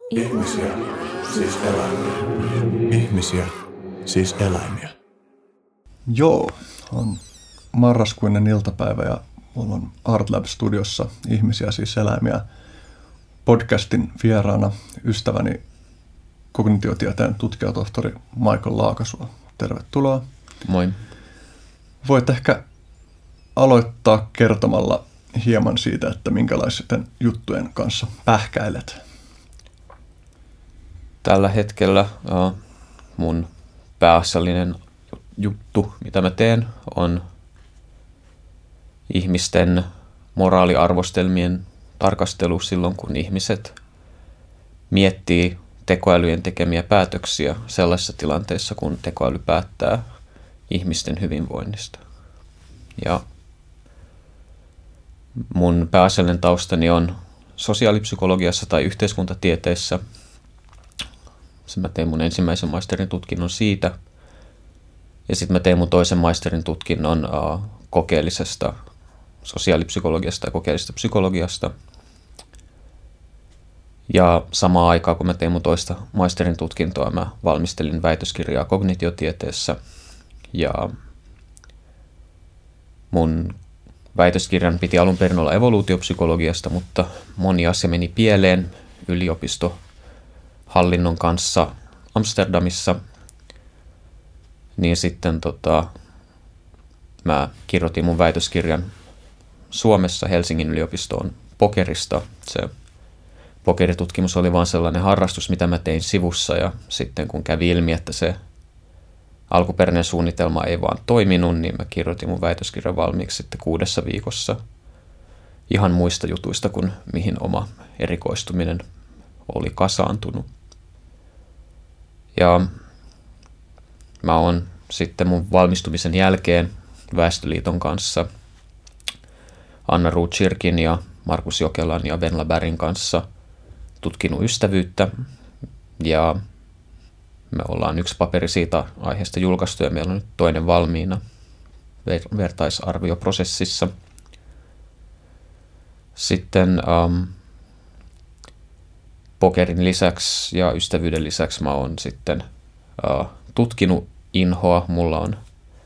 Ihmisiä, siis eläimiä. Ihmisiä, siis eläimiä. Joo, on marraskuinen iltapäivä ja mulla on ArtLab-studiossa Ihmisiä, siis eläimiä podcastin vieraana ystäväni kognitiotieteen tutkijatohtori Michael Laakasuo. Tervetuloa. Moi. Voit ehkä aloittaa kertomalla hieman siitä, että minkälaisten juttujen kanssa pähkäilet. Tällä hetkellä mun pääasiallinen juttu, mitä mä teen, on ihmisten moraaliarvostelmien tarkastelu silloin, kun ihmiset miettii tekoälyjen tekemiä päätöksiä sellaisissa tilanteissa, kun tekoäly päättää ihmisten hyvinvoinnista. Ja mun pääasiallinen taustani on sosiaalipsykologiassa tai yhteiskuntatieteissä. Mä tein mun ensimmäisen maisterin tutkinnon siitä. Ja sitten mä tein mun toisen maisterin tutkinnon kokeellisesta sosiaalipsykologiasta ja kokeellisesta psykologiasta. Ja samaan aikaan, kun mä tein mun toista maisterin tutkintoa, mä valmistelin väitöskirjaa kognitiotieteessä. Ja mun väitöskirjan piti alun perin olla evoluutiopsykologiasta, mutta moni asia meni pieleen yliopistohallinnon kanssa Amsterdamissa. Niin sitten mä kirjoitin mun väitöskirjan Suomessa Helsingin yliopistoon pokerista. Se pokeritutkimus oli vaan sellainen harrastus, mitä mä tein sivussa, ja sitten kun kävi ilmi, että se alkuperäinen suunnitelma ei vaan toiminut, niin mä kirjoitin mun väitöskirjan valmiiksi sitten 6 viikossa ihan muista jutuista kuin mihin oma erikoistuminen oli kasaantunut. Ja mä oon sitten mun valmistumisen jälkeen Väestöliiton kanssa Anna Rothschirkin ja Markus Jokelan ja Venla Bergin kanssa tutkinut ystävyyttä, ja me ollaan 1 paperi siitä aiheesta julkaistu ja meillä on nyt toinen valmiina vertaisarvioprosessissa. Sitten pokerin lisäksi ja ystävyyden lisäksi mä oon sitten tutkinut inhoa. Mulla on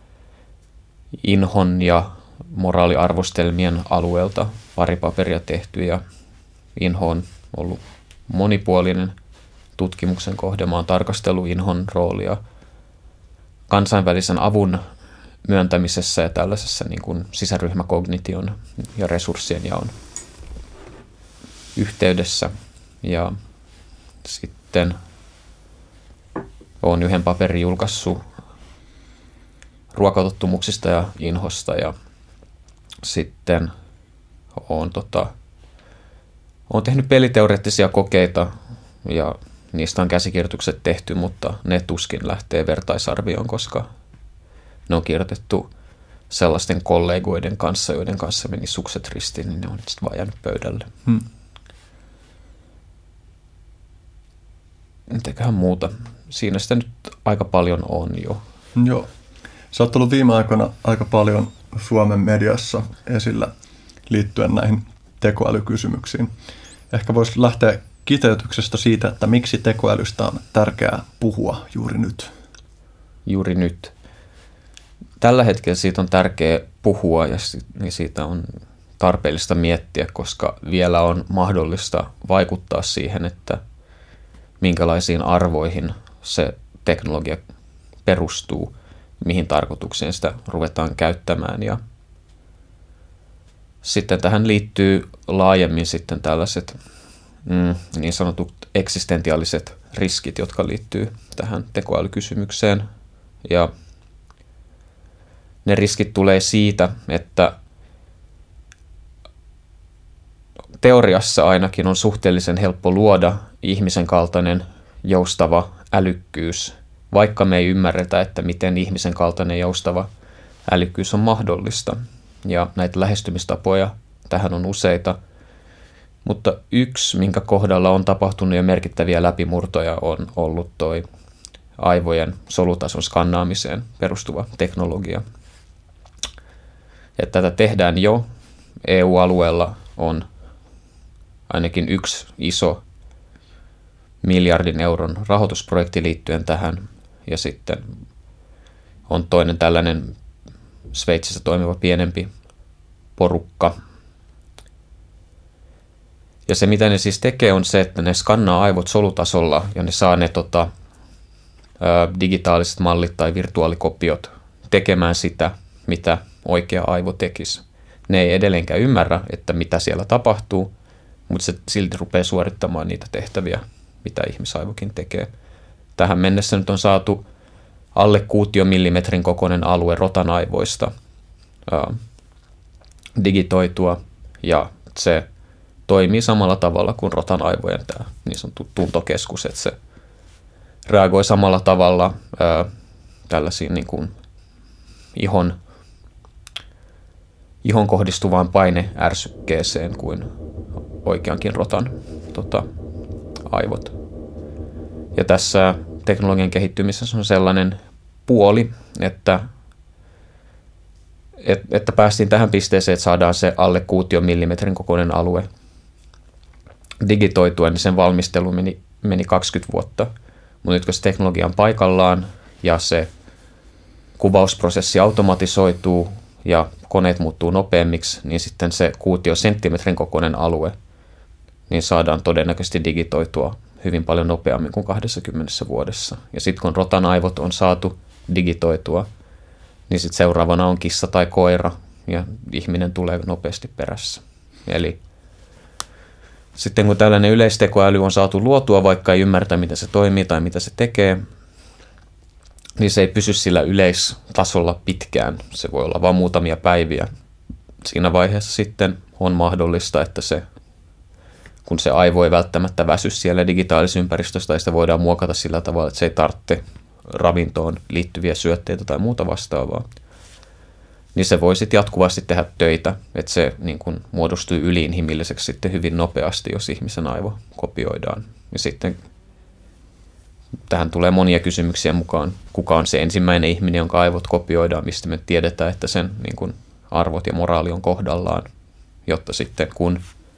inhon ja moraaliarvostelmien alueelta pari paperia tehty, ja inho on ollut monipuolinen tutkimuksen kohde. Mä oon tarkastellut inhon roolia kansainvälisen avun myöntämisessä ja tällaisessa niin kuin sisäryhmäkognition ja resurssien jaon yhteydessä. Ja sitten olen 1 paperin julkaissut ruokatottumuksista ja inhosta, ja sitten olen tehnyt peliteoreettisia kokeita ja niistä on käsikirjoitukset tehty, mutta ne tuskin lähtee vertaisarvioon, koska ne on kirjoitettu sellaisten kollegoiden kanssa, joiden kanssa meni sukset ristiin, niin ne on sitten vaan jäänyt pöydälle. Mitäköhän muuta? Siinä sitä nyt aika paljon on jo. Joo. Sä oot ollut viime aikoina aika paljon Suomen mediassa esillä liittyen näihin tekoälykysymyksiin. Ehkä voisi lähteä kiteytyksestä siitä, että miksi tekoälystä on tärkeää puhua juuri nyt. Juuri nyt. Tällä hetkellä siitä on tärkeää puhua ja siitä on tarpeellista miettiä, koska vielä on mahdollista vaikuttaa siihen, että minkälaisiin arvoihin se teknologia perustuu, mihin tarkoitukseen sitä ruvetaan käyttämään. Ja sitten tähän liittyy laajemmin sitten tällaiset niin sanotut eksistentiaaliset riskit, jotka liittyy tähän tekoälykysymykseen. Ja ne riskit tulee siitä, että teoriassa ainakin on suhteellisen helppo luoda ihmisen kaltainen joustava älykkyys, vaikka me ei ymmärretä, että miten ihmisen kaltainen joustava älykkyys on mahdollista. Ja näitä lähestymistapoja tähän on useita, mutta yksi, minkä kohdalla on tapahtunut jo merkittäviä läpimurtoja, on ollut toi aivojen solutason skannaamiseen perustuva teknologia. Ja tätä tehdään jo. EU-alueella on ainakin yksi iso miljardin euron rahoitusprojekti liittyen tähän. Ja sitten on toinen tällainen Sveitsissä toimiva pienempi porukka. Ja se, mitä ne siis tekee, on se, että ne skannaa aivot solutasolla ja ne saa ne digitaaliset mallit tai virtuaalikopiot tekemään sitä, mitä oikea aivo tekisi. Ne ei edelleenkään ymmärrä, että mitä siellä tapahtuu, mutta se silti rupeaa suorittamaan niitä tehtäviä, mitä ihmisaivokin tekee. Tähän mennessä nyt on saatu alle kuutiomillimetrin kokoinen alue rotan aivoista digitoitua, ja se toimii samalla tavalla kuin rotan aivojen tämä niin sanottu tuntokeskus, että se reagoi samalla tavalla tällaisiin niin kuin ihon kohdistuvaan paineärsykkeeseen kuin oikeankin rotan aivot. Ja tässä teknologian kehittymisessä on sellainen puoli, että päästiin tähän pisteeseen, että saadaan se alle kuutiomillimetrin kokoinen alue digitoitua, niin sen valmistelu meni 20 vuotta. Mutta nyt kun se teknologia on paikallaan ja se kuvausprosessi automatisoituu ja koneet muuttuu nopeammiksi, niin sitten se kuutiosenttimetrin kokoinen alue niin saadaan todennäköisesti digitoitua hyvin paljon nopeammin kuin 20 vuodessa. Ja sitten kun rotan aivot on saatu digitoitua, niin sitten seuraavana on kissa tai koira ja ihminen tulee nopeasti perässä. Eli sitten kun tällainen yleistekoäly on saatu luotua, vaikka ei ymmärtä, miten se toimii tai mitä se tekee, niin se ei pysy sillä yleistasolla pitkään. Se voi olla vain muutamia päiviä. Siinä vaiheessa sitten on mahdollista, että kun se aivo ei välttämättä väsy siellä digitaalisessa ympäristössä, tai sitä voidaan muokata sillä tavalla, että se ei tarvitse ravintoon liittyviä syötteitä tai muuta vastaavaa, niin se voi sitten jatkuvasti tehdä töitä, että se niin kun muodostuu yliinhimilliseksi sitten hyvin nopeasti, jos ihmisen aivo kopioidaan. Ja sitten tähän tulee monia kysymyksiä mukaan. Kuka on se ensimmäinen ihminen, jonka aivot kopioidaan, mistä me tiedetään, että sen niin kun arvot ja moraali on kohdallaan, jotta sitten kun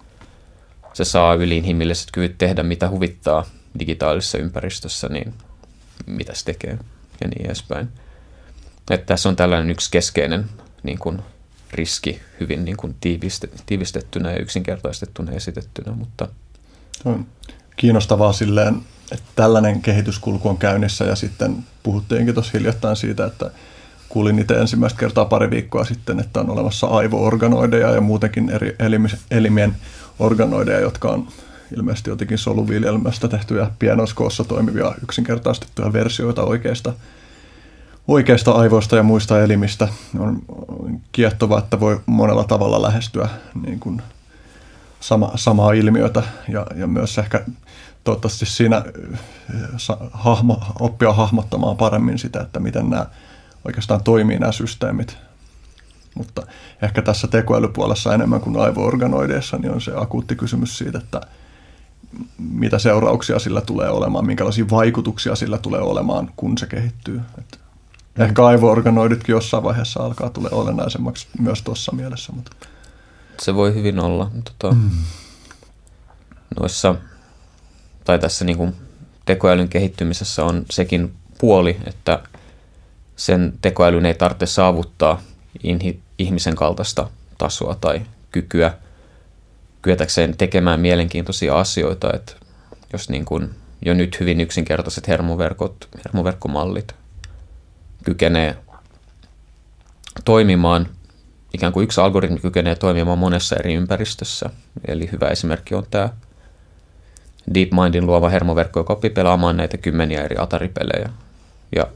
se saa yliinhimilliset kyvyt tehdä, mitä huvittaa digitaalisessa ympäristössä, niin mitä se tekee ja niin edespäin. Että tässä on tällainen yksi keskeinen niin kuin riski hyvin niin kuin tiivistettynä ja yksinkertaistettuna esitettynä. Mutta on kiinnostavaa silleen, että tällainen kehityskulku on käynnissä ja sitten puhuttiinkin tuossa hiljattain siitä, että kuulin itse ensimmäistä kertaa pari viikkoa sitten, että on olemassa aivoorganoideja ja muutenkin eri elimien organoideja, jotka on ilmeisesti jotenkin soluviljelmästä tehtyjä pienoiskoossa toimivia yksinkertaistettuja versioita oikeista aivoista ja muista elimistä. On kiehtovaa, että voi monella tavalla lähestyä niin kuin samaa ilmiötä ja myös ehkä toivottavasti siinä oppia hahmottamaan paremmin sitä, että miten nämä oikeastaan toimii nämä systeemit. Mutta ehkä tässä tekoälypuolessa enemmän kuin aivoorganoideissa niin on se akuutti kysymys siitä, että mitä seurauksia sillä tulee olemaan, minkälaisia vaikutuksia sillä tulee olemaan, kun se kehittyy. Ehkä aivoorganoiditkin jossain vaiheessa alkaa tulee olennaisemmaksi myös tuossa mielessä. Mutta se voi hyvin olla. Tässä niin kuin tekoälyn kehittymisessä on sekin puoli, että sen tekoälyn ei tarvitse saavuttaa ihmisen kaltaista tasoa tai kykyä kyetäkseen tekemään mielenkiintoisia asioita. Että jos niin kuin jo nyt hyvin yksinkertaiset hermoverkkomallit kykenee toimimaan, ikään kuin yksi algoritmi kykenee toimimaan monessa eri ympäristössä. Eli hyvä esimerkki on tämä DeepMindin luova hermoverkko, joka oppii pelaamaan näitä 10 eri Atari-pelejä. Ja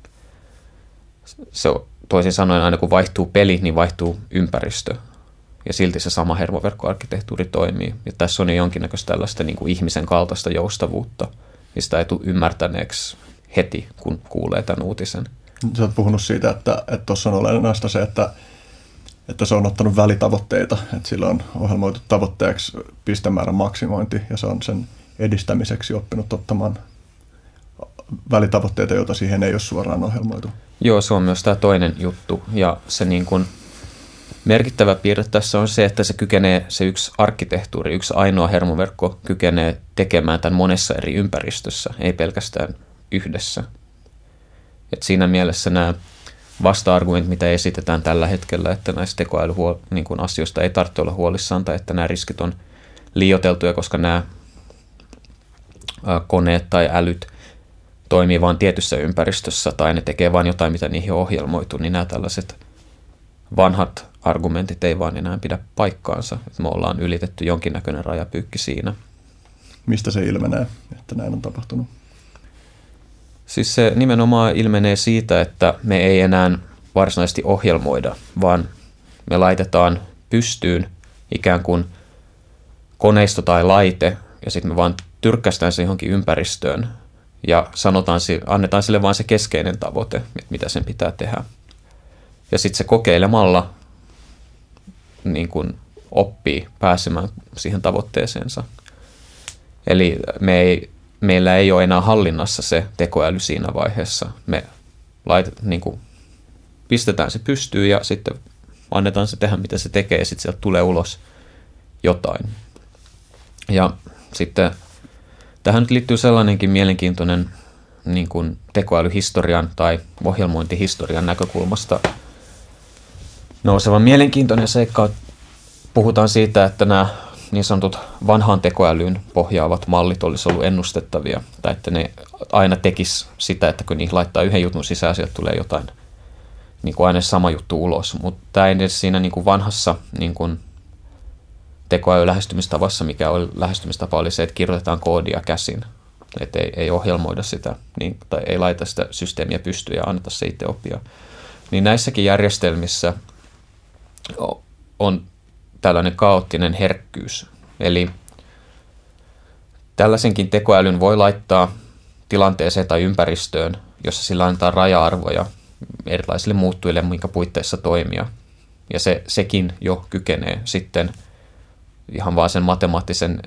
se toisin sanoen aina kun vaihtuu peli, niin vaihtuu ympäristö. Ja silti se sama hermoverkkoarkkitehtuuri toimii. Ja tässä on jonkinnäköistä tällaista niin kuin ihmisen kaltaista joustavuutta. Ja sitä ei tule ymmärtäneeksi heti, kun kuulee tämän uutisen. Sä oot puhunut siitä, että tuossa on olennaista se, että se on ottanut välitavoitteita. Että sillä on ohjelmoitu tavoitteeksi pistemäärän maksimointi ja se on sen edistämiseksi oppinut ottamaan välitavoitteita, joita siihen ei ole suoraan ohjelmoitu. Joo, se on myös tämä toinen juttu. Ja se niin kuin Merkittävä piirre tässä on se, että se yksi arkkitehtuuri, yksi ainoa hermoverkko kykenee tekemään tämän monessa eri ympäristössä, ei pelkästään yhdessä. Et siinä mielessä nämä vasta-argumentit, mitä esitetään tällä hetkellä, että näistä tekoälyasioista ei tarvitse olla huolissaan tai että nämä riskit on liioiteltuja, koska nämä koneet tai älyt toimii vain tietyssä ympäristössä tai ne tekee vain jotain, mitä niihin on ohjelmoitu, niin nämä tällaiset vanhat argumentit ei vaan enää pidä paikkaansa. Että me ollaan ylitetty jonkinnäköinen rajapyykki siinä. Mistä se ilmenee, että näin on tapahtunut? Siis se nimenomaan ilmenee siitä, että me ei enää varsinaisesti ohjelmoida, vaan me laitetaan pystyyn ikään kuin koneisto tai laite, ja sitten me vaan tyrkkästään se johonkin ympäristöön, ja annetaan sille vaan se keskeinen tavoite, mitä sen pitää tehdä. Ja sitten se kokeilemalla niin kun oppii pääsemään siihen tavoitteeseensa. Eli meillä ei ole enää hallinnassa se tekoäly siinä vaiheessa. Me pistetään se pystyyn ja sitten annetaan se tehdä, mitä se tekee, ja sitten sieltä tulee ulos jotain. Ja sitten tähän nyt liittyy sellainenkin mielenkiintoinen niin kuin tekoälyhistorian tai ohjelmointihistorian näkökulmasta nouseva mielenkiintoinen seikka. Puhutaan siitä, että nämä niin sanotut vanhaan tekoälyyn pohjaavat mallit olisi ollut ennustettavia, tai että ne aina tekis sitä, että kun niihin laittaa yhden jutun sisään, sieltä tulee jotain niin kuin aina sama juttu ulos. Mutta tämä ei edes siinä niin kuin vanhassa niin kuin tekoäly-lähestymistavassa, mikä oli lähestymistapa, oli se, että kirjoitetaan koodia käsin, että ei ohjelmoida sitä, niin, tai ei laita sitä systeemiä pystyyn ja anneta se itse oppia. Niin näissäkin järjestelmissä on tällainen kaoottinen herkkyys. Eli tällaisenkin tekoälyn voi laittaa tilanteeseen tai ympäristöön, jossa sillä annetaan raja-arvoja erilaisille muuttujille, minkä puitteissa toimia. Ja sekin jo kykenee sitten ihan vaan sen matemaattisen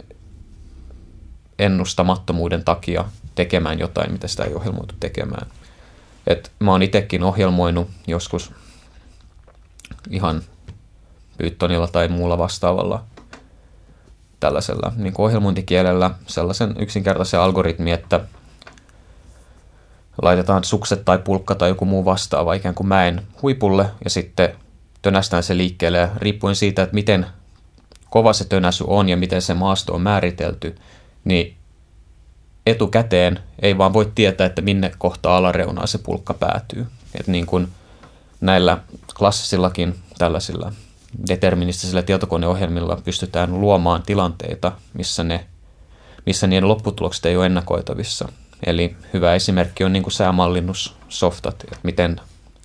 ennustamattomuuden takia tekemään jotain, mitä sitä ei ohjelmoitu tekemään. Mä oon itsekin ohjelmoinut joskus ihan Pythonilla tai muulla vastaavalla tällaisella niin kuin ohjelmointikielellä sellaisen yksinkertaisen algoritmi, että laitetaan sukset tai pulkka tai joku muu vastaava ikään kuin mäen huipulle ja sitten tönästään se liikkeelle ja riippuen siitä, että miten kova se tönäsy on ja miten se maasto on määritelty, niin etukäteen ei vaan voi tietää, että minne kohtaa alareunaa se pulkka päätyy. Että niin kuin näillä klassisillakin tällaisilla deterministisilla tietokoneohjelmilla pystytään luomaan tilanteita, missä niiden lopputulokset ei ole ennakoitavissa. Eli hyvä esimerkki on niin kuin säämallinnussoftat, että miten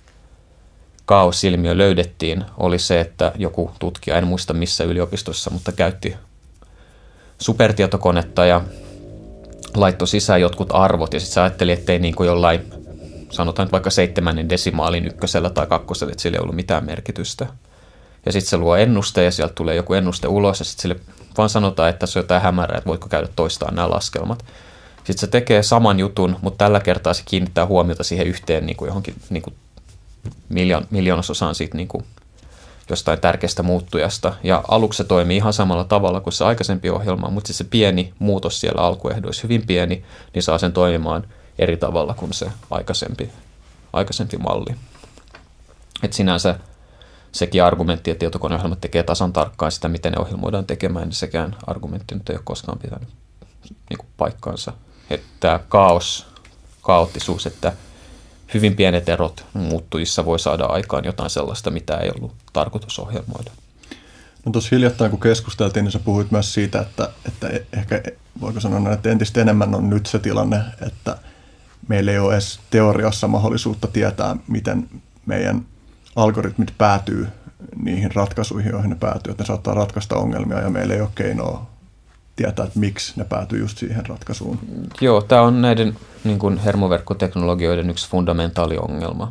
kaosilmiö löydettiin, oli se, että joku tutkija, en muista missä yliopistossa, mutta käytti supertietokonetta ja laittoi sisään jotkut arvot ja sitten se ajatteli, ettei niin kuin jollain, sanotaan vaikka 7 desimaalin ykkösellä tai kakkosella, että sillä ei ollut mitään merkitystä. Ja sitten se luo ennuste ja sieltä tulee joku ennuste ulos ja sitten sille vaan sanotaan, että se on jotain hämärää, että voitko käydä toistaan nämä laskelmat. Sitten se tekee saman jutun, mutta tällä kertaa se kiinnittää huomiota siihen yhteen niin kuin johonkin niin kuin miljoonososaan siitä niin kuin jostain tärkeästä muuttujasta. Ja aluksi se toimii ihan samalla tavalla kuin se aikaisempi ohjelma, mutta se pieni muutos siellä alkuehdoissa, hyvin pieni, niin saa sen toimimaan eri tavalla kuin se aikaisempi malli. Et sinänsä sekin argumentti, että tietokoneohjelmat tekee tasan tarkkaan sitä, miten ne ohjelmoidaan tekemään, niin sekään argumentti nyt ei ole koskaan pitänyt niin kuin paikkaansa. Että kaoottisuus, että hyvin pienet erot muuttujissa voi saada aikaan jotain sellaista, mitä ei ollut tarkoitus ohjelmoida. No tuossa hiljattain, kun keskusteltiin, niin sä puhuit myös siitä, että ehkä voiko sanoa, että entistä enemmän on nyt se tilanne, että meillä ei ole edes teoriassa mahdollisuutta tietää, miten meidän algoritmit päätyy niihin ratkaisuihin, joihin ne päätyy, että ne saattaa ratkaista ongelmia ja meillä ei ole keinoa tietää, että miksi ne päätyy just siihen ratkaisuun. Joo, tämä on näiden niin kuin hermoverkkoteknologioiden yksi fundamentaali ongelma.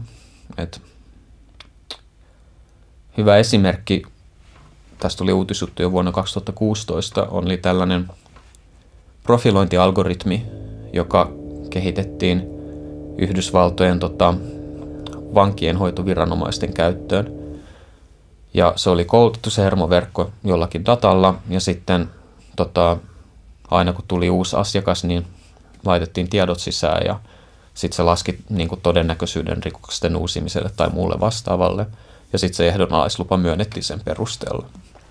Hyvä esimerkki, tästä tuli uutisjuttu jo vuonna 2016, oli tällainen profilointialgoritmi, joka kehitettiin Yhdysvaltojen vankienhoitoviranomaisten käyttöön. Ja se oli koulutettu se hermoverkko jollakin datalla, ja sitten aina kun tuli uusi asiakas, niin laitettiin tiedot sisään, ja sitten se laski niin kuin todennäköisyyden rikosten uusimiselle tai muulle vastaavalle, ja sitten se ehdonalaislupa myönnettiin sen perusteella.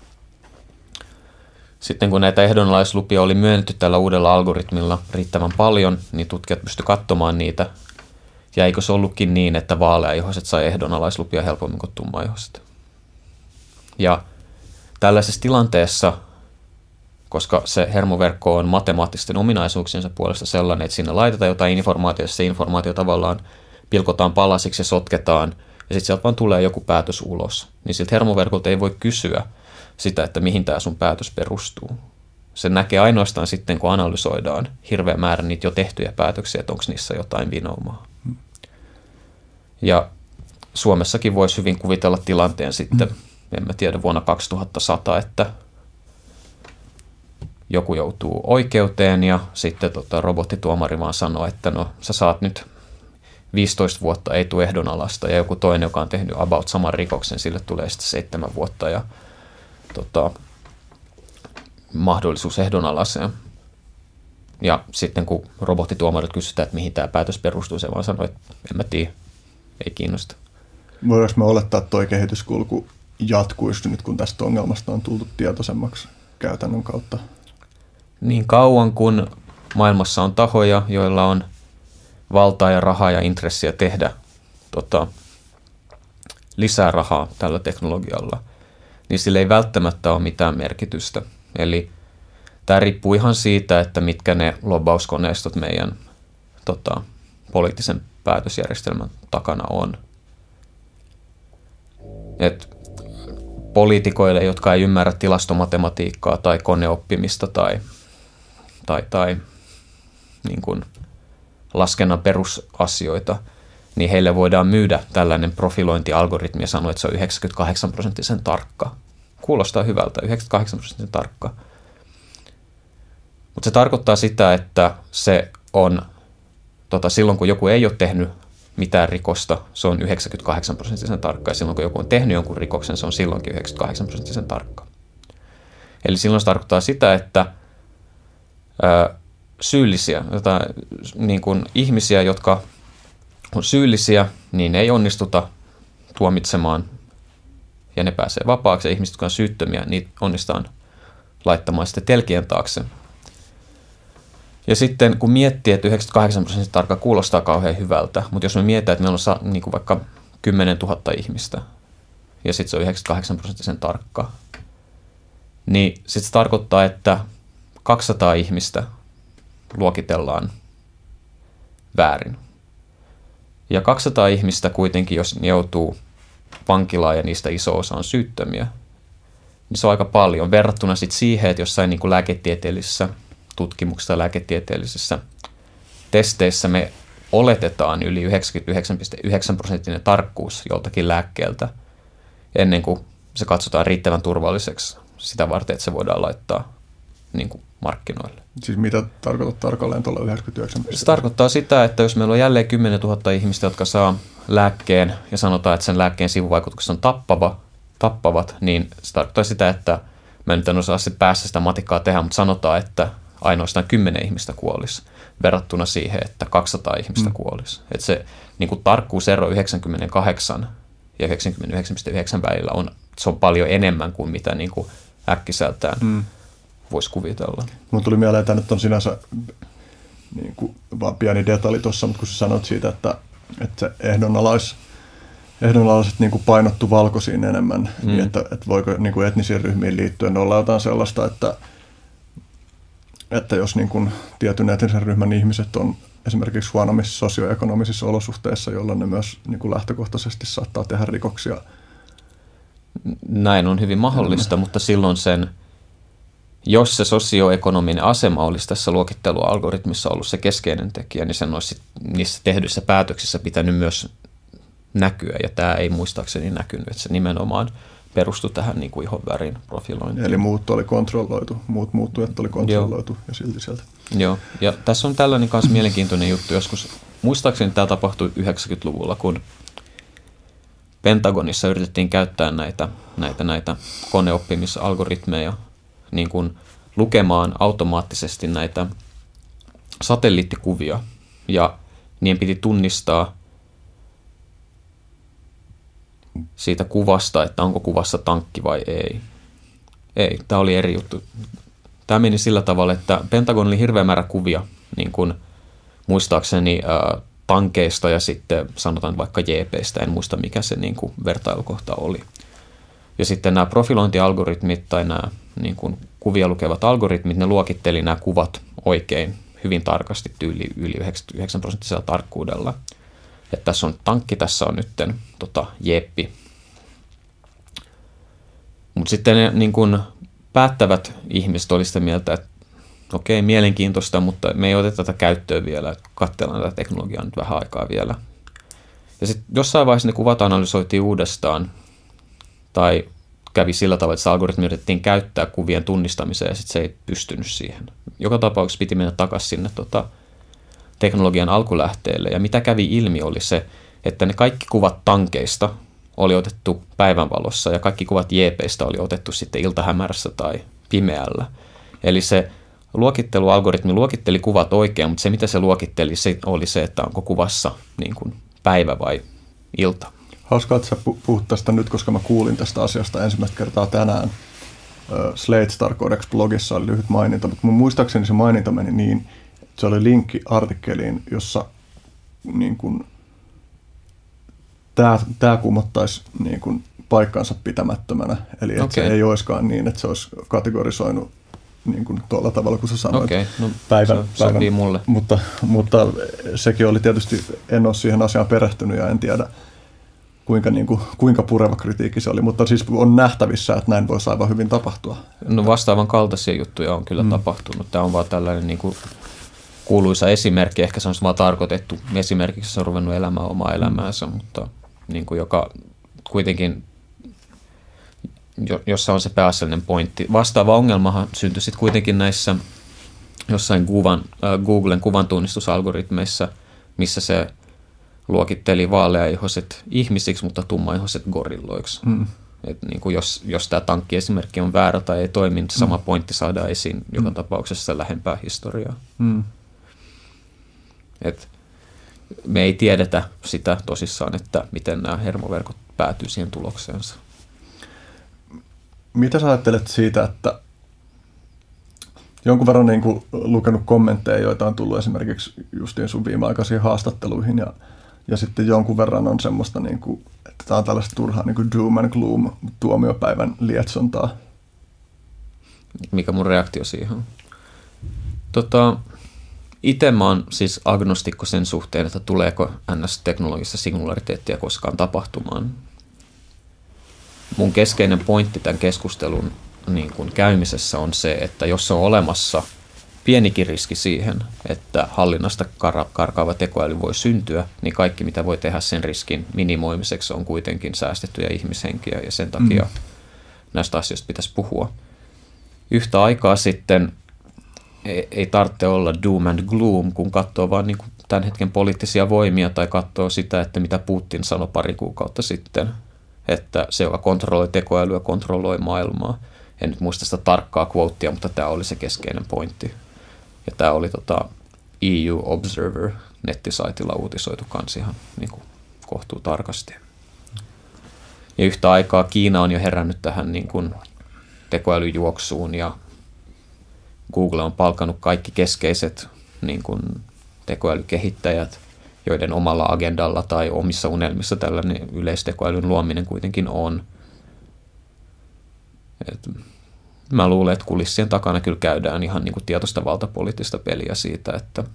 Sitten kun näitä ehdonalaislupia oli myönnetty tällä uudella algoritmilla riittävän paljon, niin tutkijat pystyivät katsomaan niitä. Ja eikö se ollutkin niin, että vaaleaihoiset sai ehdonalaislupia helpommin kuin tummaihoiset. Ja tällaisessa tilanteessa, koska se hermoverkko on matemaattisten ominaisuuksiensa puolesta sellainen, että sinne laitetaan jotain informaatiota, se informaatio tavallaan pilkotaan palasiksi ja sotketaan, ja sitten sieltä vaan tulee joku päätös ulos. Niin siltä hermoverkolta ei voi kysyä sitä, että mihin tämä sun päätös perustuu. Se näkee ainoastaan sitten, kun analysoidaan hirveä määrä niitä jo tehtyjä päätöksiä, että onko niissä jotain vinoumaa. Ja Suomessakin voisi hyvin kuvitella tilanteen sitten, en mä tiedä, vuonna 2100, että joku joutuu oikeuteen ja sitten robottituomari vaan sanoo, että no sä saat nyt 15 vuotta ei tule ehdonalasta ja joku toinen, joka on tehnyt about saman rikoksen, sille tulee sitten 7 vuotta ja mahdollisuus ehdonalaseen. Ja sitten kun robottituomarit kysytään, että mihin tämä päätös perustuu, se vaan sanoo, että en mä tiedä, ei kiinnosta. Voidaanko me olettaa, että tuo kehityskulku jatkuisi nyt, kun tästä ongelmasta on tultu tietoisemmaksi käytännön kautta? Niin kauan kun maailmassa on tahoja, joilla on valtaa ja rahaa ja intressiä tehdä lisää rahaa tällä teknologialla, niin sillä ei välttämättä ole mitään merkitystä. Eli tämä riippuu ihan siitä, että mitkä ne lobbauskoneistot meidän poliittisen päätösjärjestelmän takana on. Et poliitikoille, jotka ei ymmärrä tilastomatematiikkaa tai koneoppimista tai niin kuin laskennan perusasioita, niin heille voidaan myydä tällainen profilointialgoritmi ja sanoa, että se on 98% tarkka. Kuulostaa hyvältä, 98% tarkka. Mutta se tarkoittaa sitä, että se on silloin, kun joku ei ole tehnyt mitään rikosta, se on 98% tarkka. Ja silloin, kun joku on tehnyt jonkun rikoksen, se on silloinkin 98% tarkka. Eli silloin se tarkoittaa sitä, että syyllisiä, niin kuin ihmisiä, jotka on syyllisiä, niin ei onnistuta tuomitsemaan ja ne pääsee vapaaksi. Ja ihmiset, jotka on syyttömiä, niin onnistutaan laittamaan sitten telkien taakse. Ja sitten kun miettii, että 98% tarkka kuulostaa kauhean hyvältä, mutta jos me mietitään, että meillä on niin kuin vaikka 10 000 ihmistä ja sitten se on 98% tarkka, niin sitten se tarkoittaa, että 200 ihmistä luokitellaan väärin. Ja 200 ihmistä kuitenkin, jos ne joutuu vankilaan ja niistä iso osa on syyttömiä, niin se on aika paljon verrattuna sitten siihen, että jossain niin kuin lääketieteellisessä tutkimuksessa, lääketieteellisissä testeissä me oletetaan yli 99,9% tarkkuus joltakin lääkkeeltä ennen kuin se katsotaan riittävän turvalliseksi sitä varten, että se voidaan laittaa niin kuin markkinoille. Siis mitä tarkoittaa tarkalleen tuolla 99%? Se tarkoittaa sitä, että jos meillä on jälleen 10 000 ihmistä, jotka saa lääkkeen ja sanotaan, että sen lääkkeen sivuvaikutukset on tappavat, niin se tarkoittaa sitä, että mä nyt en osaa sitten päässä sitä matikkaa tehdä, mutta sanotaan, että ainoastaan 10 ihmistä kuolisi verrattuna siihen, että 200 ihmistä kuolisi. Että se niin kuin tarkkuusero 98 ja 99,9 välillä se on paljon enemmän kuin mitä niin kuin äkkiseltään voisi kuvitella. Mun tuli mieleen, että nyt on sinänsä niin kuin vaan pieni detalji tuossa, mutta kun sä sanot siitä, että se ehdonalaiset niin kuin painottu valkoisiin enemmän, niin että voiko niin kuin etnisiin ryhmiin liittyen olla jotain sellaista, että jos niin kuin tietyn etnisen ryhmän ihmiset on esimerkiksi huonommissa sosioekonomisissa olosuhteissa, jolloin ne myös niin kuin lähtökohtaisesti saattaa tehdä rikoksia. Näin on hyvin mahdollista, mutta silloin jos se sosioekonominen asema olisi tässä luokittelualgoritmissa ollut se keskeinen tekijä, niin sen olisi niissä tehdyissä päätöksissä pitänyt myös näkyä, ja tämä ei muistaakseni näkynyt, että se nimenomaan perustui tähän niin kuin ihonvärin profilointiin. Eli muut muuttujat oli kontrolloitu ja silti sieltä. Joo, ja tässä on tällainen kanssa mielenkiintoinen juttu joskus. Muistaakseni tämä tapahtui 90-luvulla, kun Pentagonissa yritettiin käyttää näitä koneoppimisalgoritmeja niin kuin lukemaan automaattisesti näitä satelliittikuvia, ja niin piti tunnistaa siitä kuvasta, että onko kuvassa tankki vai ei. Ei, tämä oli eri juttu. Tämä meni sillä tavalla, että Pentagon oli hirveä määrä kuvia, niin kuin muistaakseni tankeista ja sitten sanotaan vaikka JP:stä, en muista mikä se niin kuin vertailukohta oli. Ja sitten nämä profilointialgoritmit tai nämä niin kuin kuvia lukevat algoritmit, ne luokitteli nämä kuvat oikein hyvin tarkasti, yli 99% tarkkuudella. Että tässä on tankki, tässä on nyt jeppi. Mutta sitten ne niin kuin päättävät ihmiset oli sitä mieltä, että okei, mielenkiintoista, mutta me ei oteta tätä käyttöön vielä. Katsellaan tätä teknologiaa nyt vähän aikaa vielä. Ja sitten jossain vaiheessa ne kuvat analysoitiin uudestaan, tai kävi sillä tavalla, että se algoritmi yritettiin käyttää kuvien tunnistamiseen, ja sitten se ei pystynyt siihen. Joka tapauksessa piti mennä takaisin sinne teknologian alkulähteelle. Ja mitä kävi ilmi oli se, että ne kaikki kuvat tankeista oli otettu päivänvalossa, ja kaikki kuvat JP:istä oli otettu sitten iltahämärässä tai pimeällä. Eli se luokittelualgoritmi luokitteli kuvat oikein, mutta se mitä se luokitteli se oli se, että onko kuvassa niin kuin päivä vai ilta. Hauskaa, että sä puhut tästä nyt, koska mä kuulin tästä asiasta ensimmäistä kertaa tänään. Slate Star Codex-blogissa oli lyhyt maininta, mutta mun muistaakseni se maininta meni niin, että se oli linkki artikkeliin, jossa niin kuin, tämä kumottaisi niin kuin paikkansa pitämättömänä. Eli että se ei olisikaan niin, että se olisi kategorisoinut niin kuin tuolla tavalla, kun sä sanoit, päivän. Mulle. Mutta sekin oli tietysti, en ole siihen asiaan perehtynyt ja en tiedä, kuinka pureva kritiikki se oli, mutta siis on nähtävissä, että näin voisi aivan hyvin tapahtua. No vastaavan kaltaisia juttuja on kyllä tapahtunut. Tämä on vaan tällainen niin kuin kuuluisa esimerkki, ehkä se on vaan tarkoitettu esimerkiksi, se on ruvennut elämään omaa elämäänsä, mutta niin kuin joka kuitenkin, jossa on se pääasiallinen pointti. Vastaava ongelmahan syntyi sitten kuitenkin näissä jossain Googlen kuvantunnistusalgoritmeissa, missä se luokitteli vaaleaihoiset ihmisiksi, mutta tummaihoiset gorilloiksi. Et niin kuin jos tämä tankkiesimerkki on väärä tai ei toimi, niin sama pointti saadaan esiin joka tapauksessa lähempää historiaa. Et me ei tiedetä sitä tosissaan, että miten nämä hermoverkot päätyy siihen tulokseensa. Mitä sä ajattelet siitä, että jonkun verran niin kuin lukenut kommentteja, joita on tullut esimerkiksi justiin sun viimeaikaisiin haastatteluihin ja sitten jonkun verran on semmoista, niin kuin, että tämä on tällaista turhaa niin kuin doom and gloom tuomiopäivän lietsontaa. Mikä mun reaktio siihen on? Itse mä oon siis agnostikko sen suhteen, että tuleeko NS-teknologista singulariteettia koskaan tapahtumaan. Mun keskeinen pointti tämän keskustelun niin kuin käymisessä on se, että jos on olemassa pienikin riski siihen, että hallinnasta karkaava tekoäly voi syntyä, niin kaikki mitä voi tehdä sen riskin minimoimiseksi on kuitenkin säästettyjä ihmishenkiä, ja sen takia näistä asioista pitäisi puhua. Yhtä aikaa sitten ei tarvitse olla doom and gloom, kun katsoo vaan niin kuin tämän hetken poliittisia voimia tai katsoo sitä, että mitä Putin sanoi pari kuukautta sitten, että se, joka kontrolloi tekoälyä, kontrolloi maailmaa. En nyt muista sitä tarkkaa quotea, mutta tämä oli se keskeinen pointti. Ja tämä oli EU Observer nettisaitilla uutisoitu kanssa ihan niin kuin kohtuu tarkasti. Ja yhtä aikaa Kiina on jo herännyt tähän niin kuin tekoälyjuoksuun, ja Google on palkannut kaikki keskeiset niin kuin tekoälykehittäjät, joiden omalla agendalla tai omissa unelmissa tällainen yleistekoälyn luominen kuitenkin on. Mä luulen, että kulissien takana kyllä käydään ihan niin kuin tietoista valtapoliittista peliä siitä, että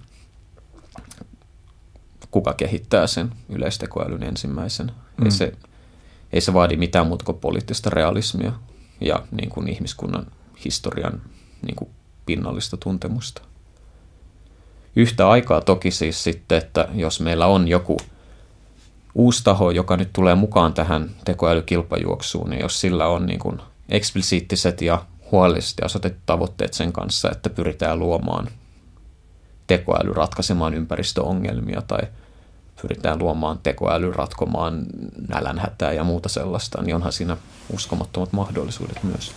kuka kehittää sen yleistekoälyn ensimmäisen. Ei se vaadi mitään muuta kuin poliittista realismia ja niin kuin ihmiskunnan historian niin kuin pinnallista tuntemusta. Yhtä aikaa toki siis sitten, että jos meillä on joku uusi taho, joka nyt tulee mukaan tähän tekoälykilpajuoksuun, niin jos sillä on niin kuin eksplisiittiset ja huolellisesti asetetut tavoitteet sen kanssa, että pyritään luomaan tekoäly ratkaisemaan ympäristöongelmia tai pyritään luomaan tekoäly ratkomaan nälänhätää ja muuta sellaista, niin onhan siinä uskomattomat mahdollisuudet myös.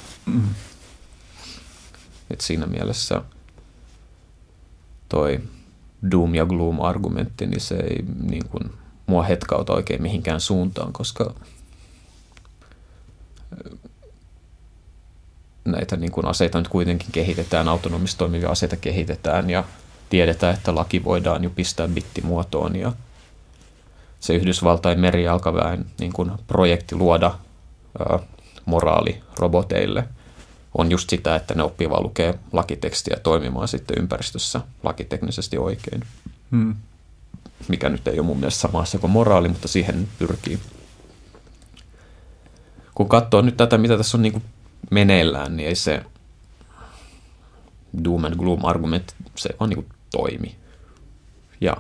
Et siinä mielessä toi doom ja gloom argumentti, niin se ei niin kuin mua hetkauta oikein mihinkään suuntaan, koska näitä niin kuin aseita nyt kuitenkin kehitetään, autonomisesti toimivia aseita kehitetään ja tiedetään, että laki voidaan jo pistää bittimuotoon ja se Yhdysvaltain merijalkaväen niin kuin projekti luoda moraali roboteille on just sitä, että ne oppii vaan lukea lakitekstiä toimimaan sitten ympäristössä lakiteknisesti oikein. Mikä nyt ei ole mun mielestä sama asia kuin moraali, mutta siihen pyrkii. Kun katsoo nyt tätä, mitä tässä on niin kuin meneillään, niin ei se doom and gloom argument, se vaan niin kuin toimi. Ja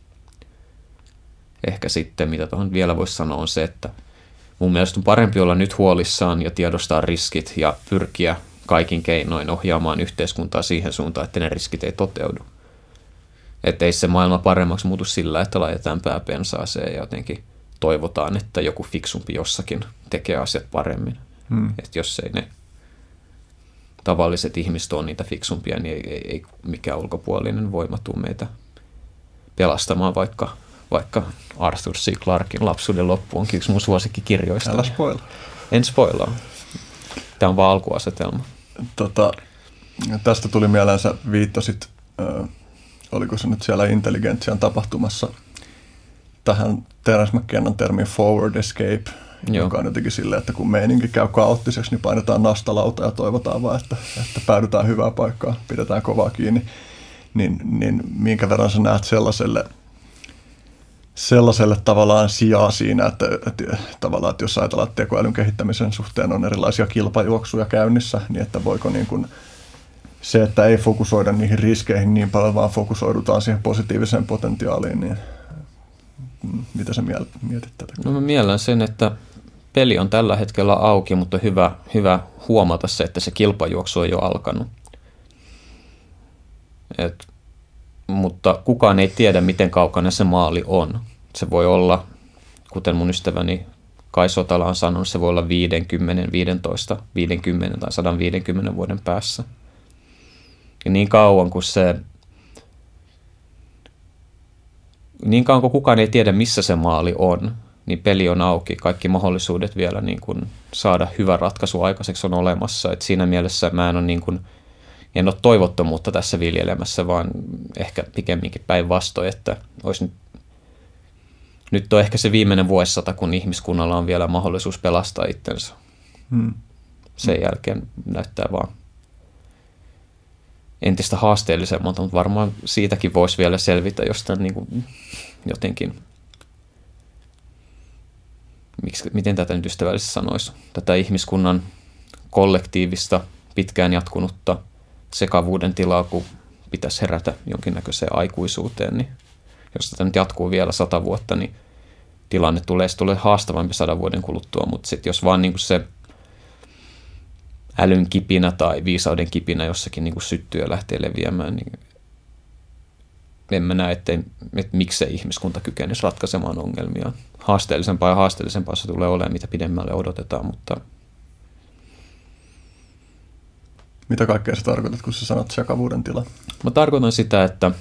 ehkä sitten, mitä tuohon vielä voisi sanoa, on se, että mun mielestä on parempi olla nyt huolissaan ja tiedostaa riskit ja pyrkiä kaikin keinoin ohjaamaan yhteiskuntaa siihen suuntaan, että ne riskit ei toteudu. Että ei se maailma paremmaksi muutu sillä, että laitetaan pää pensaaseen ja jotenkin toivotaan, että joku fiksumpi jossakin tekee asiat paremmin. Että jos ei ne tavalliset ihmiset ole niitä fiksumpia, niin ei mikään ulkopuolinen voima tule meitä pelastamaan, vaikka Arthur C. Clarken Lapsuuden loppu onkin yksi mun suosikkikirjoista. Älä spoilaa. En spoilaa. Tämä on vaan alkuasetelma. Tästä tuli mieleen, sä viittasit, oliko se nyt siellä Intelligentsian tapahtumassa, tähän Terence McKennan termiin forward escape, joka on jotenkin silleen, että kun meininki käy kaoottiseksi, niin painetaan nastalauta ja toivotaan vaan, että päädytään hyvään paikkaan, pidetään kovaa kiinni. Niin minkä verran sä näet sellaiselle tavallaan sijaa siinä, että tavallaan, että jos ajatellaan, että tekoälyn kehittämisen suhteen on erilaisia kilpajuoksuja käynnissä, niin että voiko niin kuin se, että ei fokusoida niihin riskeihin niin paljon, vaan fokusoidutaan siihen positiiviseen potentiaaliin, niin mitä sä mietit tätä? No mä miellän sen, että peli on tällä hetkellä auki, mutta hyvä huomata se, että se kilpajuoksu on jo alkanut. Mutta kukaan ei tiedä, miten kaukana se maali on. Se voi olla, kuten mun ystäväni Kai Sotala on sanonut, se voi olla 50, 15, 50 tai 150 vuoden päässä. Ja niin kauan kun kukaan ei tiedä, missä se maali on, niin peli on auki. Kaikki mahdollisuudet vielä niin kuin saada hyvä ratkaisu aikaiseksi on olemassa. Et siinä mielessä mä en ole toivottomuutta tässä viljelemässä, vaan ehkä pikemminkin päinvastoin, että olisi nyt on ehkä se viimeinen vuosisata, kun ihmiskunnalla on vielä mahdollisuus pelastaa itsensä. Sen jälkeen näyttää vaan entistä haasteellisemmalta, mutta varmaan siitäkin voisi vielä selvitä jostain niin kuin jotenkin, miten tätä nyt ystävällisesti sanoisi, tätä ihmiskunnan kollektiivista, pitkään jatkunutta sekavuuden tilaa, kun pitäisi herätä jonkinnäköiseen aikuisuuteen, niin jos tätä nyt jatkuu vielä 100 vuotta, niin tilanne tulee haastavampi 100 vuoden kuluttua, mutta sitten jos vaan niin kuin se älyn kipinä tai viisauden kipinä jossakin niin kuin syttyy ja lähtee leviämään, niin en mä näe, että miksei ihmiskunta kykenisi ratkaisemaan ongelmia. Haasteellisempaa ja haasteellisempaa se tulee olemaan, mitä pidemmälle odotetaan, mutta mitä kaikkea sä tarkoitat, kun sä sanot sekavuuden tila? Mä tarkoitan sitä, että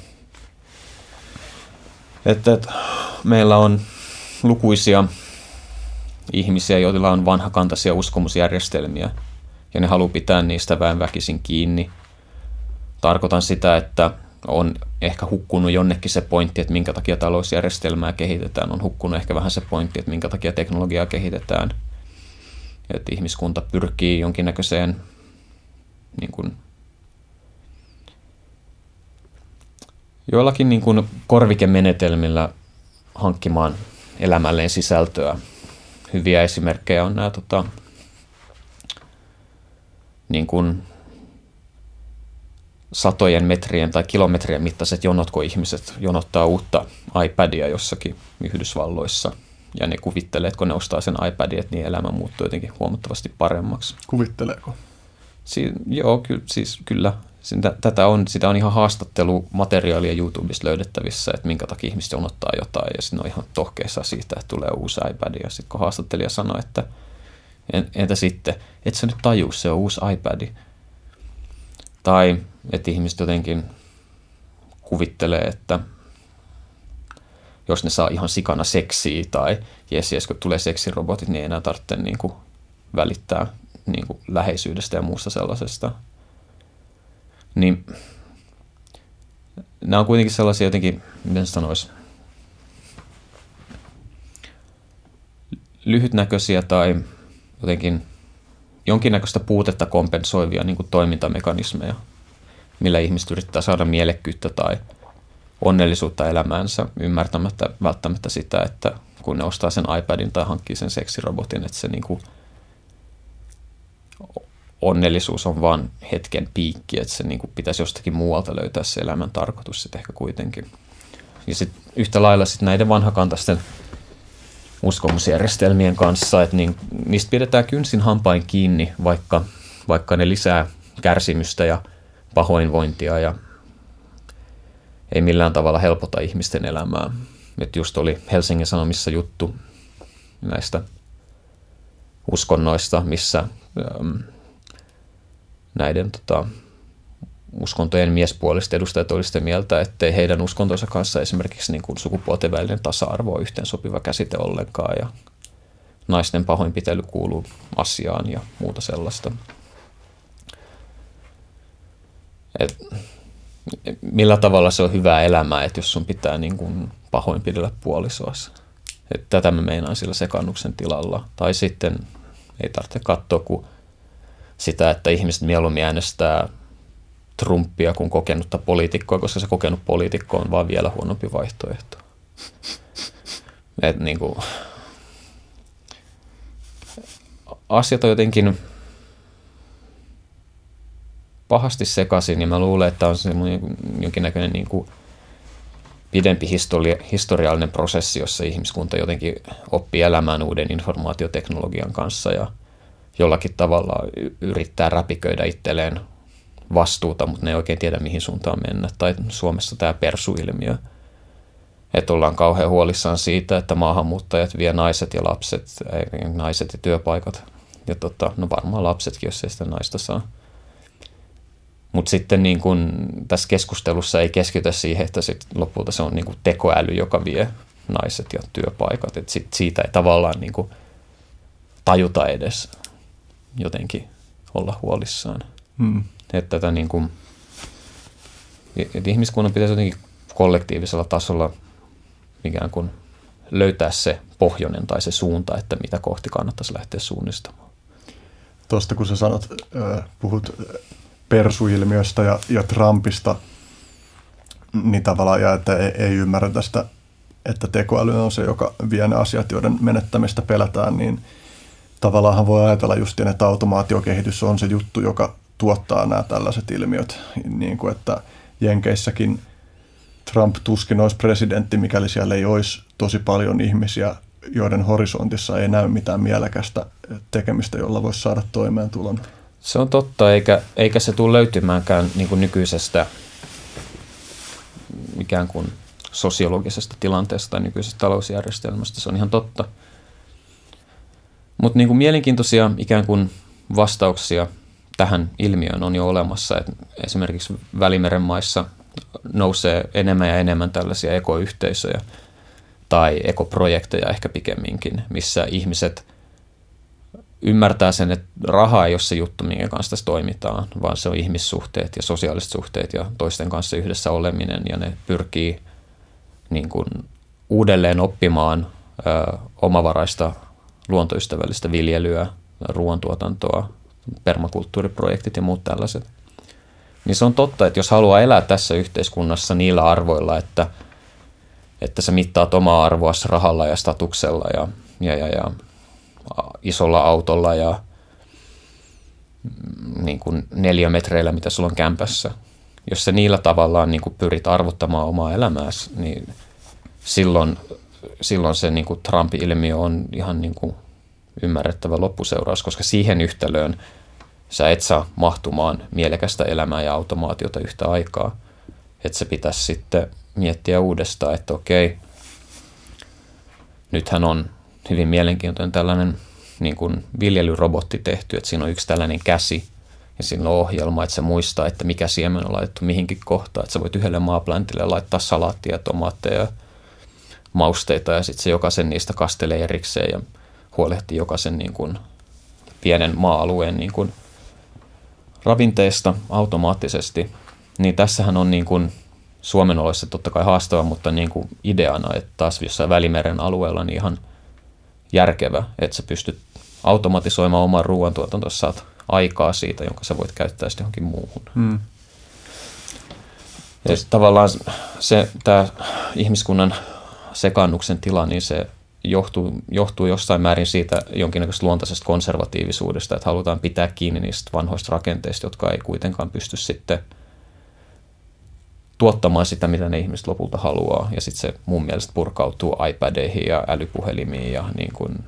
meillä on lukuisia ihmisiä, joilla on vanhakantaisia uskomusjärjestelmiä, ja ne haluaa pitää niistä väen väkisin kiinni. Tarkoitan sitä, että on ehkä hukkunut jonnekin se pointti, että minkä takia talousjärjestelmää kehitetään. On hukkunut ehkä vähän se pointti, että minkä takia teknologiaa kehitetään. Että ihmiskunta pyrkii jonkinnäköiseen niin kuin joillakin niin kuin korvikemenetelmillä hankkimaan elämälleen sisältöä. Hyviä esimerkkejä on nämä niin kuin satojen metrien tai kilometrien mittaiset jonot, kun ihmiset jonottaa uutta iPadia jossakin Yhdysvalloissa. Ja ne kuvittelee, että kun ne ostaa sen iPadin, että niin elämä muuttuu jotenkin huomattavasti paremmaksi. Kuvitteleeko? Joo, kyllä. Sitä on ihan haastattelumateriaalia YouTubesta löydettävissä, että minkä takia ihmiset jonottaa jotain, ja sitten on ihan tohkeissa siitä, että tulee uusi iPad, ja sitten kun haastattelija sanoo, että entä sitten, et sä nyt tajuu, se on uusi iPad. Tai että ihmiset jotenkin kuvittelee, että jos ne saa ihan sikana seksiä, tai jes, kun tulee seksirobotit, niin ei enää tarvitse niin kuin välittää niin kuin läheisyydestä ja muusta sellaisesta. Niin nämä on kuitenkin sellaisia jotenkin, miten sanoisi, lyhytnäköisiä tai jotenkin jonkinnäköistä puutetta kompensoivia niin kuin toimintamekanismeja, millä ihmiset yrittää saada mielekkyyttä tai onnellisuutta elämäänsä ymmärtämättä välttämättä sitä, että kun ne ostaa sen iPadin tai hankkii sen seksirobotin, että se niin kuin onnellisuus on vaan hetken piikki, että se niin kuin pitäisi jostakin muualta löytää se elämän tarkoitus sitten ehkä kuitenkin. Ja sitten yhtä lailla sitten näiden vanhakantaisten uskomusjärjestelmien kanssa, että niistä pidetään kynsin hampain kiinni, vaikka ne lisää kärsimystä ja pahoinvointia ja ei millään tavalla helpota ihmisten elämää. Että just oli Helsingin Sanomissa juttu näistä uskonnoista, missä näiden uskontojen miespuoliset edustajat olisivat sitä mieltä, ettei heidän uskontonsa kanssa esimerkiksi niin kuin sukupuolten välinen tasa-arvo ole yhteensopiva käsite ollenkaan ja naisten pahoinpitely kuuluu asiaan ja muuta sellaista. Millä tavalla se on hyvää elämää, että jos sun pitää niin kuin pahoinpidellä puolisoas. Tätä mä meinaan sillä sekannuksen tilalla. Tai sitten ei tarvitse katsoa kuin sitä, että ihmiset mieluummin äänestää Trumpia kuin kokenutta poliitikkoa, koska se kokenut poliitikko on vaan vielä huonompi vaihtoehto. Niin kuin, asiat on jotenkin pahasti sekaisin, ja mä luulen, että on jonkinnäköinen niin kuin pidempi historiallinen prosessi, jossa ihmiskunta jotenkin oppii elämään uuden informaatioteknologian kanssa ja jollakin tavalla yrittää räpiköidä itselleen vastuuta, mutta ne ei oikein tiedä, mihin suuntaan mennä. Tai Suomessa tämä persuilmiö, että ollaan kauhean huolissaan siitä, että maahanmuuttajat vie naiset ja lapset, naiset ja työpaikat. Ja no varmaan lapsetkin, jos ei sitä naista saa. Mutta sitten niin kun tässä keskustelussa ei keskitytä siihen, että sit lopulta se on niin kun tekoäly, joka vie naiset ja työpaikat. Et siitä ei tavallaan niin kun tajuta edes jotenkin olla huolissaan. Että tätä niin kun, ihmiskunnan pitäisi jotenkin kollektiivisella tasolla ikään kuin löytää se pohjoinen tai se suunta, että mitä kohti kannattaisi lähteä suunnistamaan. Tuosta kun sä puhut persuilmiöstä ja Trumpista, niin tavallaan ja että ei ymmärretä sitä, että tekoäly on se, joka vie ne asiat, joiden menettämistä pelätään, niin tavallaan voi ajatella just, että automaatiokehitys on se juttu, joka tuottaa nämä tällaiset ilmiöt, niin kuin että Jenkeissäkin Trump tuskin olisi presidentti, mikäli siellä ei olisi tosi paljon ihmisiä, joiden horisontissa ei näy mitään mielekästä tekemistä, jolla voisi saada toimeentulon. Se on totta, eikä se tule löytymäänkään niin kuin nykyisestä ikään kuin sosiologisesta tilanteesta tai nykyisestä talousjärjestelmästä. Se on ihan totta. Mutta niin kuin mielenkiintoisia ikään kuin vastauksia tähän ilmiöön on jo olemassa. Et esimerkiksi Välimeren maissa nousee enemmän ja enemmän tällaisia ekoyhteisöjä tai ekoprojekteja ehkä pikemminkin, missä ihmiset ymmärtää sen, että raha ei ole se juttu, minkä kanssa tässä toimitaan, vaan se on ihmissuhteet ja sosiaaliset suhteet ja toisten kanssa yhdessä oleminen, ja ne pyrkii niin kuin uudelleen oppimaan omavaraista luontoystävällistä viljelyä, ruoantuotantoa, permakulttuuriprojektit ja muut tällaiset. Niin se on totta, että jos haluaa elää tässä yhteiskunnassa niillä arvoilla, että sä mittaat omaa arvoasi rahalla ja statuksella ja isolla autolla ja niin kuin neliömetreillä, mitä sulla on kämpässä. Jos sä niillä tavallaan niin kuin pyrit arvottamaan omaa elämääsi, niin silloin se niin kuin Trump-ilmiö on ihan niin kuin ymmärrettävä loppuseuraus, koska siihen yhtälöön sä et saa mahtumaan mielekästä elämää ja automaatiota yhtä aikaa. Että se pitäisi sitten miettiä uudestaan, että okei, nythän on hyvin mielenkiintoinen tällainen niin kuin viljelyrobotti tehty, että siinä on yksi tällainen käsi ja siinä on ohjelma, että se muistaa, että mikä siemen on laitettu mihinkin kohtaan, että sä voit yhdelle maaplantille laittaa salaattia, tomaatteja ja mausteita ja sitten se jokaisen niistä kastelee erikseen ja huolehtii jokaisen niin kuin pienen maa-alueen niin kuin ravinteista automaattisesti. Niin tässähän on niin kuin Suomen oloissa totta kai haastava, mutta niin kuin ideana, että taas jossain Välimeren alueella niin ihan järkevä, että sä pystyt automatisoimaan oman ruoantuotantoa, saat aikaa siitä, jonka sä voit käyttää sitten johonkin muuhun. Ja tavallaan tämä ihmiskunnan sekaannuksen tila, niin se johtuu jossain määrin siitä jonkinnäköisestä luontaisesta konservatiivisuudesta, että halutaan pitää kiinni niistä vanhoista rakenteista, jotka ei kuitenkaan pysty sitten tuottamaan sitä, mitä ne ihmiset lopulta haluaa. Ja sitten se mun mielestä purkautuu iPadeihin ja älypuhelimiin ja niin kuin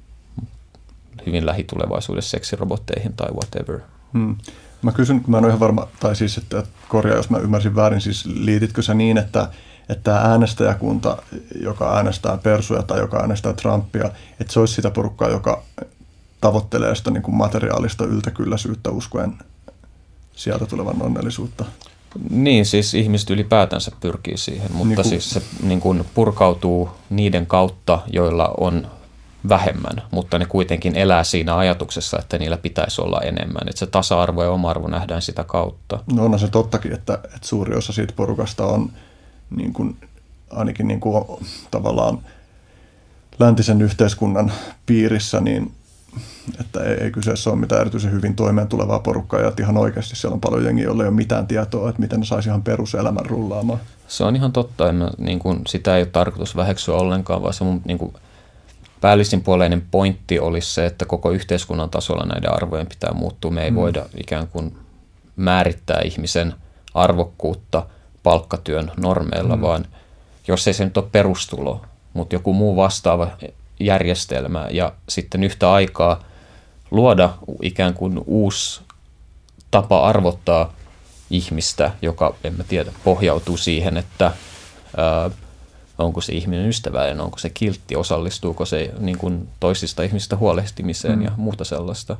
hyvin lähitulevaisuudessa seksirobotteihin tai whatever. Mä kysyn, kun mä en ole ihan varma, tai siis, että korjaa, jos mä ymmärsin väärin, siis liititkö sä niin, että tämä äänestäjäkunta, joka äänestää Persuja tai joka äänestää Trumpia, että se olisi sitä porukkaa, joka tavoittelee sitä niin kuin materiaalista yltäkylläisyyttä uskoen sieltä tulevan onnellisuutta? Niin, siis ihmiset ylipäätänsä pyrkii siihen, mutta siis se niin kuin purkautuu niiden kautta, joilla on vähemmän, mutta ne kuitenkin elää siinä ajatuksessa, että niillä pitäisi olla enemmän. Että se tasa-arvo ja oma-arvo nähdään sitä kautta. No onhan se tottakin, että suuri osa siitä porukasta on niin kuin, ainakin niin kuin, tavallaan läntisen yhteiskunnan piirissä, niin että ei kyseessä ole mitään erityisen hyvin toimeen tulevaa porukkaa, ja ihan oikeasti siellä on paljon jengiä, joilla ei ole mitään tietoa, että miten ne saisi ihan peruselämän rullaamaan. Se on ihan totta, niin kuin, sitä ei ole tarkoitus väheksyä ollenkaan, vaan se mun niin kuin päällisinpuoleinen pointti olisi se, että koko yhteiskunnan tasolla näiden arvojen pitää muuttua. Me ei voida ikään kuin määrittää ihmisen arvokkuutta palkkatyön normeilla, vaan jos ei se nyt ole perustulo, mutta joku muu vastaava järjestelmä ja sitten yhtä aikaa luoda ikään kuin uusi tapa arvottaa ihmistä, joka, en mä tiedä, pohjautuu siihen, että onko se ihminen ystävällinen, onko se kiltti, osallistuuko se niin kuin toisista ihmistä huolehtimiseen ja muuta sellaista.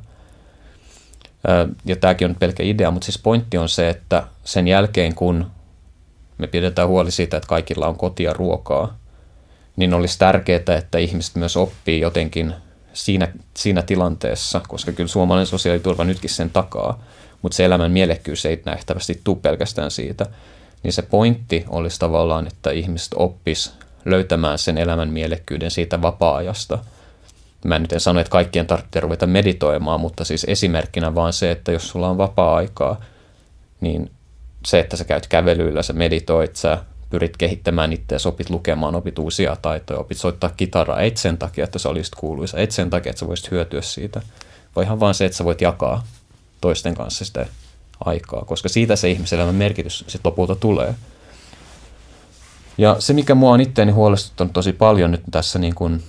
Ja tämäkin on pelkkä idea, mutta siis pointti on se, että sen jälkeen kun me pidetään huoli siitä, että kaikilla on koti ja ruokaa, niin olisi tärkeää, että ihmiset myös oppii jotenkin siinä tilanteessa, koska kyllä suomalainen sosiaaliturva nytkin sen takaa, mutta se elämän mielekkyys ei nähtävästi tule pelkästään siitä. Niin se pointti olisi tavallaan, että ihmiset oppis löytämään sen elämän mielekkyyden siitä vapaa-ajasta. Mä nyt en sano, että kaikkien tarvitsee ruveta meditoimaan, mutta siis esimerkkinä vaan se, että jos sulla on vapaa-aikaa, niin se, että sä käyt kävelyillä, sä meditoit, sä pyrit kehittämään itseäsi, opit lukemaan, opit uusia taitoja, opit soittaa kitaraa, et sen takia, että sä olisit kuuluisa, et sen takia, että sä voisit hyötyä siitä, vaan ihan vaan se, että sä voit jakaa toisten kanssa sitä aikaa, koska siitä se ihmiselämän merkitys sitten lopulta tulee. Ja se, mikä mua on itseäni huolestuttanut tosi paljon nyt tässä niin kuin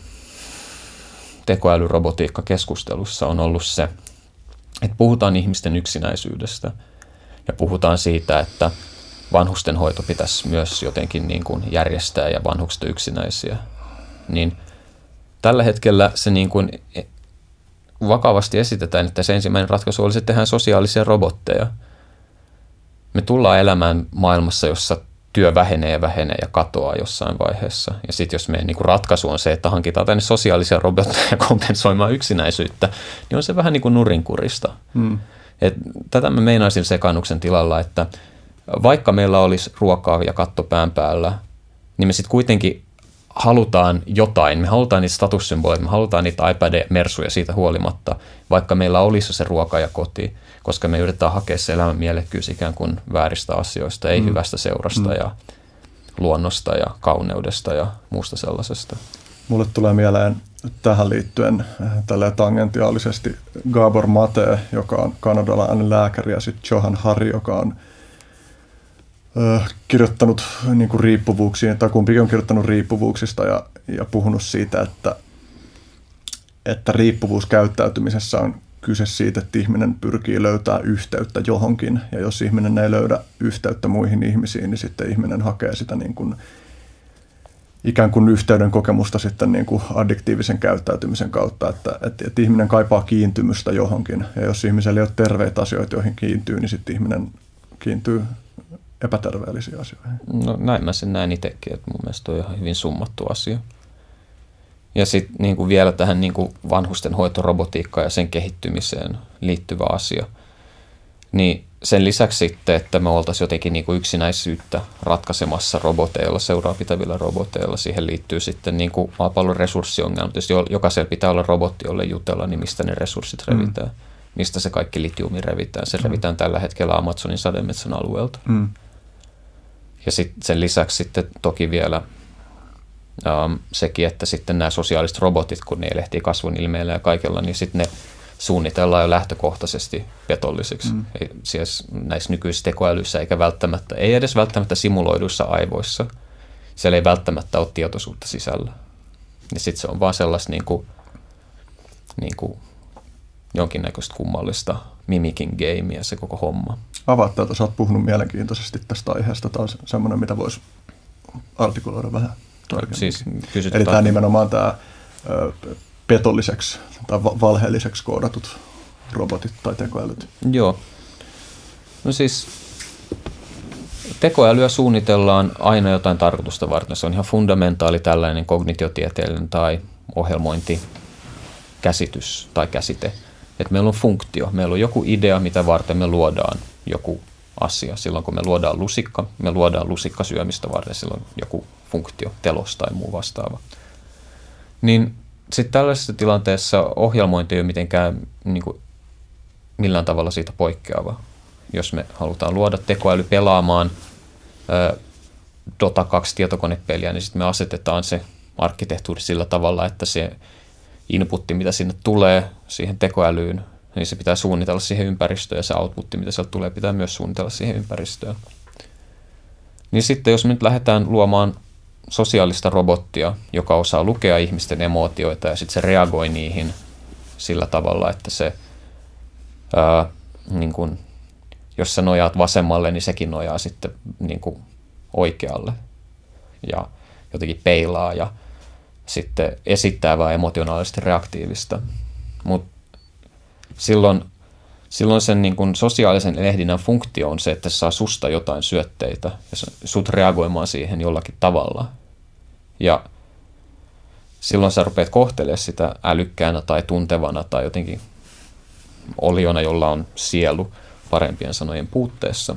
tekoälyrobotiikka-keskustelussa on ollut se, että puhutaan ihmisten yksinäisyydestä ja puhutaan siitä, että vanhustenhoito pitäisi myös jotenkin niin kuin järjestää ja vanhukset on yksinäisiä. Niin tällä hetkellä se niin kuin vakavasti esitetään, että se ensimmäinen ratkaisu olisi, että tehdään sosiaalisia robotteja. Me tullaan elämään maailmassa, jossa työ vähenee ja katoaa jossain vaiheessa. Ja sitten jos meidän niin ratkaisu on se, että hankitaan tänne sosiaalisia robotteja kompensoimaan yksinäisyyttä, niin on se vähän niin kuin nurinkurista. Et tätä mä meinaisin sekaannuksen tilalla, että vaikka meillä olisi ruokaa ja katto pään päällä, niin me sitten kuitenkin halutaan jotain. Me halutaan niitä statussymboleita, me halutaan niitä iPad-mersuja siitä huolimatta, vaikka meillä olisi se ruoka ja koti, koska me yritetään hakea se elämän mielekkyys ikään kuin vääristä asioista, ei hyvästä seurasta ja luonnosta ja kauneudesta ja muusta sellaisesta. Mulle tulee mieleen tähän liittyen tälleen tangentiaalisesti Gabor Mate, joka on kanadalainen lääkäri, ja sitten Johan Hari, joka on kirjoittanut niin kuin riippuvuuksiin, tai kumpikin on kirjoittanut riippuvuuksista ja puhunut siitä, että riippuvuus käyttäytymisessä on kyse siitä, että ihminen pyrkii löytää yhteyttä johonkin, ja jos ihminen ei löydä yhteyttä muihin ihmisiin, niin sitten ihminen hakee sitä niin kuin ikään kuin yhteyden kokemusta sitten niin kuin addiktiivisen käyttäytymisen kautta, että ihminen kaipaa kiintymystä johonkin, ja jos ihmisellä ei ole terveitä asioita, joihin kiintyy, niin sitten ihminen kiintyy epäterveellisiin asioihin. No näin mä sen näen itsekin, että mun mielestä on ihan hyvin summattu asia. Ja sitten niin vielä tähän niin kuin vanhusten hoitorobotiikkaan ja sen kehittymiseen liittyvä asia, niin sen lisäksi sitten, että me oltaisiin jotenkin niin kuin yksinäisyyttä ratkaisemassa roboteilla, seuraapitävillä roboteilla, siihen liittyy sitten niin kuin maapallon resurssiongelmat. Jos jokaisella pitää olla robotti, jolle jutella, niin mistä ne resurssit revitään? Mistä se kaikki litiumi revitään? Se revitään tällä hetkellä Amazonin sademetsän alueelta. Ja sitten sen lisäksi sitten toki vielä sekin, että sitten nämä sosiaaliset robotit, kun ne elehtii kasvun ilmeillä ja kaikella, niin sitten ne suunnitellaan jo lähtökohtaisesti petollisiksi. Siis näissä nykyisissä tekoälyissä ei edes välttämättä simuloiduissa aivoissa. Siellä ei välttämättä ole tietoisuutta sisällä. Ja sitten se on vaan sellaista niin kuin jonkinnäköistä kummallista mimicking gamea se koko homma. Avaat täältä, sä oot puhunut mielenkiintoisesti tästä aiheesta. Tämä on semmoinen, mitä voisi artikuloida vähän tarkemmin. Siis, eli tämä nimenomaan tämä petolliseksi tai valheelliseksi koodatut robotit tai tekoälyt. Joo. No siis tekoälyä suunnitellaan aina jotain tarkoitusta varten. Se on ihan fundamentaali tällainen kognitiotieteellinen tai ohjelmointikäsitys tai käsite. Että meillä on funktio, meillä on joku idea, mitä varten me luodaan joku asia. Silloin kun me luodaan lusikka syömistä varten, silloin joku funktio, telos tai muu vastaava. Niin sitten tällaisessa tilanteessa ohjelmointi ei ole mitenkään niin kuin millään tavalla siitä poikkeava. Jos me halutaan luoda tekoäly pelaamaan Dota 2 tietokonepeliä, niin sitten me asetetaan se arkkitehtuuri sillä tavalla, että se inputti, mitä sinne tulee siihen tekoälyyn, niin se pitää suunnitella siihen ympäristöön, ja se outputti, mitä sieltä tulee, pitää myös suunnitella siihen ympäristöön. Niin sitten jos me nyt lähdetään luomaan sosiaalista robottia, joka osaa lukea ihmisten emootioita, ja sitten se reagoi niihin sillä tavalla, että se, niin kun, jos sä nojaat vasemmalle, niin sekin nojaa sitten niin kun oikealle, ja jotenkin peilaa, ja sitten esittää vaan emotionaalisesti reaktiivista. Mutta silloin sen niin kun sosiaalisen lehdinnän funktio on se, että se saa susta jotain syötteitä ja sut reagoimaan siihen jollakin tavalla. Ja silloin sä rupeat kohtelemaan sitä älykkäänä tai tuntevana tai jotenkin oliona, jolla on sielu parempien sanojen puutteessa.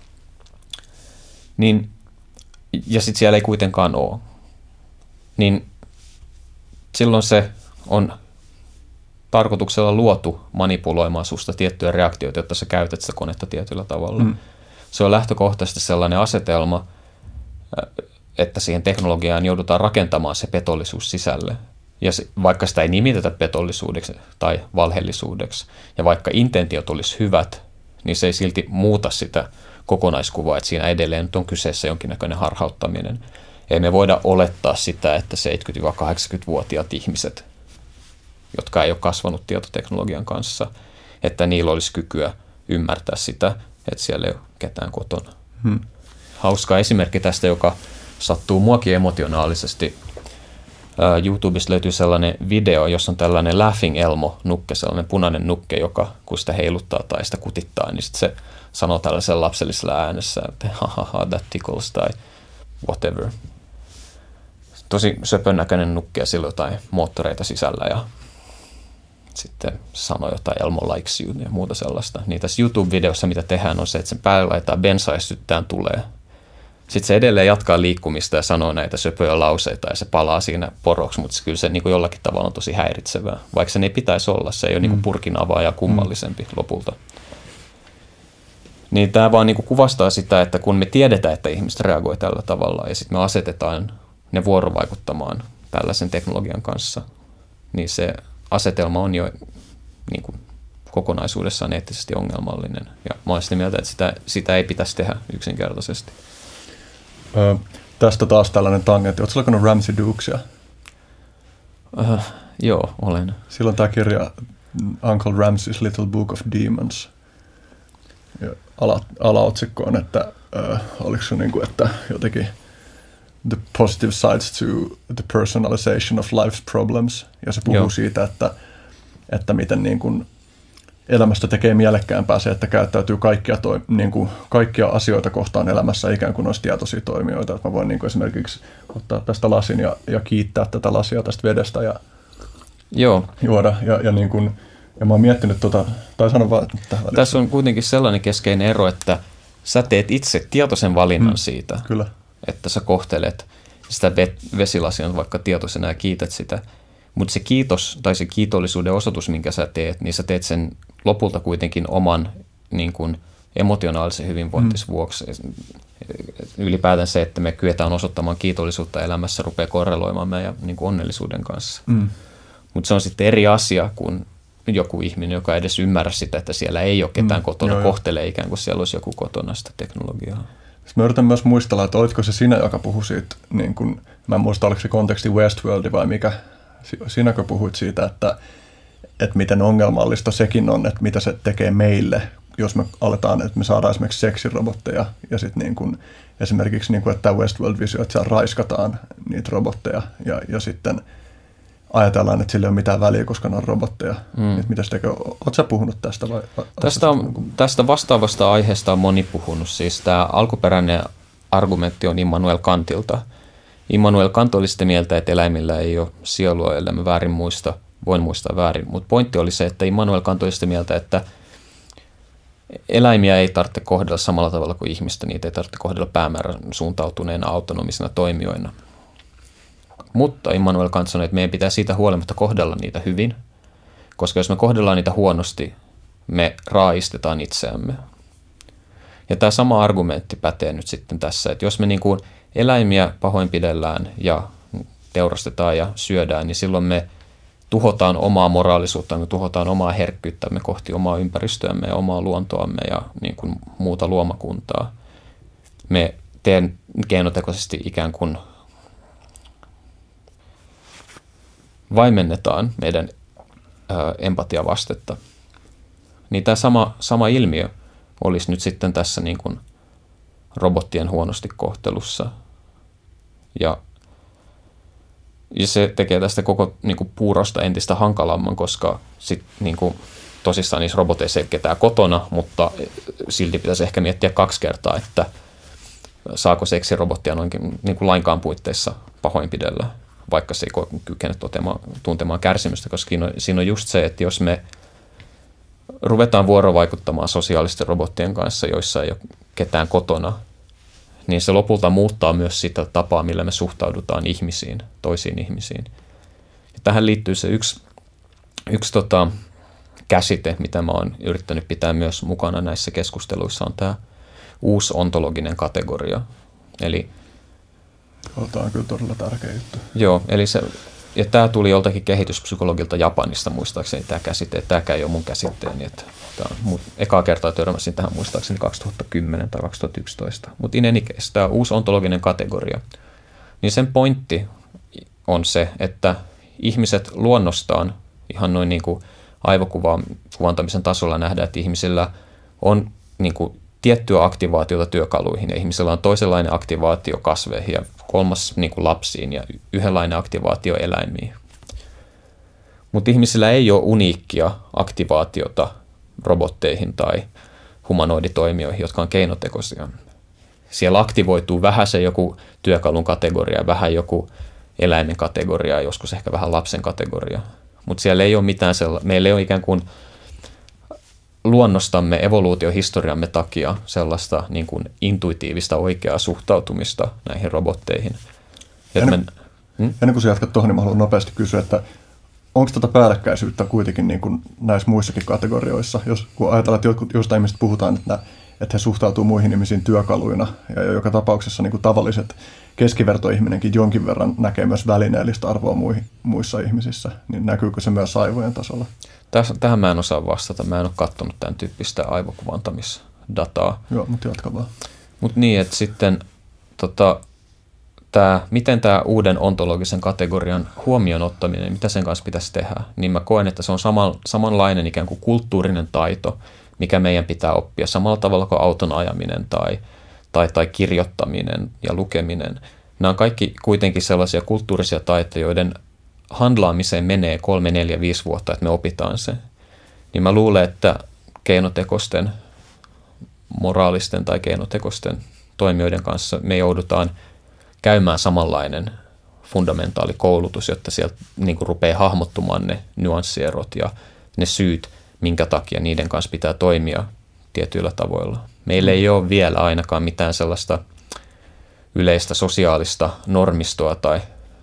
Niin, ja sitten siellä ei kuitenkaan ole. Niin silloin se on tarkoituksella luotu manipuloimaan susta tiettyjä reaktioita, jotta sä käytät sitä konetta tietyllä tavalla. Se on lähtökohtaisesti sellainen asetelma, että siihen teknologiaan joudutaan rakentamaan se petollisuus sisälle. Ja vaikka sitä ei nimitetä petollisuudeksi tai valheellisuudeksi, ja vaikka intentiot olisi hyvät, niin se ei silti muuta sitä kokonaiskuvaa, että siinä edelleen on kyseessä jonkinnäköinen harhauttaminen. Ei me voida olettaa sitä, että 70-80-vuotiaat ihmiset, jotka ei ole kasvanut tietoteknologian kanssa, että niillä olisi kykyä ymmärtää sitä, että siellä ei ole ketään kotona. Hauska esimerkki tästä, joka sattuu muakin emotionaalisesti. YouTubesta löytyy sellainen video, jossa on tällainen Laughing Elmo-nukke, sellainen punainen nukke, joka kun sitä heiluttaa tai sitä kutittaa, niin sitten se sanoo tällaisella lapsellisella äänessä, että hahaha, that tickles tai whatever. Tosi söpön näköinen nukke ja sillä jotain moottoreita sisällä ja sitten sanoo jotain Elmo likes you ja muuta sellaista. Niin tässä YouTube-videossa mitä tehdään on se, että sen päälle laittaa bensaa ja syttään tulee. Sitten se edelleen jatkaa liikkumista ja sanoo näitä söpöjä lauseita ja se palaa siinä poroksi, mutta kyllä se niin kuin jollakin tavalla on tosi häiritsevää. Vaikka se ei pitäisi olla, se ei ole niin kuin purkin avaaja kummallisempi lopulta. Niin tämä vaan niin kuin kuvastaa sitä, että kun me tiedetään, että ihmiset reagoi tällä tavalla ja sitten me asetetaan ne vuorovaikuttamaan tällaisen teknologian kanssa, niin se asetelma on jo niin kuin kokonaisuudessaan eettisesti ongelmallinen. Ja mä olen sitä mieltä, että sitä ei pitäisi tehdä yksinkertaisesti. Tästä taas tällainen tangentti. Oletko lukenut Ramsey Dukesia? Joo, olen. Silloin tämä kirja Uncle Ramsey's Little Book of Demons. Ja alaotsikko on, että oliko se niin kuin, että jotenkin the positive sides to the personalization of life's problems. Ja se puhuu siitä, että miten niin kuin elämästä tekee mielekkäämpää se, että käyttäytyy kaikkia asioita kohtaan elämässä ikään kuin olisi tietoisia toimijoita. Että mä voin niin kuin esimerkiksi ottaa tästä lasin ja kiittää tätä lasia tästä vedestä ja juoda. Ja, niin kuin, ja mä oon miettinyt tai sanon vaan, että tässä on kuitenkin sellainen keskeinen ero, että sä teet itse tietoisen valinnan siitä, kyllä. Että sä kohtelet sitä vesilasia vaikka tietoisena ja kiität sitä. Mutta se kiitos tai se kiitollisuuden osoitus, minkä sä teet, niin sä teet sen lopulta kuitenkin oman niin kuin emotionaalisen hyvinvointis vuoksi. Ylipäätään se, että me kyetään osoittamaan kiitollisuutta elämässä, rupeaa korreloimaan meidän niin kuin onnellisuuden kanssa. Mutta se on sitten eri asia kuin joku ihminen, joka ei edes ymmärrä sitä, että siellä ei ole ketään kotona, kohtelee ikään kuin siellä olisi joku kotona sitä teknologiaa. Mä yritän myös muistella, että olitko se sinä, joka puhui siitä, niin kun, mä en muista, oliko se konteksti Westworld vai mikä, sinäkö puhuit siitä, että miten ongelmallista sekin on, että mitä se tekee meille, jos me aletaan, että me saadaan esimerkiksi seksirobotteja ja sitten niin kun, esimerkiksi, niin kun, että tämä Westworld-visio, että siellä raiskataan niitä robotteja ja sitten ajatellaan, että sillä ei ole mitään väliä, koska ne on robotteja. Mitä se tekee? Oletko sä puhunut tästä? Vai tästä vastaavasta aiheesta on moni puhunut. Siis tämä alkuperäinen argumentti on Immanuel Kantilta. Immanuel Kant oli sitä mieltä, että eläimillä ei ole sielua, ellei mä väärin muista. Voin muistaa väärin. Mutta pointti oli se, että Immanuel Kant oli sitä mieltä, että eläimiä ei tarvitse kohdella samalla tavalla kuin ihmistä. Niitä ei tarvitse kohdella päämäärän suuntautuneena autonomisena toimijoina. Mutta Immanuel Kant sanoi, että meidän pitää siitä huolimatta kohdella niitä hyvin, koska jos me kohdellaan niitä huonosti, me raa'istetaan itseämme. Ja tämä sama argumentti pätee nyt sitten tässä, että jos me niin kuin eläimiä pahoinpidellään ja teurastetaan ja syödään, niin silloin me tuhotaan omaa moraalisuutta, me tuhotaan omaa herkkyyttämme kohti omaa ympäristöämme ja omaa luontoamme ja niin kuin muuta luomakuntaa. Me teen keinotekoisesti ikään kuin vaimennetaan meidän empatiavastetta, niin tämä sama ilmiö olisi nyt sitten tässä niin kuin robottien huonosti kohtelussa. Ja se tekee tästä koko niin kuin puurosta entistä hankalamman, koska sit, niin kuin, tosissaan niissä roboteissa ei ketään kotona, mutta silti pitäisi ehkä miettiä 2 kertaa, että saako seksirobottia noinkin niin kuin lainkaan puitteissa pahoinpidellä, vaikka se ei kykene tuntemaan kärsimystä, koska siinä on just se, että jos me ruvetaan vuorovaikuttamaan sosiaalisten robottien kanssa, joissa ei ole ketään kotona, niin se lopulta muuttaa myös sitä tapaa, millä me suhtaudutaan ihmisiin, toisiin ihmisiin. Ja tähän liittyy se yksi käsite, mitä mä oon yrittänyt pitää myös mukana näissä keskusteluissa, on tämä uusi ontologinen kategoria. Eli tämä on kyllä todella tärkeä juttu. Joo, eli ja tämä tuli joltakin kehityspsykologilta Japanista muistaakseni tämä käsite. Tämäkään ei ole mun käsitteeni. Ekaa kertaa törmäsin tähän muistaakseni 2010 tai 2011. Mutta in any case, tämä uusi ontologinen kategoria, niin sen pointti on se, että ihmiset luonnostaan ihan noin niin kuin aivokuvantamisen tasolla nähdään, että ihmisillä on niin kuin tiettyä aktivaatiota työkaluihin ja ihmisellä on toisenlainen aktivaatio kasveihin ja 3. niin kuin lapsiin ja yhdenlainen aktivaatio eläimiin. Mutta ihmisillä ei ole uniikkia aktivaatiota robotteihin tai humanoiditoimijoihin, jotka on keinotekoisia. Siellä aktivoituu vähän se joku työkalun kategoria, vähän joku eläimen kategoria, joskus ehkä vähän lapsen kategoria. Mutta siellä ei ole mitään meillä ei ole ikään kuin luonnostamme, evoluutiohistoriamme takia sellaista niin kuin intuitiivista oikeaa suhtautumista näihin robotteihin. Ennen kuin sä jatkat tuohon, niin mä haluan nopeasti kysyä, että onko tätä päällekkäisyyttä kuitenkin niin kuin näissä muissakin kategorioissa? Kun ajatellaan, että jostain ihmiset puhutaan, että he suhtautuu muihin ihmisiin työkaluina, ja joka tapauksessa niin kuin tavalliset keskivertoihminenkin jonkin verran näkee myös välineellistä arvoa muissa ihmisissä, niin näkyykö se myös aivojen tasolla? Tähän mä en osaa vastata. Mä en ole katsonut tämän tyyppistä aivokuvantamisdataa. Joo, mutta jatka vaan. Mutta niin, että sitten miten tämä uuden ontologisen kategorian huomioon ottaminen, mitä sen kanssa pitäisi tehdä, niin mä koen, että se on samanlainen ikään kuin kulttuurinen taito, mikä meidän pitää oppia samalla tavalla kuin auton ajaminen tai kirjoittaminen ja lukeminen. Nämä on kaikki kuitenkin sellaisia kulttuurisia taitoja, joiden handlaamiseen menee 3, 4, 5 vuotta, että me opitaan se. Niin mä luulen, että keinotekoisten, moraalisten tai keinotekoisten toimijoiden kanssa me joudutaan käymään samanlainen fundamentaali koulutus, jotta sieltä niin kuin rupeaa hahmottumaan ne nyanssierot ja ne syyt, minkä takia niiden kanssa pitää toimia tietyillä tavoilla. Meillä ei ole vielä ainakaan mitään sellaista yleistä sosiaalista normistoa tai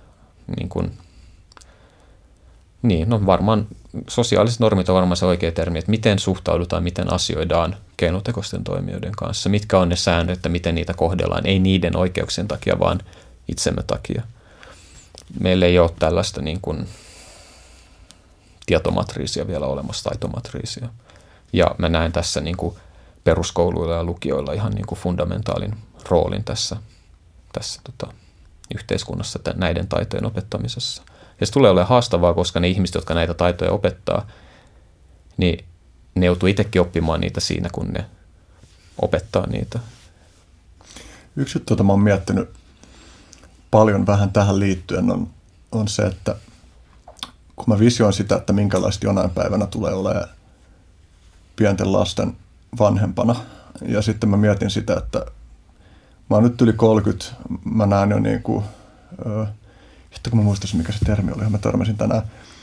varmaan sosiaaliset normit on varmaan se oikea termi, että miten suhtaudutaan, miten asioidaan keinotekoisten toimijoiden kanssa, mitkä on ne säännöt, että miten niitä kohdellaan, ei niiden oikeuksien takia, vaan itsemme takia. Meillä ei ole tällaista niin kuin tietomatriisia vielä olemassa, taitomatriisia. Ja mä näen tässä niin kuin peruskouluilla ja lukioilla ihan niin kuin fundamentaalin roolin tässä yhteiskunnassa näiden taitojen opettamisessa. Ja se tulee olemaan haastavaa, koska ne ihmiset, jotka näitä taitoja opettaa, niin ne joutuu itsekin oppimaan niitä siinä, kun ne opettaa niitä. Yksi juttu, jota mä oon miettinyt paljon vähän tähän liittyen, on se, että kun mä visioin sitä, että minkälaista jonain päivänä tulee olemaan pienten lasten vanhempana, ja sitten mä mietin sitä, että mä oon nyt yli 30, mä näen jo niin kuin, kun mä muistaisin, mikä se termi oli, mä törmäsin tänään.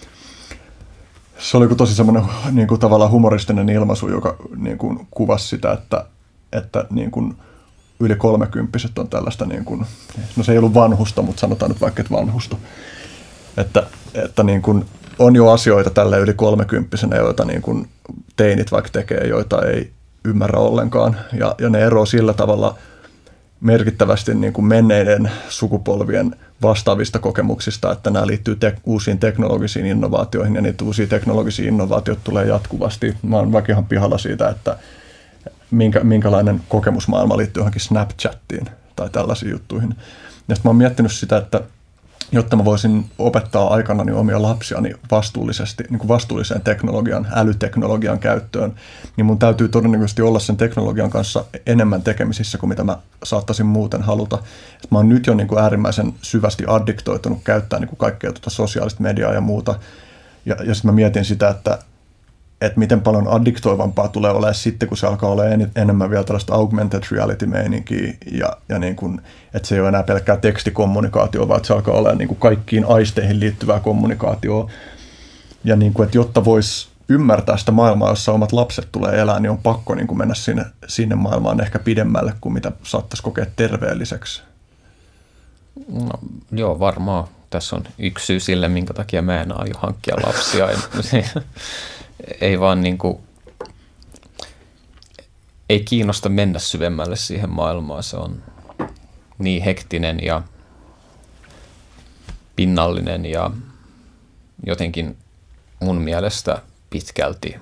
Se oli tosi semmoinen niin kuin tavallaan humoristinen ilmaisu, joka niin kuin kuvasi sitä, että niin kuin yli 30-vuotiaat on tällaista, niin kuin, no se ei ollut vanhusta, mutta sanotaan nyt vaikka, että vanhusta. Että niin kuin on jo asioita tälle yli 30-vuotiaana, joita niin kuin teinit vaikka tekee, joita ei ymmärrä ollenkaan. Ja ne eroaa sillä tavalla merkittävästi niin kuin menneiden sukupolvien vastaavista kokemuksista, että nämä liittyy uusiin teknologisiin innovaatioihin, ja niitä uusia teknologisia innovaatioita tulee jatkuvasti. Mä oon vaikka ihan pihalla siitä, että minkälainen kokemusmaailma liittyy johonkin Snapchattiin tai tällaisiin juttuihin. Ja sitten mä oon miettinyt sitä, että jotta mä voisin opettaa aikanani omia lapsiani vastuullisesti, niin kuin vastuulliseen teknologian, älyteknologian käyttöön, niin mun täytyy todennäköisesti olla sen teknologian kanssa enemmän tekemisissä kuin mitä mä saattaisin muuten haluta. Mä oon nyt jo niin kuin äärimmäisen syvästi addiktoitunut käyttää niin kuin kaikkea sosiaalista mediaa ja muuta. Ja sitten mä mietin sitä, että miten paljon addiktoivampaa tulee olemaan sitten, kun se alkaa olla enemmän vielä tällaista augmented reality-meininkiä, ja niin kuin, että se ei ole enää pelkkää tekstikommunikaatio, vaan että se alkaa olla niin kuin kaikkiin aisteihin liittyvää kommunikaatioa. Ja niin kuin, että jotta voisi ymmärtää sitä maailmaa, jossa omat lapset tulee elää, niin on pakko niin kuin mennä sinne maailmaan ehkä pidemmälle kuin mitä saattaisi kokea terveelliseksi. No, joo, varmaan. Tässä on yksi syy sille, minkä takia mä en aio hankkia lapsia. Ei vaan niin kuin, ei kiinnosta mennä syvemmälle siihen maailmaan. Se on niin hektinen ja pinnallinen ja jotenkin mun mielestä pitkälti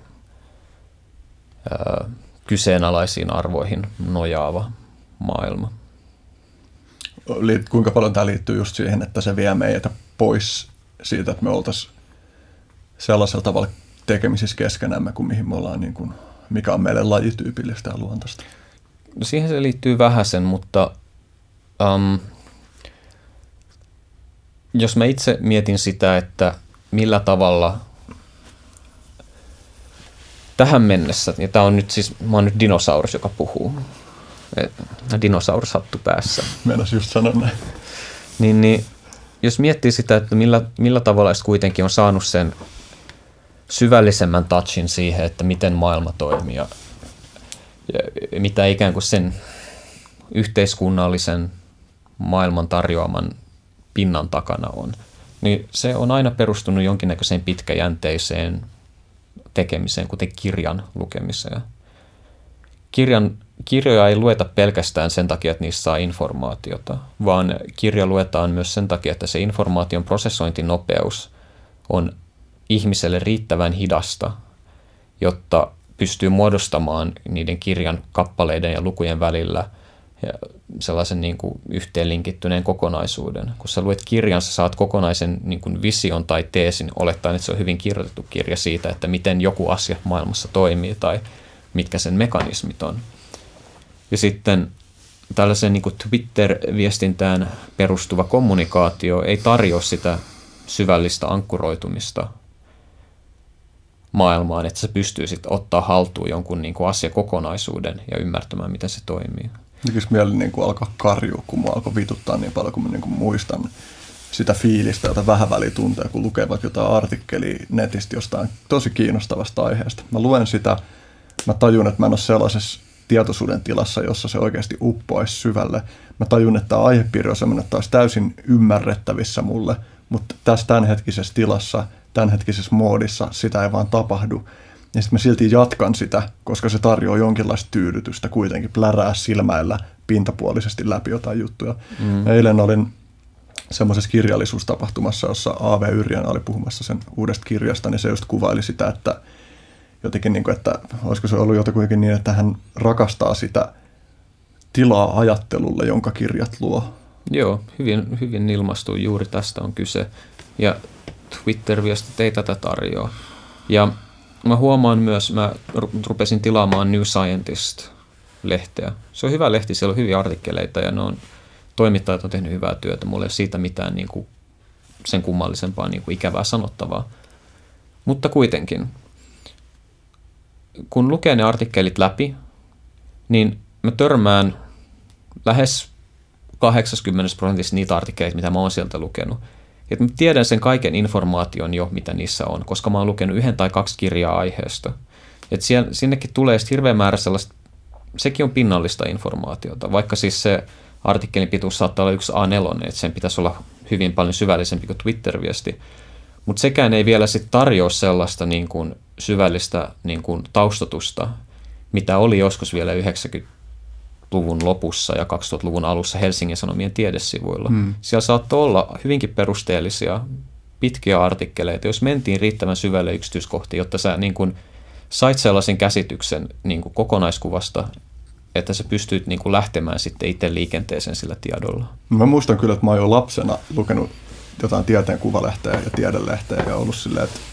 kyseenalaisiin arvoihin nojaava maailma. Kuinka paljon tämä liittyy just siihen, että se vie meitä pois siitä, että me oltaisiin sellaisella tavalla tekemisissä keskenämme kuin mihin me ollaan, niin kuin, mikä on meille lajityypillistä ja luontaista? No siihen se liittyy vähäsen, mutta jos mä itse mietin sitä, että millä tavalla tähän mennessä, ja tää on nyt siis, mä oon nyt dinosaurus, joka puhuu. Dinosaurus hattu päässä. Meinas just sanoa näin. Niin, jos miettii sitä, että millä tavalla se kuitenkin on saanut sen syvällisemmän touchin siihen, että miten maailma toimii ja mitä ikään kuin sen yhteiskunnallisen maailman tarjoaman pinnan takana on, niin se on aina perustunut jonkinnäköiseen pitkäjänteiseen tekemiseen, kuten kirjan lukemiseen. Kirjoja ei lueta pelkästään sen takia, että niissä saa informaatiota, vaan kirja luetaan myös sen takia, että se informaation prosessointinopeus on ihmiselle riittävän hidasta, jotta pystyy muodostamaan niiden kirjan kappaleiden ja lukujen välillä sellaisen niin kuin yhteenlinkittyneen kokonaisuuden. Kun sä luet kirjan, sä saat kokonaisen niin kuin vision tai teesin, olettaen, että se on hyvin kirjoitettu kirja siitä, että miten joku asia maailmassa toimii tai mitkä sen mekanismit on. Ja sitten tällaisen niin kuin Twitter-viestintään perustuva kommunikaatio ei tarjoa sitä syvällistä ankkuroitumista maailmaan, että sä pystyisit ottaa haltuun jonkun niin kuin asiakokonaisuuden ja ymmärtämään, miten se toimii. Tekisi mieli niin kuin alkaa karjua, kun mua alkoi vituttaa niin paljon, kun mä niin kuin muistan sitä fiilistä, jota vähän väliä tuntee, kun lukee vaikka jotain artikkelia netistä jostain tosi kiinnostavasta aiheesta. Mä luen sitä, mä tajun, että mä en ole sellaisessa tietoisuuden tilassa, jossa se oikeasti uppoaisi syvälle. Mä tajun, että tämä aihepiiri on sellainen, että olisi täysin ymmärrettävissä mulle, mutta tässä tämänhetkisessä tilassa, tämänhetkisessä moodissa sitä ei vaan tapahdu. Ja sitten mä silti jatkan sitä, koska se tarjoaa jonkinlaista tyydytystä kuitenkin plärää silmäillä pintapuolisesti läpi jotain juttuja. Eilen olin semmoisessa kirjallisuustapahtumassa, jossa A.V. Yrjänä oli puhumassa sen uudesta kirjasta, niin se just kuvaili sitä, että jotenkin niin kuin, että olisiko se ollut jotenkin niin, että hän rakastaa sitä tilaa ajattelulle, jonka kirjat luo. Joo, hyvin ilmastuu. Juuri tästä on kyse. Ja Twitter-viestit ei tätä tarjoa. Ja mä huomaan myös, mä rupesin tilaamaan New Scientist-lehteä. Se on hyvä lehti, siellä on hyviä artikkeleita ja toimittajat on tehnyt hyvää työtä. Mulla ei ole siitä mitään niin kuin sen kummallisempaa niin kuin ikävää sanottavaa. Mutta kuitenkin, kun lukee ne artikkelit läpi, niin mä törmään lähes 80% niitä artikkeleita, mitä mä oon sieltä lukenut. Ja mä tiedän sen kaiken informaation jo, mitä niissä on, koska mä oon lukenut 1 tai 2 kirjaa aiheesta. Et sinnekin tulee hirveä määrä sellaista, sekin on pinnallista informaatiota, vaikka siis se artikkelin pituus saattaa olla 1 A4, että sen pitäisi olla hyvin paljon syvällisempi kuin Twitter-viesti. Mutta sekään ei vielä sit tarjoa sellaista niin kuin syvällistä niin kuin taustatusta, mitä oli joskus vielä 90-luvun lopussa ja 2000-luvun alussa Helsingin Sanomien tiedesivuilla. Siellä saattoi olla hyvinkin perusteellisia, pitkiä artikkeleita, jos mentiin riittävän syvälle yksityiskohtiin, jotta sä niin kuin sait sellaisen käsityksen niin kuin kokonaiskuvasta, että sä pystyit niin kuin lähtemään sitten itse liikenteeseen sillä tiedolla. Mä muistan kyllä, että mä oon jo lapsena lukenut jotain tieteen kuvalehteä ja tiedelehteä ja ollut silleen, että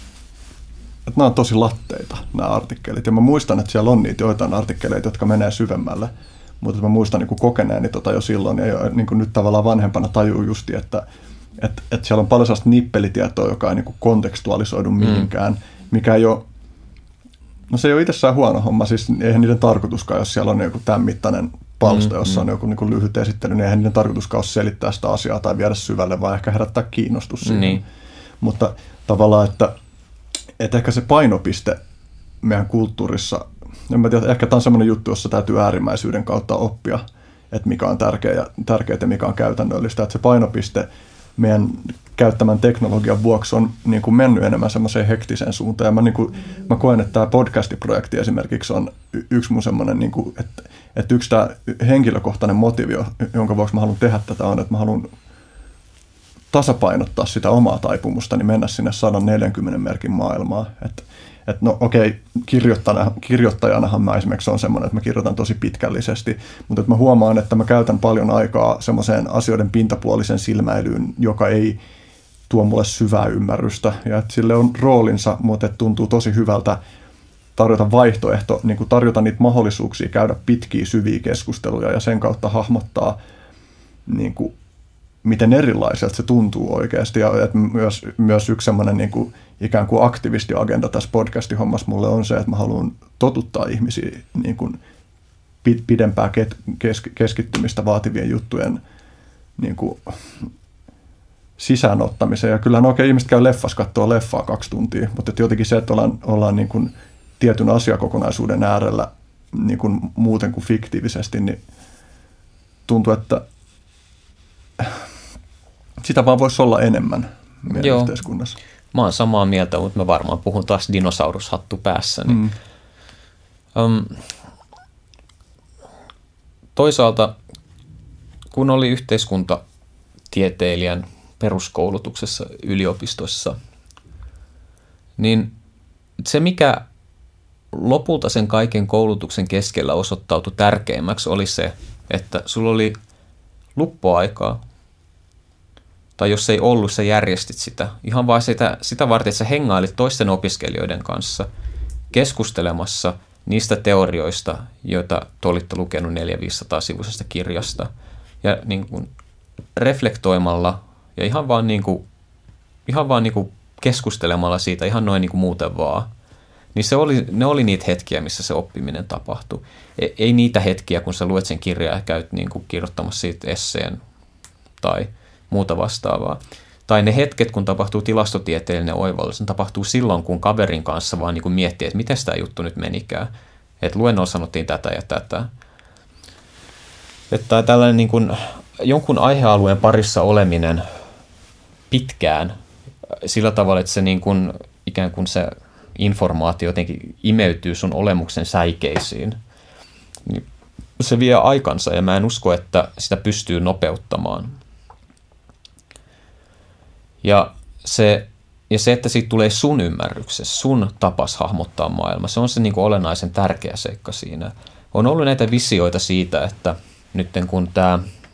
nämä on tosi latteita, nämä artikkelit. Ja mä muistan, että siellä on niitä joitain artikkeleita, jotka menee syvemmälle. Mutta mä muistan niin kuin kokeneeni jo silloin ja niin kuin nyt tavallaan vanhempana tajuu justi, että siellä on paljon sellaista nippelitietoa, joka ei niin kuin kontekstualisoidu mihinkään, mikä ei ole, no se ei ole itsessään huono homma, siis eihän niiden tarkoituskaan, jos siellä on joku tämän mittainen palsta, jossa on joku niin kuin lyhyt esittely, niin eihän niiden tarkoituskaan ole selittää sitä asiaa tai viedä syvälle, vaan ehkä herättää kiinnostus siihen. Niin. Mutta tavallaan, että ehkä se painopiste meidän kulttuurissa, en mä tiedä, ehkä tämä on semmoinen juttu, jossa täytyy äärimmäisyyden kautta oppia, että mikä on tärkeää ja mikä on käytännöllistä. Että se painopiste meidän käyttämän teknologian vuoksi on niin kuin mennyt enemmän semmoiseen hektiseen suuntaan. Ja mä koen, että tämä podcastiprojekti esimerkiksi on yksi mun semmoinen, niin kuin, että yksi tämä henkilökohtainen motiivi, jonka vuoksi mä haluan tehdä tätä, on, että mä haluan tasapainottaa sitä omaa taipumusta, niin mennä sinne 140 merkin maailmaan. Että no okei, kirjoittajanahan mä esimerkiksi on semmoinen, että mä kirjoitan tosi pitkällisesti, mutta että mä huomaan, että mä käytän paljon aikaa semmoiseen asioiden pintapuolisen silmäilyyn, joka ei tuo mulle syvää ymmärrystä. Ja että sille on roolinsa, mutta että tuntuu tosi hyvältä tarjota vaihtoehto, niin kuin tarjota niitä mahdollisuuksia käydä pitkiä, syviä keskusteluja ja sen kautta hahmottaa niin kuin miten erilaiselta se tuntuu oikeasti. Ja että myös yksi semmoinen niin kuin ikään kuin aktivistiagenda tässä podcast-hommassa mulle on se, että mä haluan totuttaa ihmisiä niin kuin pidempää keskittymistä vaativien juttujen niin kuin sisäänottamiseen. Ja kyllähän ihmiset käy leffassa, katsoo leffaa 2 tuntia, mutta että jotenkin se, että ollaan niin kuin tietyn asiakokonaisuuden äärellä niin kuin muuten kuin fiktiivisesti, niin tuntuu, että sitä vaan voisi olla enemmän meidän yhteiskunnassa. Mä oon samaa mieltä, mutta mä varmaan puhun taas dinosaurushattu päässäni. Toisaalta, kun oli yhteiskuntatieteilijän peruskoulutuksessa yliopistossa, niin se, mikä lopulta sen kaiken koulutuksen keskellä osoittautui tärkeimmäksi, oli se, että sulla oli luppoaikaa, tai jos ei ollut, sä järjestit sitä. Ihan vaan sitä varten, että sä hengailit toisten opiskelijoiden kanssa keskustelemassa niistä teorioista, joita te olitte lukenut 400-500 sivuisesta kirjasta. Ja niin kuin reflektoimalla ja ihan vaan keskustelemalla siitä ihan noin niin kuin muuten vaan. Niin ne oli niitä hetkiä, missä se oppiminen tapahtui. Ei niitä hetkiä, kun sä luet sen kirjaa ja käyt niin kuin kirjoittamassa siitä esseen tai muuta vastaavaa. Tai ne hetket, kun tapahtuu tilastotieteellinen oivallus, ne tapahtuu silloin, kun kaverin kanssa vaan niin kuin miettii, että miten tämä juttu nyt menikään. Että luennolla sanottiin tätä ja tätä. Että tällainen niin kuin jonkun aihealueen parissa oleminen pitkään sillä tavalla, että se niin kuin, ikään kuin se informaatio jotenkin imeytyy sun olemuksen säikeisiin, niin se vie aikansa ja mä en usko, että sitä pystyy nopeuttamaan. Ja se, että siitä tulee sun ymmärryksessä, sun tapas hahmottaa maailma, se on se niin kuin olennaisen tärkeä seikka siinä. On ollut näitä visioita siitä, että nyt kun tämä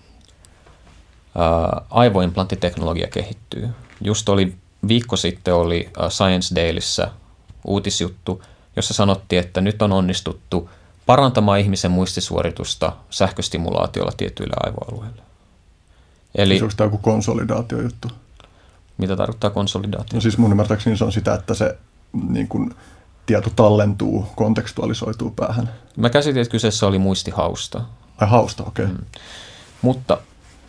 aivoimplanttiteknologia kehittyy, just viikko sitten oli Science Dailyssä uutisjuttu, jossa sanottiin, että nyt on onnistuttu parantamaan ihmisen muistisuoritusta sähköstimulaatiolla tietyillä aivoalueilla. Eli onko tämä joku konsolidaatiojuttu? Mitä tarkoittaa konsolidaatio? No siis mun ymmärtääkseni se on sitä, että se niin kuin, tieto tallentuu, kontekstualisoituu päähän. Mä käsitin, että kyseessä oli muistihausta. Ai hausta, okei. Okay. Mutta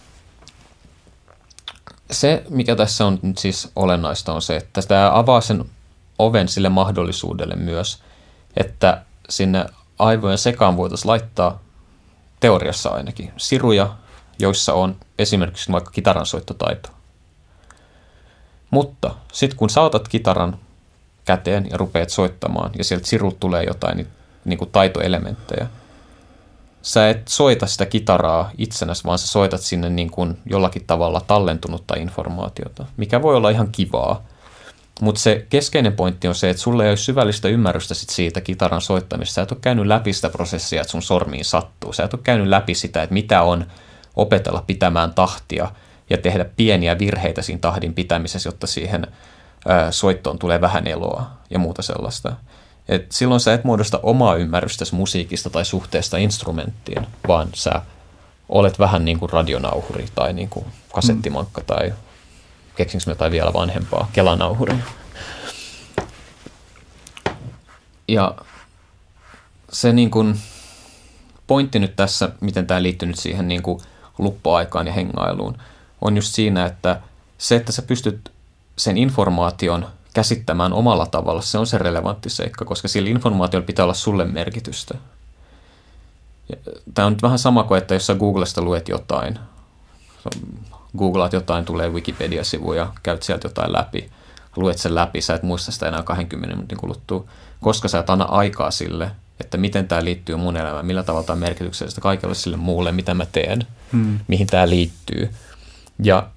se, mikä tässä on siis olennaista, on se, että tämä avaa sen oven sille mahdollisuudelle myös, että sinne aivojen sekaan voitaisiin laittaa teoriassa ainakin siruja, joissa on esimerkiksi vaikka kitaransoittotaito. Mutta sitten kun sä otat kitaran käteen ja rupeat soittamaan ja sieltä sirulta tulee jotain niin kuin taitoelementtejä, sä et soita sitä kitaraa itsenäsi, vaan sä soitat sinne niin kuin jollakin tavalla tallentunutta informaatiota, mikä voi olla ihan kivaa. Mutta se keskeinen pointti on se, että sulla ei ole syvällistä ymmärrystä siitä kitaran soittamista. Sä et ole käynyt läpi sitä prosessia, että sun sormiin sattuu. Sä et ole käynyt läpi sitä, että mitä on opetella pitämään tahtia ja tehdä pieniä virheitä siinä tahdin pitämisessä, jotta siihen soittoon tulee vähän eloa ja muuta sellaista. Et silloin sä et muodosta omaa ymmärrystäsi musiikista tai suhteesta instrumenttiin, vaan sä olet vähän niin kuin radionauhuri tai niin kuin kasettimankka tai keksinkö me jotain vielä vanhempaa, kelanauhuri. Ja se niin kuin pointti nyt tässä, miten tämä liittyy nyt siihen niin kuin luppoaikaan ja hengailuun, on just siinä, että se, että sä pystyt sen informaation käsittämään omalla tavalla, se on se relevantti seikka, koska sillä informaatiolla pitää olla sulle merkitystä. Tämä on nyt vähän sama kuin, että jos sä Googlesta luet jotain, googlaat jotain, tulee Wikipedia-sivu ja käyt sieltä jotain läpi, luet sen läpi, sä et muista sitä enää 20 minuutin kuluttua, koska sä et anna aikaa sille, että miten tämä liittyy mun elämään, millä tavalla tämä on merkityksellistä kaikelle sille muulle, mitä mä teen, mihin tämä liittyy. Ja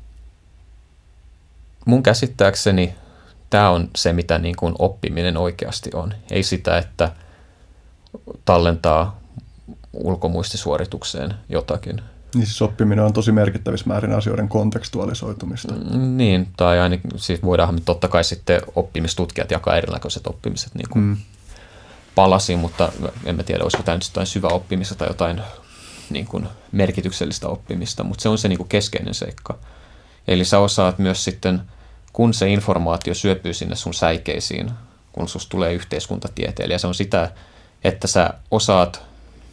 mun käsittääkseni tämä on se, mitä niin kuin oppiminen oikeasti on. Ei sitä, että tallentaa ulkomuistisuoritukseen jotakin. Niin siis oppiminen on tosi merkittävissä määrin asioiden kontekstualisoitumista. Niin, tai ainakin siis voidaanhan totta kai sitten oppimistutkijat jakaa erinäköiset oppimiset niin kuin palasiin, mutta en mä tiedä, olisiko tämä nyt jotain syvä oppimista tai jotain niin kuin merkityksellistä oppimista, mutta se on se niin kuin keskeinen seikka. Eli sä osaat myös sitten, kun se informaatio syöpyy sinne sun säikeisiin, kun susta tulee yhteiskuntatieteilijä, se on sitä, että sä osaat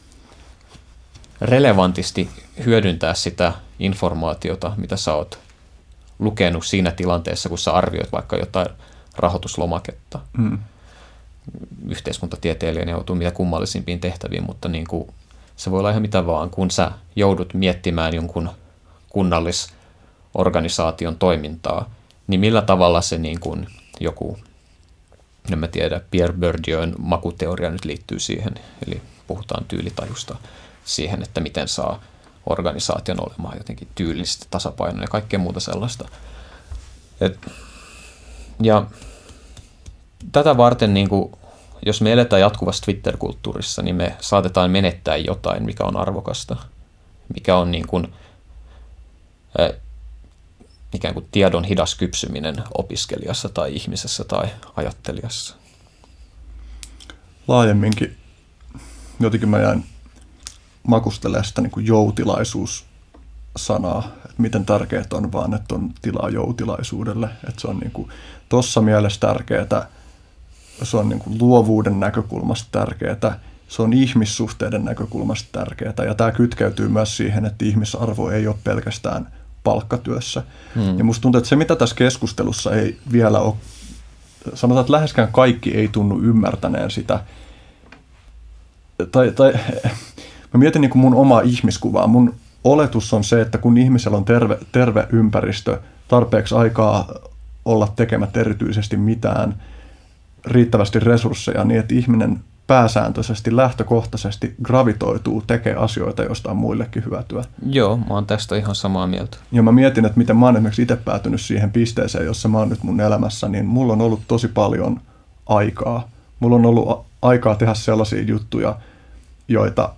relevantisti hyödyntää sitä informaatiota, mitä sä oot lukenut siinä tilanteessa, kun sä arvioit vaikka jotain rahoituslomaketta. Yhteiskuntatieteilijänä joutuu mitä kummallisimpiin tehtäviin, mutta niin kuin, se voi olla ihan mitä vaan, kun sä joudut miettimään jonkun kunnallisorganisaation toimintaa, niin millä tavalla se niin kuin joku, en mä tiedä, Pierre Bourdieun makuteoria nyt liittyy siihen, eli puhutaan tyylitajusta siihen, että miten saa organisaation olemaan jotenkin tyylisesti tasapainoinen ja kaikkea muuta sellaista. Ja tätä varten, niin kuin, jos me eletään jatkuvassa Twitter-kulttuurissa, niin me saatetaan menettää jotain, mikä on arvokasta. mikä on niin kuin, ikään kuin tiedon hidas kypsyminen opiskelijassa tai ihmisessä tai ajattelijassa. Laajemminkin jotenkin mä jäin makustelemaan sitä niin kuin joutilaisuus-sanaa, että miten tärkeää on vaan, että on tilaa joutilaisuudelle. Että se on niin kuin tuossa mielessä tärkeää, se on niin kuin luovuuden näkökulmasta tärkeää, se on ihmissuhteiden näkökulmasta tärkeää ja tämä kytkeytyy myös siihen, että ihmisarvo ei ole pelkästään palkkatyössä. Ja musta tuntuu, että se mitä tässä keskustelussa ei vielä ole, sanotaan, että läheskään kaikki ei tunnu ymmärtäneen sitä, tai mä mietin niin kuin mun omaa ihmiskuvaa. Mun oletus on se, että kun ihmisellä on terve ympäristö, tarpeeksi aikaa olla tekemättä erityisesti mitään, riittävästi resursseja, niin että ihminen pääsääntöisesti, lähtökohtaisesti gravitoituu, tekee asioita, joista on muillekin hyötyä. Joo, mä oon tästä ihan samaa mieltä. Ja mä mietin, että miten mä oon esimerkiksi itse päätynyt siihen pisteeseen, jossa mä oon nyt mun elämässä, niin mulla on ollut tosi paljon aikaa. Mulla on ollut aikaa tehdä sellaisia juttuja, joita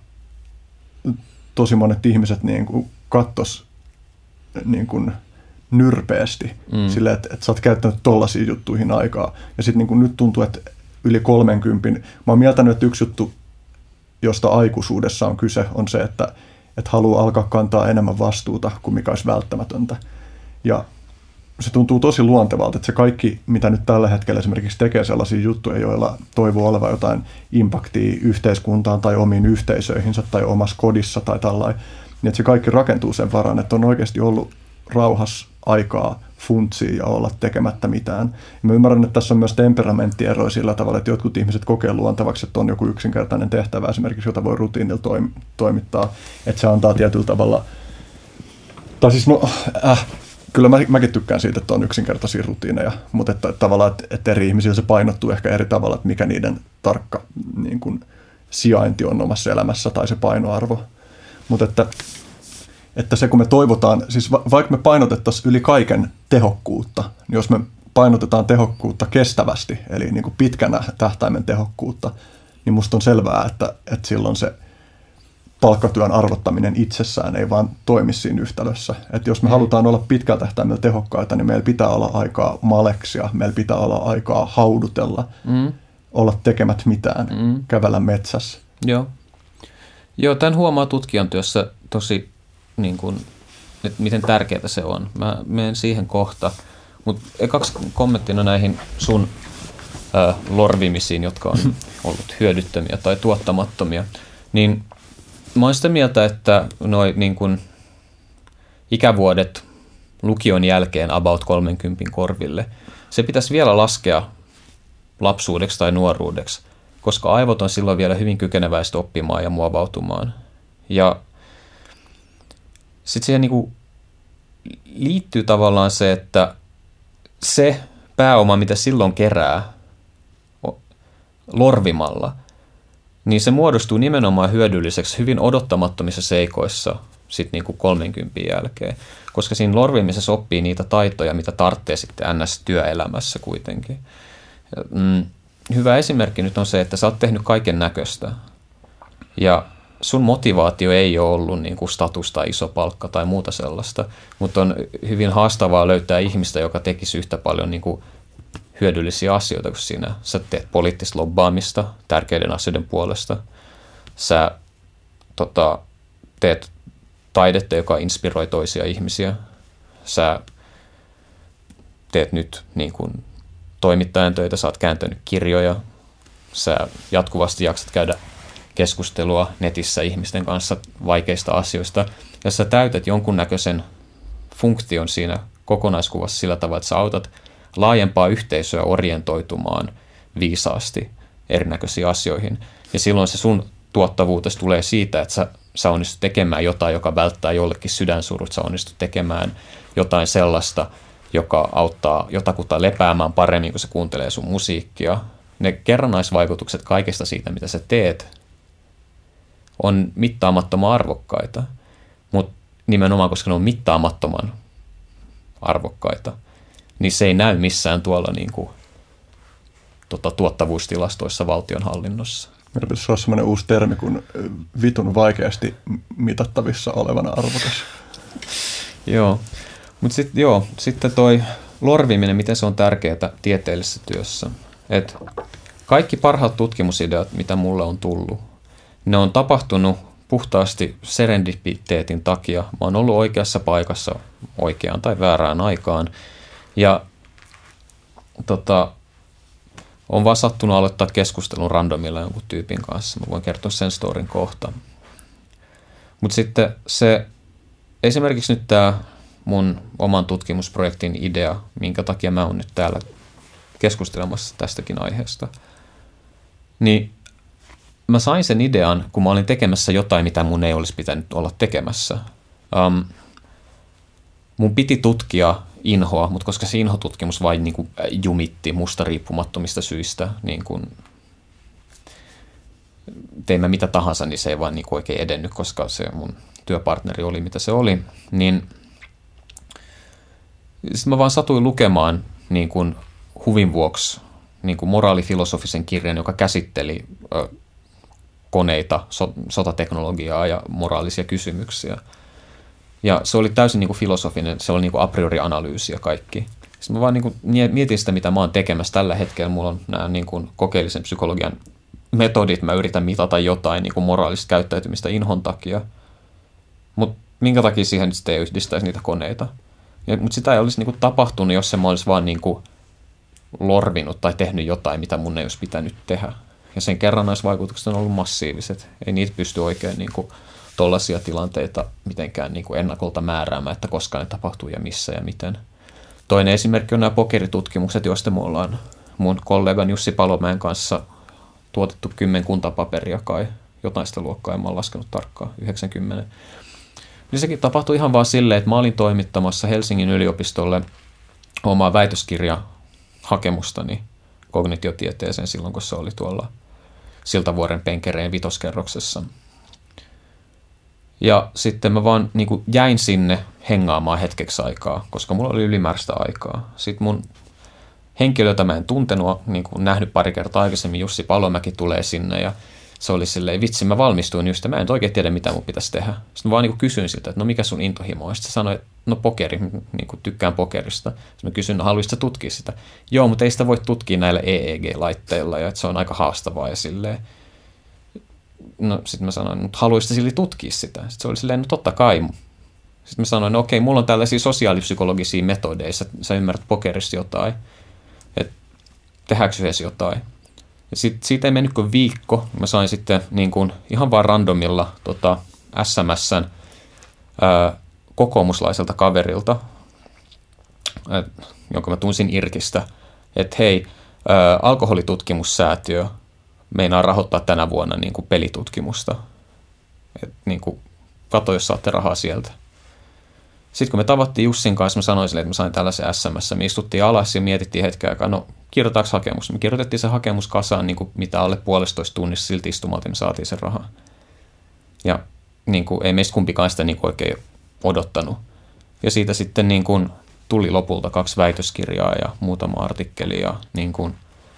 tosi monet ihmiset niin kuin kattos niin kuin nyrpeästi, silleen, että sä oot käyttänyt tollaisiin juttuihin aikaa. Ja sitten niin nyt tuntuu, että yli 30, mä oon mieltänyt, että yksi juttu, josta aikuisuudessa on kyse, on se, että haluaa alkaa kantaa enemmän vastuuta kuin mikä olisi välttämätöntä. Ja se tuntuu tosi luontevalta, että se kaikki, mitä nyt tällä hetkellä esimerkiksi tekee sellaisia juttuja, joilla toivoo olevan jotain impaktia yhteiskuntaan tai omiin yhteisöihinsä tai omassa kodissa tai tällainen, niin että se kaikki rakentuu sen varaan, että on oikeasti ollut rauhassa aikaa funtsia ja olla tekemättä mitään. Ja mä ymmärrän, että tässä on myös temperamenttieroja sillä tavalla, että jotkut ihmiset kokee luontevaksi, että on joku yksinkertainen tehtävä esimerkiksi, jota voi rutiinilla toimittaa, että se antaa tietyllä tavalla, tai siis kyllä mäkin tykkään siitä, että on yksinkertaisia rutiineja, mutta että tavallaan, että eri ihmisillä se painottuu ehkä eri tavalla, että mikä niiden tarkka niin kuin sijainti on omassa elämässä tai se painoarvo. Mutta että se kun me toivotaan, siis vaikka me painotettaisiin yli kaiken tehokkuutta, niin jos me painotetaan tehokkuutta kestävästi, eli niin kuin pitkänä tähtäimen tehokkuutta, niin musta on selvää, että silloin se palkkatyön arvottaminen itsessään ei vaan toimi siinä yhtälössä. Että jos me halutaan olla pitkällä tähtäimellä tehokkaita, niin meillä pitää olla aikaa maleksia, meillä pitää olla aikaa haudutella, olla tekemät mitään, kävellä metsässä. Joo, tämän huomaa tutkijan työssä tosi, niin kuin, että miten tärkeää se on. Mä menen siihen kohta, mutta ekaksi kommenttina näihin sun lorvimisiin, jotka on ollut hyödyttömiä tai tuottamattomia, niin mä oon sitä mieltä, että noi niin kuin ikävuodet lukion jälkeen about 30 korville, se pitäisi vielä laskea lapsuudeksi tai nuoruudeksi, koska aivot on silloin vielä hyvin kykeneväistä oppimaan ja muovautumaan. Ja sitten siihen niin kuin liittyy tavallaan se, että se pääoma, mitä silloin kerää lorvimalla, niin se muodostuu nimenomaan hyödylliseksi hyvin odottamattomissa seikoissa sitten niin kuin 30 jälkeen, koska siinä lorvimisessa oppii niitä taitoja, mitä tarvitsee sitten NS-työelämässä kuitenkin. Hyvä esimerkki nyt on se, että sä oot tehnyt kaiken näköistä ja sun motivaatio ei ole ollut niin kuin status tai iso palkka tai muuta sellaista, mutta on hyvin haastavaa löytää ihmistä, joka tekisi yhtä paljon niin kuin hyödyllisiä asioita kuin sinä. Sä teet poliittista lobbaamista tärkeiden asioiden puolesta. Sä teet taidetta, joka inspiroi toisia ihmisiä. Sä teet nyt niin kuin toimittajan töitä, sä oot kääntänyt kirjoja. Sä jatkuvasti jaksat käydä keskustelua netissä ihmisten kanssa vaikeista asioista. Ja sä täytät jonkunnäköisen funktion siinä kokonaiskuvassa sillä tavalla, että sä autat laajempaa yhteisöä orientoitumaan viisaasti erinäköisiin asioihin. Ja silloin se sun tuottavuutesi tulee siitä, että sä onnistut tekemään jotain, joka välttää jollekin sydänsurut. Sä onnistut tekemään jotain sellaista, joka auttaa jotakuta lepäämään paremmin, kun se kuuntelee sun musiikkia. Ne kerrannaisvaikutukset kaikesta siitä, mitä sä teet, on mittaamattoman arvokkaita. Mutta nimenomaan, koska ne on mittaamattoman arvokkaita, niin se ei näy missään tuolla niin kuin, tuottavuustilastoissa valtionhallinnossa. Meillä pitäisi olla sellainen uusi termi kuin vitun vaikeasti mitattavissa olevana arvokas. Joo, mutta sitten toi lorviminen, miten se on tärkeää tieteellisessä työssä. Et kaikki parhaat tutkimusideat, mitä mulle on tullut, ne on tapahtunut puhtaasti serendipiteetin takia. Mä oon ollut oikeassa paikassa oikeaan tai väärään aikaan. Ja on vaan sattunut aloittaa keskustelun randomilla jonkun tyypin kanssa. Mä voin kertoa sen storin kohta. Mutta sitten esimerkiksi nyt tämä mun oman tutkimusprojektin idea, minkä takia mä oon nyt täällä keskustelemassa tästäkin aiheesta, niin mä sain sen idean, kun mä olin tekemässä jotain, mitä mun ei olisi pitänyt olla tekemässä. Mun piti tutkia inhoa, mutta koska se inhotutkimus vain niin kuin jumitti musta riippumattomista syistä, niin kuin tein mä mitä tahansa, niin se ei vaan niin kuin oikein edennyt, koska se mun työpartneri oli mitä se oli, niin sitten mä vaan satuin lukemaan niin kuin huvin vuoksi niin kuin moraalifilosofisen kirjan, joka käsitteli koneita, sotateknologiaa ja moraalisia kysymyksiä. Ja se oli täysin niin kuin filosofinen, se oli niin kuin a priori-analyysi ja kaikki. Sitten mä vaan niin kuin mietin sitä, mitä mä oon tekemässä tällä hetkellä. Mulla on nämä niin kuin kokeellisen psykologian metodit, mä yritän mitata jotain niin kuin moraalista käyttäytymistä inhon takia. Mutta minkä takia siihen sitten ei yhdistäisi niitä koneita? Mutta sitä ei olisi niin kuin tapahtunut, jos mä olisi vaan niin kuin lorvinut tai tehnyt jotain, mitä mun ei olisi pitänyt tehdä. Ja sen kerrannaisvaikutukset on ollut massiiviset. Ei niitä pysty oikein niin kuin tollaisia tilanteita mitenkään niin kuin ennakolta määräämään, että koska ne tapahtuu ja missä ja miten. Toinen esimerkki on nämä pokeritutkimukset, joista me ollaan mun kollegan Jussi Palomäen kanssa tuotettu 10 paperia kai. Jotain sitä luokkaa, en mä ole laskenut tarkkaan, 90. Niin sekin tapahtui ihan vaan silleen, että mä olin toimittamassa Helsingin yliopistolle omaa väitöskirjahakemustani kognitiotieteeseen silloin, kun se oli tuolla Siltavuoren Penkereen 5. kerroksessa. Ja sitten mä vaan niin kuin jäin sinne hengaamaan hetkeksi aikaa, koska mulla oli ylimääräistä aikaa. Sitten mun henkilö, jota mä en tuntenut, niin kuin nähnyt pari kertaa aikaisemmin, Jussi Palomäki tulee sinne ja se oli silleen, vitsi, mä valmistuin just, mä en oikein tiedä, mitä mun pitäisi tehdä. Sitten mä vaan niin kuin kysyin siltä, että no mikä sun intohimo on? Sitten se sanoi, että no pokeri, niin kuin tykkään pokerista. Sitten mä kysyin, no haluaisitko tutkia sitä? Joo, mutta ei sitä voi tutkia näillä EEG-laitteilla ja että se on aika haastavaa ja silleen. No sitten mä sanoin, mutta haluaisitko silti tutkia sitä? Sitten se oli silleen, no totta kai. Sitten mä sanoin, no okei, mulla on tällaisia sosiaalipsykologisia metodeja, sä ymmärrät pokerista jotain, että tehdäänkö yhdessä jotain? Ja siitä ei mennyt kuin viikko. Mä sain sitten niin kuin ihan vaan randomilla SMS:n kokoomuslaiselta kaverilta, jonka mä tunsin Irkistä, että hei, alkoholitutkimussäätiö meinaa rahoittaa tänä vuonna niin kuin pelitutkimusta. Et niin kuin, kato, jos saatte rahaa sieltä. Sitten kun me tavattiin Jussin kanssa, mä sanoin sille, että mä sain tällaisen SMS, me istuttiin alas ja mietittiin hetken aikaa, no kirjoitaanko hakemus? Me kirjoitettiin se hakemus kasaan, niin kuin mitä alle 1,5 tunnissa silti istumalta, me saatiin sen rahaa. Ja niin kuin, ei meistä kumpikaan sitä niin kuin oikein odottanut. Ja siitä sitten niin kuin, tuli lopulta 2 väitöskirjaa ja muutama artikkeli ja niin kuin,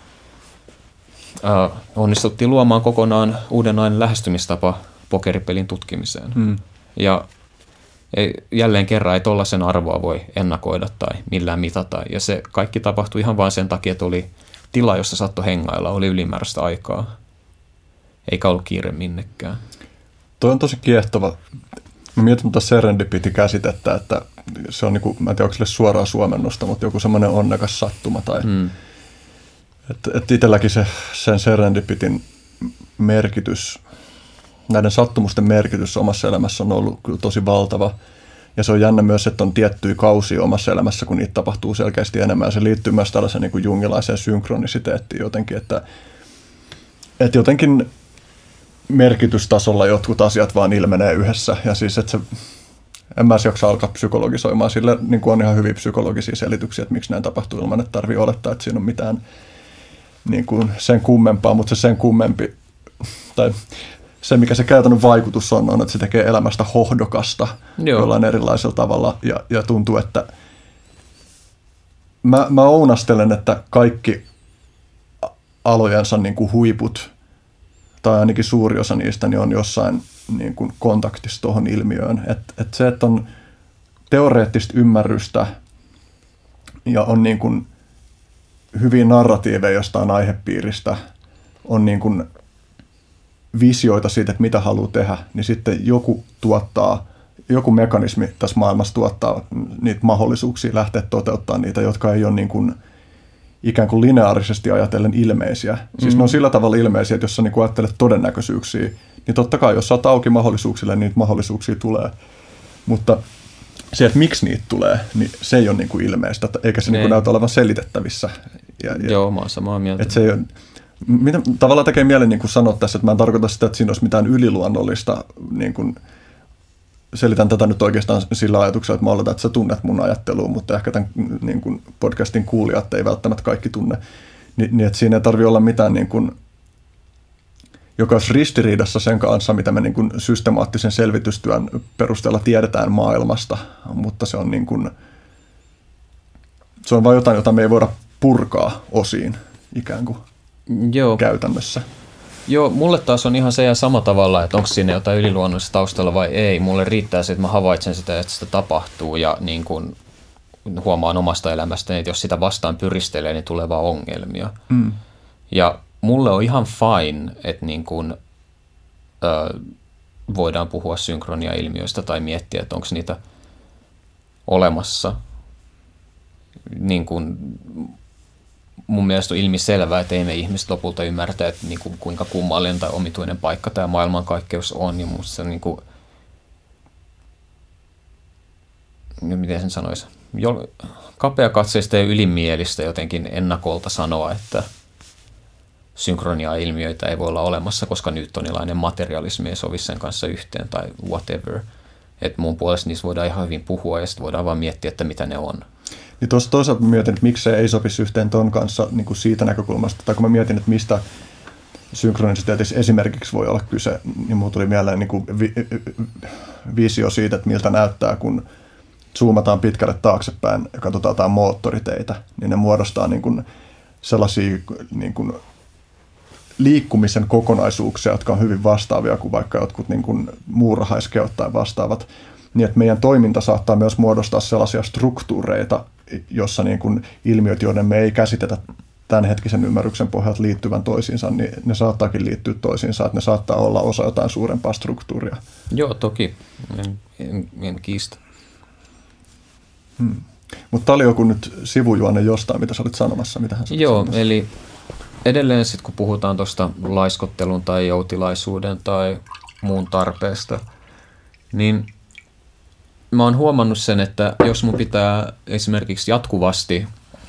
onnistuttiin luomaan kokonaan uudenlainen lähestymistapa pokeripelin tutkimiseen. Ja jälleen kerran ei tollaisen arvoa voi ennakoida tai millään mitata. Ja se kaikki tapahtui ihan vain sen takia, että oli tila, jossa saattoi hengailla, oli ylimääräistä aikaa. Eikä ollut kiire minnekään. Toi on tosi kiehtova. Mä mietin tuota serendipity-käsitettä, että se on, mä en tiedä, onko sille suoraa suomennosta, mutta joku semmoinen onnekas sattuma. Tai, että itselläkin sen serendipityn merkitys, näiden sattumusten merkitys omassa elämässä on ollut kyllä tosi valtava. Ja se on jännä myös, että on tiettyjä kausia omassa elämässä, kun niitä tapahtuu selkeästi enemmän. Ja se liittyy myös tällaiseen niin kuin jungilaiseen synkronisiteettiin jotenkin, että jotenkin merkitystasolla jotkut asiat vaan ilmenee yhdessä. Ja siis, että en mä jaksa alkaa psykologisoimaan. Sille niin kuin on ihan hyviä psykologisia selityksiä, että miksi näin tapahtuu ilman, että tarvitsee olettaa, että siinä on mitään niin kuin sen kummempaa, mutta se sen kummempi, tai se, mikä se käytännön vaikutus on, että se tekee elämästä hohdokasta jollain erilaisella tavalla. Ja tuntuu, että mä ounastelen, että kaikki alojensa niin kuin huiput tai ainakin suuri osa niistä, niin on jossain niin kuin kontaktissa tuohon ilmiöön. Et se, että on teoreettista ymmärrystä ja on niin kuin hyviä narratiiveja jostain aihepiiristä, on niin kuin visioita siitä, että mitä haluaa tehdä, niin sitten joku mekanismi tässä maailmassa tuottaa niitä mahdollisuuksia lähteä toteuttamaan niitä, jotka ei ole niin kuin ikään kuin lineaarisesti ajatellen ilmeisiä. Siis ne on sillä tavalla ilmeisiä, että jos sä niin kuin ajattelet todennäköisyyksiä, niin totta kai, jos sä oot auki mahdollisuuksille, niin niitä mahdollisuuksia tulee. Mutta se, että miksi niitä tulee, niin se ei ole niin kuin ilmeistä, eikä se niin kuin näytä olevan selitettävissä. Joo, mä oon samaa mieltä. Että se ei ole, mitä tavallaan tekee mielen niin kuin sanoa tässä, että mä en tarkoita sitä, että siinä olisi mitään yliluonnollista, niin kuin, selitän tätä nyt oikeastaan sillä ajatuksella, että mä oletan, että sä tunnet mun ajattelua, mutta ehkä tämän niin kuin podcastin kuulijat ei välttämättä kaikki tunne, niin että siinä ei tarvitse olla mitään, niin kuin, joka olisi ristiriidassa sen kanssa, mitä me niin kuin systemaattisen selvitystyön perusteella tiedetään maailmasta, mutta se on, niin kuin, se on vain jotain, jota me ei voida purkaa osiin ikään kuin. Joo. Käytännössä. Joo, mulle taas on ihan se ja sama tavalla, että onko siinä jotain yliluonnollista taustalla vai ei. Mulle riittää se, että mä havaitsen sitä, että sitä tapahtuu ja niin kun huomaan omasta elämästäni, että jos sitä vastaan pyristelee, niin tulee vaan ongelmia. Ja mulle on ihan fine, että niin kun, voidaan puhua synkronia-ilmiöistä tai miettiä, että onko niitä olemassa. Niin kun, mun mielestä on ilmiselvää, että ei me ihmiset lopulta ymmärtä, että niin kuin, kuinka kummallinen tai omituinen paikka tämä maailmankaikkeus on. Ja musta se on niin kuin, miten sen sanoisi, kapeakatseista ja ylimielistä jotenkin ennakolta sanoa, että synkronia-ilmiöitä ei voi olla olemassa, koska newtonilainen materialismi ei sovi sen kanssa yhteen tai whatever. Että mun puolesta niistä voidaan ihan hyvin puhua ja sitten voidaan vaan miettiä, että mitä ne on. Niin tuossa toisaalta mietin, että miksi se ei sopisi yhteen ton kanssa niin kuin siitä näkökulmasta, tai kun mä mietin, että mistä synkronisiteetissa esimerkiksi voi olla kyse, niin mulla tuli mieleen niin kuin visio siitä, että miltä näyttää, kun zoomataan pitkälle taaksepäin ja katsotaan jotain moottoriteitä, niin ne muodostaa niin kuin sellaisia niin kuin liikkumisen kokonaisuuksia, jotka on hyvin vastaavia kuin vaikka jotkut niin kuin muurahaiskeot tai vastaavat, niin että meidän toiminta saattaa myös muodostaa sellaisia struktuureita, jossa niin kuin ilmiöt, joiden me ei käsitetä tämänhetkisen ymmärryksen pohjalta liittyvän toisiinsa, niin ne saattaakin liittyä toisiinsa, että ne saattaa olla osa jotain suurempaa struktuuria. Joo, toki. En kiistä. Mutta oli joku nyt sivujuonne jostain, mitä sä olit sanomassa, mitä hän Joo, sanomassa. Eli edelleen sitten kun puhutaan tuosta laiskottelun tai joutilaisuuden tai muun tarpeesta, niin mä oon huomannut sen, että jos mun pitää esimerkiksi jatkuvasti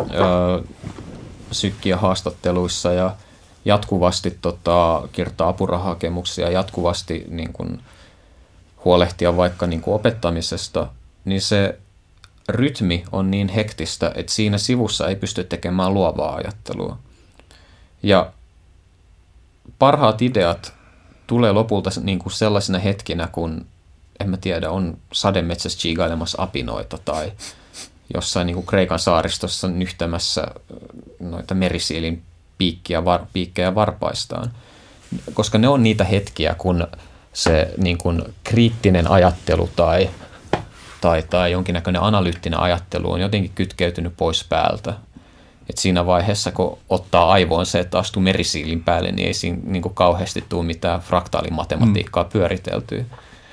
sykkiä haastatteluissa ja jatkuvasti kirjoittaa apurahahakemuksia, jatkuvasti niin kun huolehtia vaikka niin kun opettamisesta, niin se rytmi on niin hektistä, että siinä sivussa ei pysty tekemään luovaa ajattelua. Ja parhaat ideat tulee lopulta niin kuin sellaisina hetkinä, kun en mä tiedä, on sademetsässä chiigailemassa apinoita tai jossain niin kuin Kreikan saaristossa nyhtämässä noita merisiilin piikkejä varpaistaan. Koska ne on niitä hetkiä, kun se niin kuin kriittinen ajattelu tai jonkinnäköinen analyyttinen ajattelu on jotenkin kytkeytynyt pois päältä. Et siinä vaiheessa, kun ottaa aivoon se, että astuu merisiilin päälle, niin ei siinä niin kuin kauheasti tule mitään fraktaalimatematiikkaa pyöriteltyä.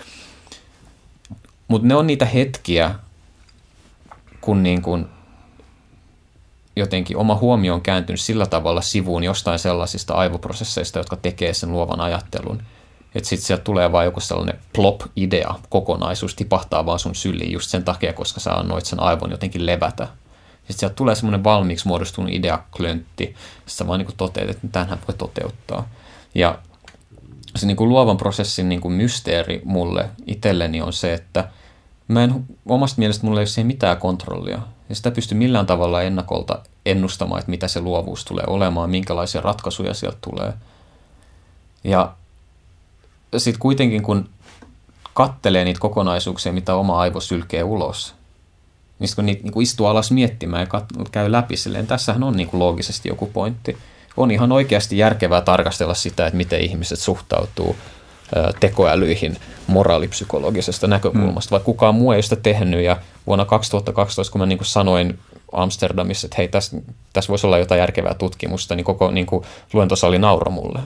Mutta ne on niitä hetkiä, kun niin kun jotenkin oma huomio on kääntynyt sillä tavalla sivuun jostain sellaisista aivoprosesseista, jotka tekee sen luovan ajattelun. Että sitten sieltä tulee vaan joku sellainen plop-idea, kokonaisuus, tipahtaa vaan sun syliin just sen takia, koska sä annoit sen aivon jotenkin levätä. Sitten sieltä tulee semmoinen valmiiksi muodostunut ideaklöntti, sitten sä vaan niin toteat, että tämänhän voi toteuttaa. Ja se niin kuin luovan prosessin niin kuin mysteeri mulle itselleni on se, että mä en omasta mielestä mulla ei ole siihen mitään kontrollia. Ja sitä pysty millään tavalla ennakolta ennustamaan, että mitä se luovuus tulee olemaan, minkälaisia ratkaisuja sieltä tulee. Ja sitten kuitenkin, kun kattelee niitä kokonaisuuksia, mitä oma aivo sylkee ulos, niin kun niitä niin istuu alas miettimään ja käy läpi silleen, tässähän on niin kuin loogisesti joku pointti. on ihan oikeasti järkevää tarkastella sitä, että miten ihmiset suhtautuu tekoälyihin moraalipsykologisesta näkökulmasta, vaikka kukaan muu ei ole sitä tehnyt. Ja vuonna 2012, kun mä niin kuin sanoin Amsterdamissa, että hei, tässä voisi olla jotain järkevää tutkimusta, niin koko niin kuin luentosali nauroi mulle.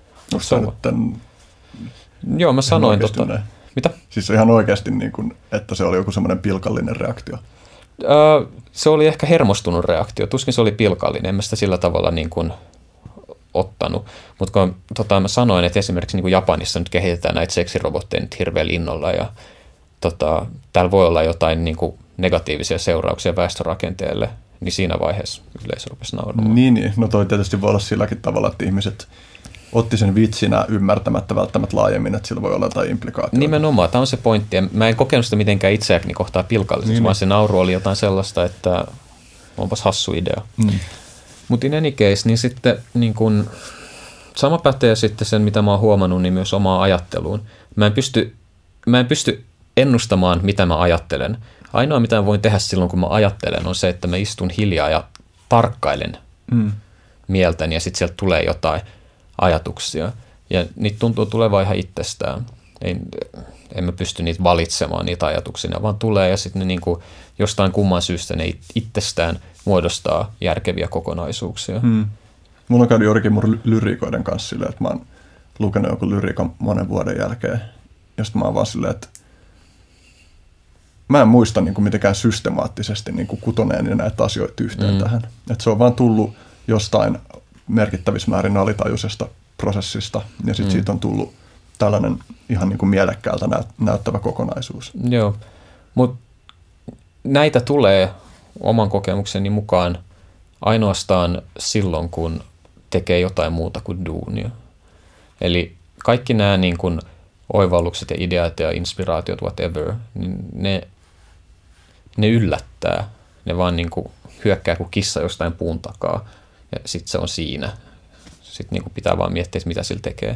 Joo, mä sanoin Mitä? Siis ihan oikeasti, niin kuin, että se oli joku semmoinen pilkallinen reaktio. Se oli ehkä hermostunut reaktio. Tuskin se oli pilkallinen. En mä sitä sillä tavalla niin kuin ottanut. Mutta kun mä sanoin, että esimerkiksi niin kuin Japanissa nyt kehitetään näitä seksirobotteja nyt hirveän innolla ja täällä voi olla jotain niin kuin negatiivisia seurauksia väestörakenteelle, niin siinä vaiheessa yleisö rupesi nauramaan. Niin. No toi tietysti voi olla silläkin tavalla, että ihmiset otti sen vitsinä ymmärtämättä välttämättä laajemmin, että sillä voi olla jotain implikaatioita. Nimenomaan, tämä on se pointti. Ja mä en kokenut sitä mitenkään itseäni kohtaa pilkalliseksi, vaan se nauru oli jotain sellaista, että onpas hassu idea. Mutta in any case, niin sitten niin kun, sama pätee sitten sen, mitä mä oon huomannut, niin myös omaan ajatteluun. Mä en pysty ennustamaan, mitä mä ajattelen. Ainoa, mitä mä voin tehdä silloin, kun mä ajattelen, on se, että mä istun hiljaa ja tarkkailen mieltäni ja sitten sieltä tulee jotain ajatuksia. Ja niitä tuntuu tulevan ihan itsestään. En mä pysty niitä valitsemaan, niitä ajatuksia, vaan tulee ja sitten ne niin kuin jostain kumman syystä ne itsestään muodostaa järkeviä kokonaisuuksia. Mulla on käynyt juurikin mun lyriikoiden kanssa silleen, että mä oon lukenut joku lyriikan monen vuoden jälkeen. Ja sitten mä oon vaan silleen, että mä en muista niin kuin mitenkään systemaattisesti niin kuin kutoneeni näitä asioita yhteen tähän. Että se on vaan tullut jostain merkittävissä määrin alitajuisesta prosessista, ja sitten siitä on tullut tällainen ihan niin kuin mielekkäältä näyttävä kokonaisuus. Joo, mutta näitä tulee oman kokemukseni mukaan ainoastaan silloin, kun tekee jotain muuta kuin duunia. Eli kaikki nämä niin kuin oivallukset ja ideat ja inspiraatiot, whatever, niin ne yllättää. Ne vaan niin kuin hyökkää kuin kissa jostain puun takaa, ja sitten se on siinä. Sitten niin kuin pitää vaan miettiä, mitä sillä tekee.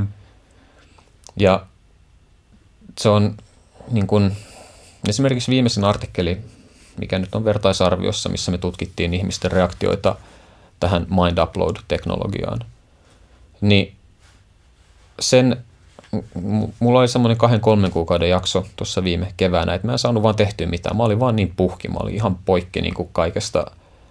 Ja se on niin kuin, esimerkiksi viimeisin artikkeli, mikä nyt on vertaisarviossa, missä me tutkittiin ihmisten reaktioita tähän Mind Upload-teknologiaan. Niin mulla oli semmoinen 2-3 kuukauden jakso tuossa viime keväänä, että mä en saanut vaan tehtyä mitään. Mä olin vaan niin puhki, mä olin ihan poikki niin kuin kaikesta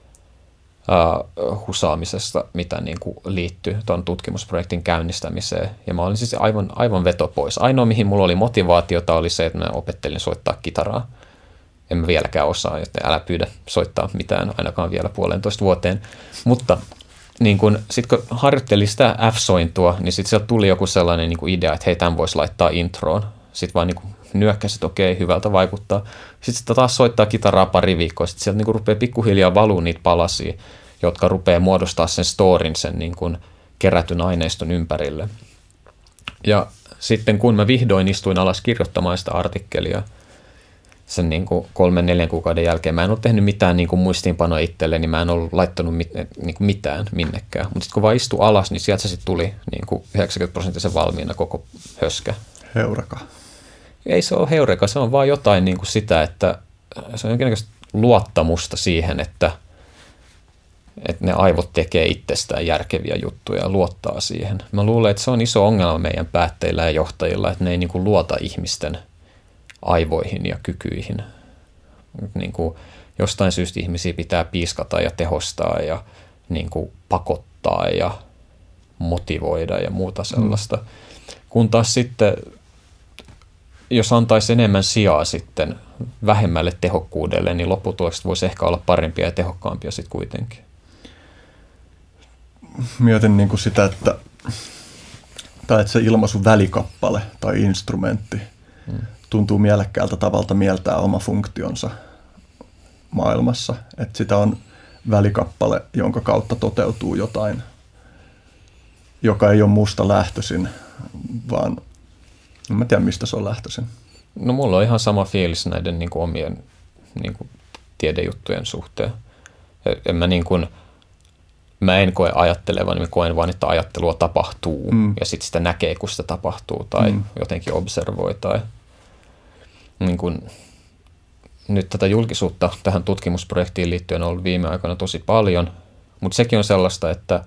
husaamisesta, mitä niin kuin liittyy tuon tutkimusprojektin käynnistämiseen. Ja mä olin siis aivan veto pois. Ainoa, mihin mulla oli motivaatiota, oli se, että mä opettelin soittaa kitaraa. En mä vieläkään osaa, joten älä pyydä soittaa mitään, ainakaan vielä 1,5 vuoteen. Mutta niin kun, sit kun harjoittelin sitä F-sointua, niin sitten sieltä tuli joku sellainen niin kuin idea, että hei, tämän voisi laittaa introon. Sitten vaan niin kuin nyökkäsi, että okei, hyvältä vaikuttaa. Sitten sitä taas soittaa kitaraa pari viikkoa. Sitten sieltä niin kuin rupeaa pikkuhiljaa valuu niitä palasia, jotka rupeaa muodostaa sen storin, sen niin kuin kerätyn aineiston ympärille. Ja sitten kun mä vihdoin istuin alas kirjoittamaan sitä artikkelia, sen niin kuin 3-4 kuukauden jälkeen. Mä en ole tehnyt mitään niin kuin muistiinpanoa itselleni, mä en ole laittanut niin kuin mitään minnekään. Mutta sitten kun vaan istui alas, niin sieltä se sitten tuli niin kuin 90% valmiina koko höskä. Heureka. Ei se ole heureka, se on vaan jotain niin kuin sitä, että se on jonkinlaista luottamusta siihen, että ne aivot tekee itsestään järkeviä juttuja ja luottaa siihen. Mä luulen, että se on iso ongelma meidän päättäjillä ja johtajilla, että ne ei niin kuin luota ihmisten aivoihin ja kykyihin. Niin kuin jostain syystä ihmisiä pitää piiskata ja tehostaa ja niin kuin pakottaa ja motivoida ja muuta sellaista. Kun taas sitten, jos antaisi enemmän sijaa sitten vähemmälle tehokkuudelle, niin lopputulokset voisi ehkä olla parempia ja tehokkaampia sitten kuitenkin. Mietin niin kuin sitä, että se ilmaisu välikappale tai instrumentti tuntuu mielekkäältä tavalta mieltää oma funktionsa maailmassa. Että sitä on välikappale, jonka kautta toteutuu jotain, joka ei ole musta lähtöisin, vaan en mä tiedä, mistä se on lähtöisin. No mulla on ihan sama fiilis näiden niin kuin omien niin kuin tiedejuttujen suhteen. Mä en koe ajattelevan, mä koen vaan, että ajattelua tapahtuu ja sitten sitä näkee, kun sitä tapahtuu tai jotenkin observoi tai niin kun, nyt tätä julkisuutta tähän tutkimusprojektiin liittyen on ollut viime aikoina tosi paljon, mutta sekin on sellaista, että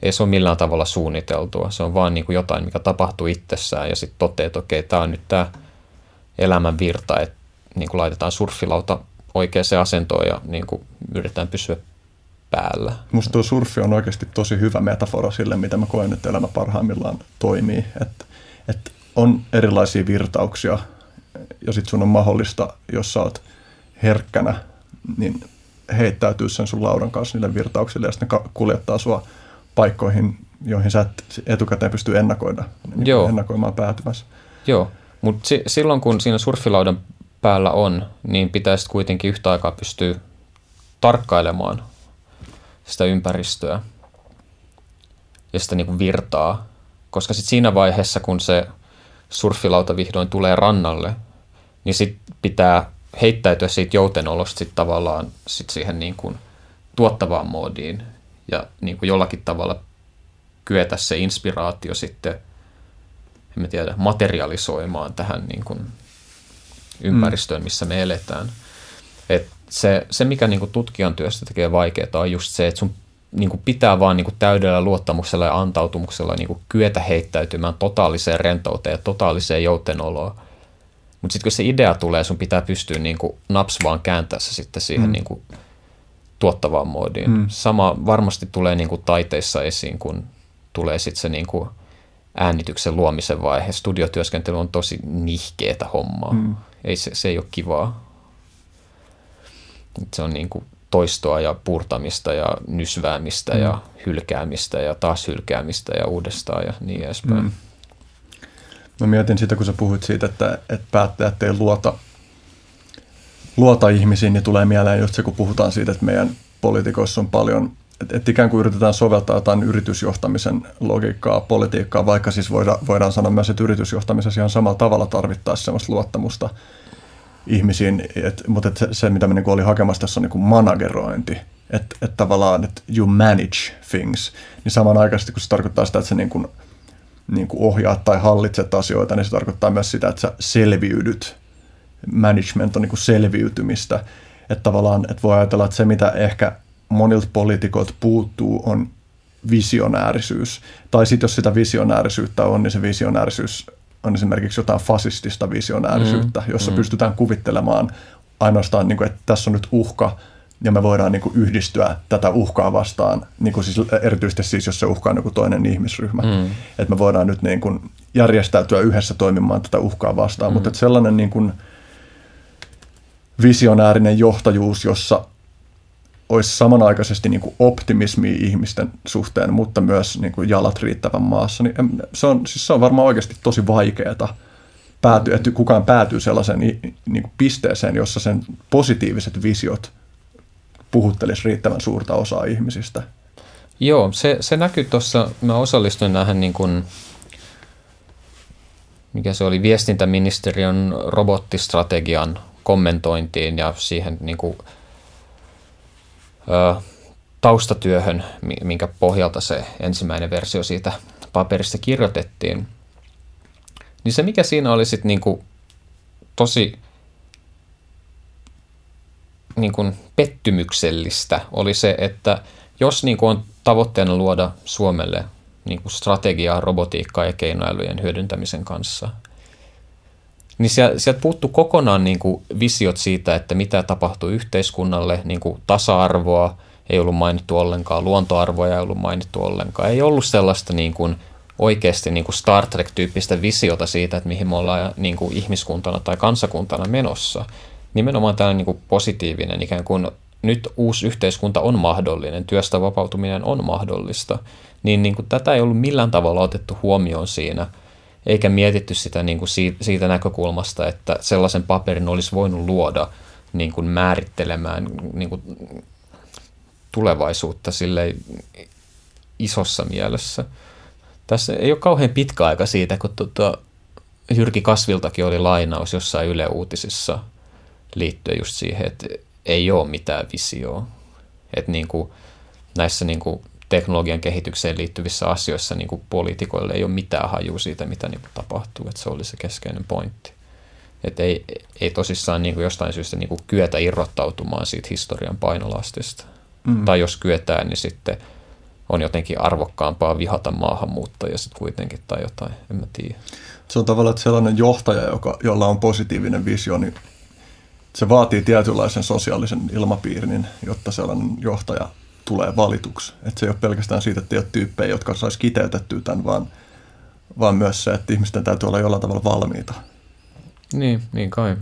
ei se ole millään tavalla suunniteltua. Se on vaan niin kuin jotain, mikä tapahtuu itsessään ja sitten toteaa, että okei, tämä on nyt tämä elämän virta, että niin kuin laitetaan surffilauta oikeaan asentoon ja niin kuin yritetään pysyä päällä. Musta tuo surffi on oikeasti tosi hyvä metafora sille, mitä mä koen, että elämä parhaimmillaan toimii. Että on erilaisia virtauksia ja sitten sun on mahdollista, jos sä oot herkkänä, niin heittäytyy sen sun laudan kanssa niille virtauksille ja sitten ne kuljettaa sua paikkoihin, joihin sä et etukäteen pysty ennakoimaan päätymässä. Joo, mutta silloin kun siinä surffilaudan päällä on, niin pitäisi kuitenkin yhtä aikaa pystyä tarkkailemaan sitä ympäristöä ja sitä niin kuin virtaa, koska sitten siinä vaiheessa, kun se surffilauta vihdoin tulee rannalle, niin sitten pitää heittäytyä siitä joutenolosta sit tavallaan sit siihen niin kuin tuottavaan moodiin ja niin kuin jollakin tavalla kyetä se inspiraatio sitten, en tiedä, materialisoimaan tähän niin kuin ympäristöön, missä me eletään. Et se, mikä niin kuin tutkijan työstä tekee vaikeaa, on just se, että sun niin kuin pitää vaan niin kuin täydellä luottamuksella ja antautumuksella niin kuin kyetä heittäytymään totaaliseen rentouteen ja totaaliseen joutenoloon. Mutta sitten kun se idea tulee, sun pitää pystyä niin kuin naps vaan kääntää se sitten siihen niin kuin tuottavaan moodiin. Sama varmasti tulee niin kuin taiteissa esiin, kun tulee sitten se niin kuin äänityksen luomisen vaihe. Studiotyöskentely on tosi nihkeetä hommaa. Se ei ole kivaa. Se on niin kuin toistoa ja puurtamista ja nysväämistä ja hylkäämistä ja taas hylkäämistä ja uudestaan ja niin edespäin. Mä mietin sitä, kun sä puhuit siitä, että päättäjät ei luota ihmisiin, niin tulee mieleen just se, kun puhutaan siitä, että meidän poliitikoissa on paljon, että ikään kuin yritetään soveltaa jotain yritysjohtamisen logiikkaa, politiikkaa, vaikka siis voidaan sanoa myös, että yritysjohtamisessa ihan samalla tavalla tarvittaisiin sellaista luottamusta ihmisiin, mutta se, mitä me oli hakemassa tässä, on niin kuin managerointi, että tavallaan, että you manage things, niin samanaikaisesti, kun se tarkoittaa sitä, että se niin kuin ohjaat tai hallitset asioita, niin se tarkoittaa myös sitä, että sä selviydyt. Management on niin kuin selviytymistä. Että tavallaan, että voi ajatella, että se, mitä ehkä monilta poliitikoilta puuttuu, on visionäärisyys. Tai sitten jos sitä visionäärisyyttä on, niin se visionäärisyys on esimerkiksi jotain fasistista visionäärisyyttä, jossa pystytään kuvittelemaan ainoastaan, niin kuin, että tässä on nyt uhka, ja me voidaan niin kuin yhdistyä tätä uhkaa vastaan, niin kuin siis, erityisesti siis, jos se uhkaa on joku toinen ihmisryhmä. Että me voidaan nyt niin kuin järjestäytyä yhdessä toimimaan tätä uhkaa vastaan, mutta että sellainen niin kuin visionäärinen johtajuus, jossa olisi samanaikaisesti niin kuin optimismia ihmisten suhteen, mutta myös niin kuin jalat riittävän maassa, niin se on varmaan oikeasti tosi vaikeaa päätyä, että kukaan päätyy sellaiseen niin kuin pisteeseen, jossa sen positiiviset visiot puhuttelisi riittävän suurta osaa ihmisistä. Joo, se näkyy tuossa, mä osallistuin näihin niin kuin, mikä se oli, viestintäministeriön robottistrategian kommentointiin ja siihen niin kuin, taustatyöhön, minkä pohjalta se ensimmäinen versio siitä paperista kirjoitettiin. Niin se, mikä siinä oli sitten niin kuin tosi niin kuin pettymyksellistä, oli se, että jos niin kuin on tavoitteena luoda Suomelle niin kuin strategiaa robotiikkaa ja keinoälyjen hyödyntämisen kanssa, niin sieltä puuttuu kokonaan niin kuin visiot siitä, että mitä tapahtuu yhteiskunnalle, niin kuin tasa-arvoa ei ollut mainittu ollenkaan, luontoarvoja ei ollut mainittu ollenkaan. Ei ollut sellaista niin kuin oikeasti niin kuin Star Trek-tyyppistä visiota siitä, että mihin me ollaan niin kuin ihmiskuntana tai kansakuntana menossa. Nimenomaan tällainen niin kuin positiivinen, ikään kuin nyt uusi yhteiskunta on mahdollinen, työstä vapautuminen on mahdollista, niin kuin tätä ei ollut millään tavalla otettu huomioon siinä, eikä mietitty sitä niin kuin siitä näkökulmasta, että sellaisen paperin olisi voinut luoda niin kuin määrittelemään niin kuin tulevaisuutta silleen isossa mielessä. Tässä ei ole kauhean pitkä aika siitä, kun Jyrki Kasviltakin oli lainaus jossain Yle Uutisissa liittyen just siihen, että ei ole mitään visioa. Että niin kuin näissä niin kuin teknologian kehitykseen liittyvissä asioissa niin kuin poliitikoille ei ole mitään hajua siitä, mitä niin kuin tapahtuu. Että se oli se keskeinen pointti. Että ei tosissaan niin kuin jostain syystä niin kuin kyetä irrottautumaan siitä historian painolastista. Tai jos kyetään, niin sitten on jotenkin arvokkaampaa vihata maahanmuuttajia sitten kuitenkin tai jotain, en mä tiedä. Se on tavallaan, että sellainen johtaja, jolla on positiivinen visio, niin se vaatii tietynlaisen sosiaalisen ilmapiirin, jotta sellainen johtaja tulee valituksi. Että se ei ole pelkästään siitä, että ei ole tyyppejä, jotka saisi kiteytettyä tämän, vaan myös se, että ihmisten täytyy olla jollain tavalla valmiita. Niin kai.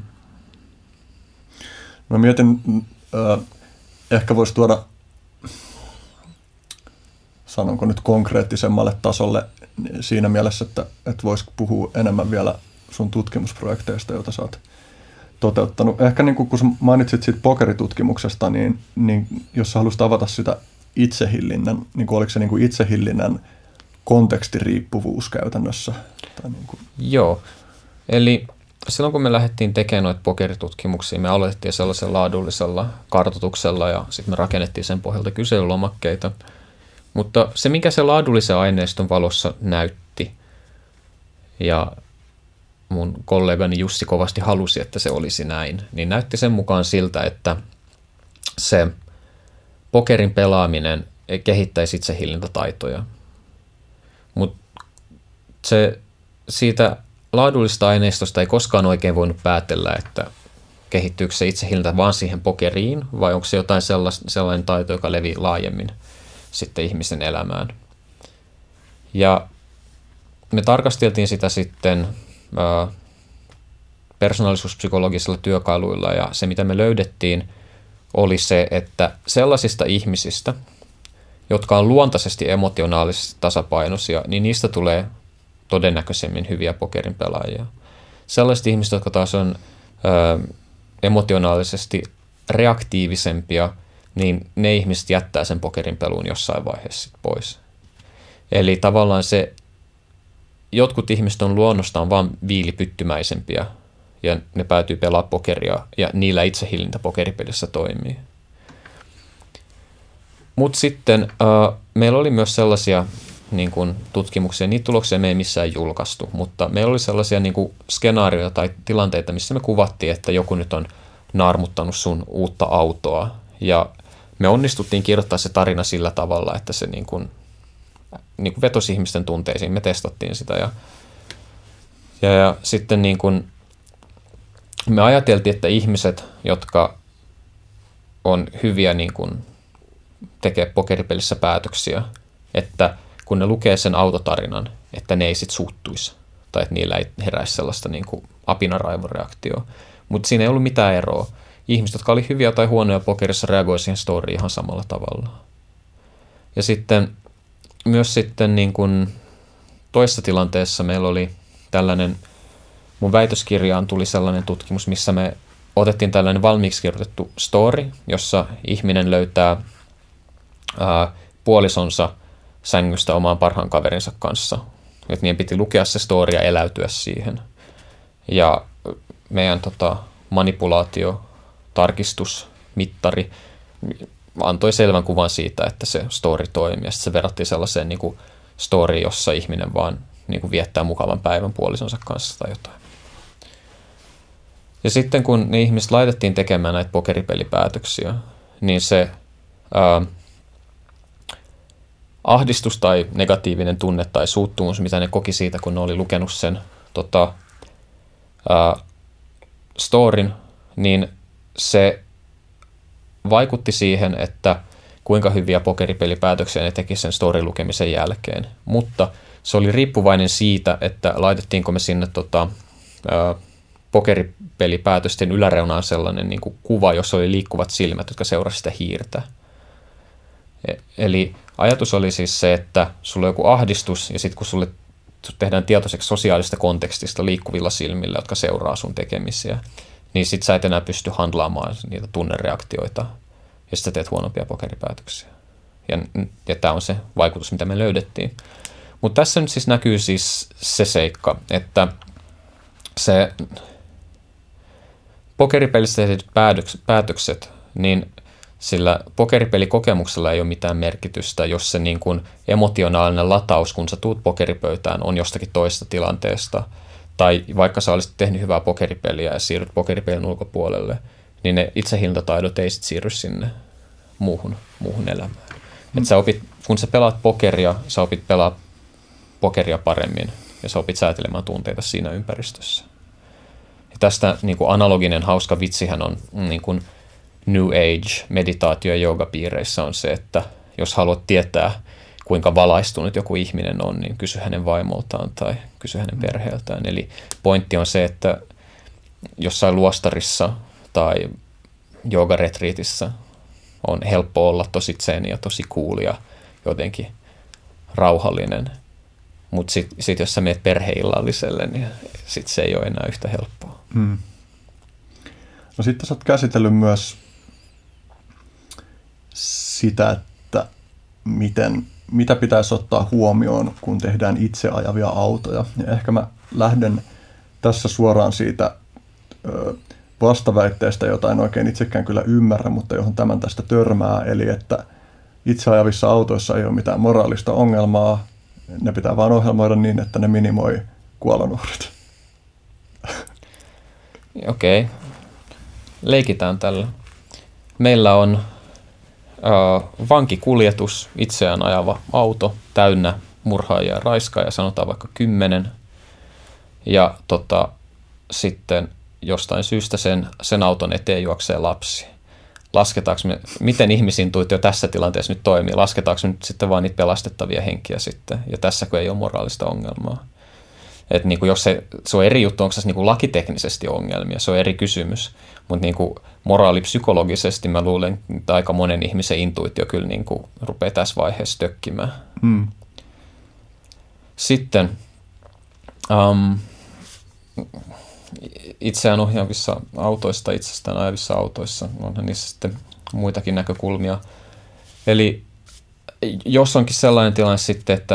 Mä mietin, ehkä voisi tuoda, sanonko nyt konkreettisemmalle tasolle siinä mielessä, että voisi puhua enemmän vielä sun tutkimusprojekteista, joita sä oot toteuttanut. Ehkä niin kun mainitsit siitä pokeritutkimuksesta, niin jos sä haluaisit avata sitä itsehillinnän, niin oliko se niin kuin itsehillinnän kontekstiriippuvuus käytännössä? Tai niin kuin. Joo, eli silloin kun me lähdettiin tekemään noita pokeritutkimuksia, me aloitettiin sellaisella laadullisella kartoituksella ja sitten me rakennettiin sen pohjalta kyselylomakkeita. Mutta se, mikä se laadullisen aineiston valossa näytti, ja mun kollegani Jussi kovasti halusi, että se olisi näin, niin näytti sen mukaan siltä, että se pokerin pelaaminen kehittäisi itsehillintätaitoja. Mutta siitä laadullisesta aineistosta ei koskaan oikein voinut päätellä, että kehittyykö se itsehillintä vaan siihen pokeriin, vai onko se jotain sellainen taito, joka levii laajemmin sitten ihmisen elämään. Ja me tarkasteltiin sitä sitten persoonallisuuspsykologisilla työkaluilla, ja se mitä me löydettiin oli se, että sellaisista ihmisistä, jotka on luontaisesti emotionaalisesti tasapainoisia, niin niistä tulee todennäköisemmin hyviä pokerin pelaajia. Sellaiset ihmiset, jotka taas on emotionaalisesti reaktiivisempia, niin ne ihmiset jättää sen pokerin peluun jossain vaiheessa pois. Eli tavallaan jotkut ihmiset on luonnostaan vaan viilipyttymäisempiä ja ne päätyy pelaamaan pokeria ja niillä itsehillintä pokeripelissä toimii. Mutta sitten meillä oli myös sellaisia niin kun, tutkimuksia, niitä tuloksia me ei missään julkaistu, mutta meillä oli sellaisia niin kun, skenaarioita tai tilanteita, missä me kuvattiin, että joku nyt on naarmuttanut sun uutta autoa ja me onnistuttiin kirjoittaa se tarina sillä tavalla, että se niin kuin vetosi ihmisten tunteisiin. Me testattiin sitä ja sitten niin kuin me ajateltiin, että ihmiset, jotka on hyviä niin kuin tekee pokeripelissä päätöksiä, että kun ne lukee sen autotarinan, että ne ei sit suuttuisi tai että niillä ei heräisi sellaista niin kuin apinaraivoreaktioa. Mutta siinä ei ollut mitään eroa. Ihmiset, jotka oli hyviä tai huonoja pokerissa, reagoi siihen storyin ihan samalla tavalla. Ja sitten myös sitten niin kuin toisessa tilanteessa meillä oli tällainen, mun väitöskirjaan tuli sellainen tutkimus, missä me otettiin tällainen valmiiksi kirjoitettu story, jossa ihminen löytää puolisonsa sängystä omaan parhaan kaverinsa kanssa. Että niiden piti lukea se story ja eläytyä siihen. Ja meidän manipulaatiotarkistusmittari antoi selvän kuvan siitä, että se story toimii. Ja sitten se verrattiin sellaiseen niin kuin story, jossa ihminen vaan niin kuin viettää mukavan päivän puolisonsa kanssa tai jotain. Ja sitten kun ne ihmiset laitettiin tekemään näitä pokeripelipäätöksiä, niin se ahdistus tai negatiivinen tunne tai suuttumus, mitä ne koki siitä, kun ne oli lukenut sen storyn, niin se vaikutti siihen, että kuinka hyviä pokeripelipäätöksiä ne teki sen storyn lukemisen jälkeen. Mutta se oli riippuvainen siitä, että laitettiinko me sinne pokeripelipäätösten yläreunaan sellainen niin kuin kuva, jossa oli liikkuvat silmät, jotka seurasivat sitä hiirtä. Eli ajatus oli siis se, että sulla on joku ahdistus ja sitten kun sulle tehdään tietoiseksi sosiaalista kontekstista liikkuvilla silmillä, jotka seuraa sun tekemisiä, niin sit sä et enää pysty handlaamaan niitä tunnereaktioita ja sit sä teet huonompia pokeripäätöksiä. Ja tämä on se vaikutus, mitä me löydettiin. Mutta tässä nyt siis näkyy siis se seikka, että se pokeripelissä tehdyt päätökset, niin sillä pokeripelikokemuksella ei ole mitään merkitystä, jos se niin kuin emotionaalinen lataus, kun sä tuut pokeripöytään, on jostakin toisesta tilanteesta. Tai vaikka sä olisit tehnyt hyvää pokeripeliä ja siirryt pokeripelin ulkopuolelle, niin ne itsehillintätaidot ei sit siirry sinne muuhun elämään. Että sä opit, kun sä pelaat pokeria, sä opit pelaa pokeria paremmin ja sä opit säätelemään tunteita siinä ympäristössä. Ja tästä niin kuin analoginen hauska vitsihän on niin kuin New Age meditaatio- ja joogapiireissä on se, että jos haluat tietää, kuinka valaistunut joku ihminen on, niin kysy hänen vaimoltaan tai kysy hänen perheeltään. Eli pointti on se, että jossain luostarissa tai joogaretriitissä on helppo olla tosi zen ja tosi cool ja jotenkin rauhallinen. Mutta sit jos sä meet perheillalliselle, niin sit se ei ole enää yhtä helppoa. No sitten sä oot käsitellyt myös sitä, että mitä pitäisi ottaa huomioon, kun tehdään itse ajavia autoja. Ja ehkä mä lähden tässä suoraan siitä vastaväitteestä, jota en oikein itsekään kyllä ymmärrä, mutta johon tämän tästä törmää, eli että itse ajavissa autoissa ei ole mitään moraalista ongelmaa, ne pitää vaan ohjelmoida niin, että ne minimoi kuolonuhrit. Okei. Leikitään tällä. Meillä on vankikuljetus, itseään ajava auto, täynnä murhaajia ja raiskaajia, sanotaan vaikka 10. Ja sitten jostain syystä sen auton eteen juoksee lapsi. Lasketaanko me, miten ihmisintuitio tässä tilanteessa nyt toimii? Lasketaanko me nyt sitten vaan niitä pelastettavia henkiä sitten? Ja tässäkö ei ole moraalista ongelmaa? Että niin jos se on eri juttu, onko se niin lakiteknisesti ongelmia, se on eri kysymys. Mutta niin moraalipsykologisesti mä luulen, että aika monen ihmisen intuitio kyllä niin rupeaa tässä vaiheessa tökkimään. Sitten itseään ohjaavissa autoissa, itsestään ajavissa autoissa, onhan niissä sitten muitakin näkökulmia. Eli jos onkin sellainen tilanne sitten, että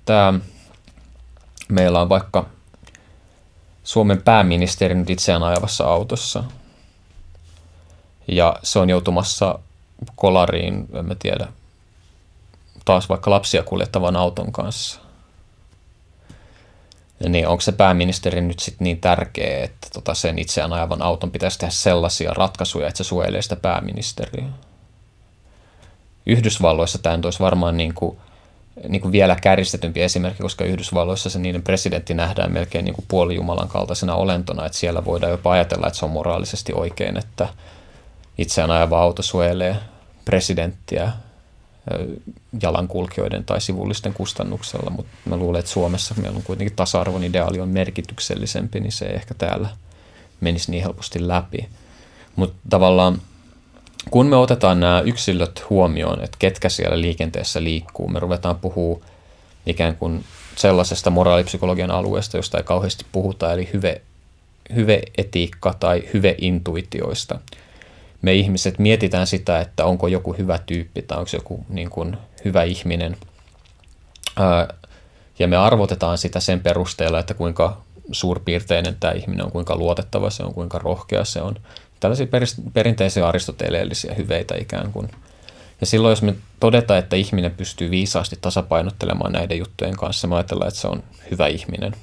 meillä on vaikka Suomen pääministeri nyt itseään ajavassa autossa, ja se on joutumassa kolariin, en mä tiedä, taas vaikka lapsia kuljettavan auton kanssa. Niin onko se pääministeri nyt sitten niin tärkeä, että sen itseään ajavan auton pitäisi tehdä sellaisia ratkaisuja, että se suojelee sitä pääministeriä? Yhdysvalloissa tämä olisi varmaan niin kuin vielä kärjistetympi esimerkki, koska Yhdysvalloissa se niiden presidentti nähdään melkein niin kuin puolijumalan kaltaisena olentona, että siellä voidaan jopa ajatella, että se on moraalisesti oikein, että itseään ajava auto suojelee presidenttiä jalankulkijoiden tai sivullisten kustannuksella, mutta mä luulen, että Suomessa meillä on kuitenkin tasa-arvon ideaali on merkityksellisempi, niin se ei ehkä täällä menisi niin helposti läpi. Mutta tavallaan kun me otetaan nämä yksilöt huomioon, että ketkä siellä liikenteessä liikkuu, me ruvetaan puhua ikään kuin sellaisesta moraalipsykologian alueesta, josta ei kauheasti puhuta, eli hyveetiikka tai hyveintuitioista. Me ihmiset mietitään sitä, että onko joku hyvä tyyppi tai onko joku niin kuin hyvä ihminen. Ja me arvotetaan sitä sen perusteella, että kuinka suurpiirteinen tämä ihminen on, kuinka luotettava se on, kuinka rohkea se on. Tällaisia perinteisiä aristoteleellisia hyveitä ikään kuin. Ja silloin, jos me todetaan, että ihminen pystyy viisaasti tasapainottelemaan näiden juttujen kanssa, me ajatellaan, että se on hyvä ihminen.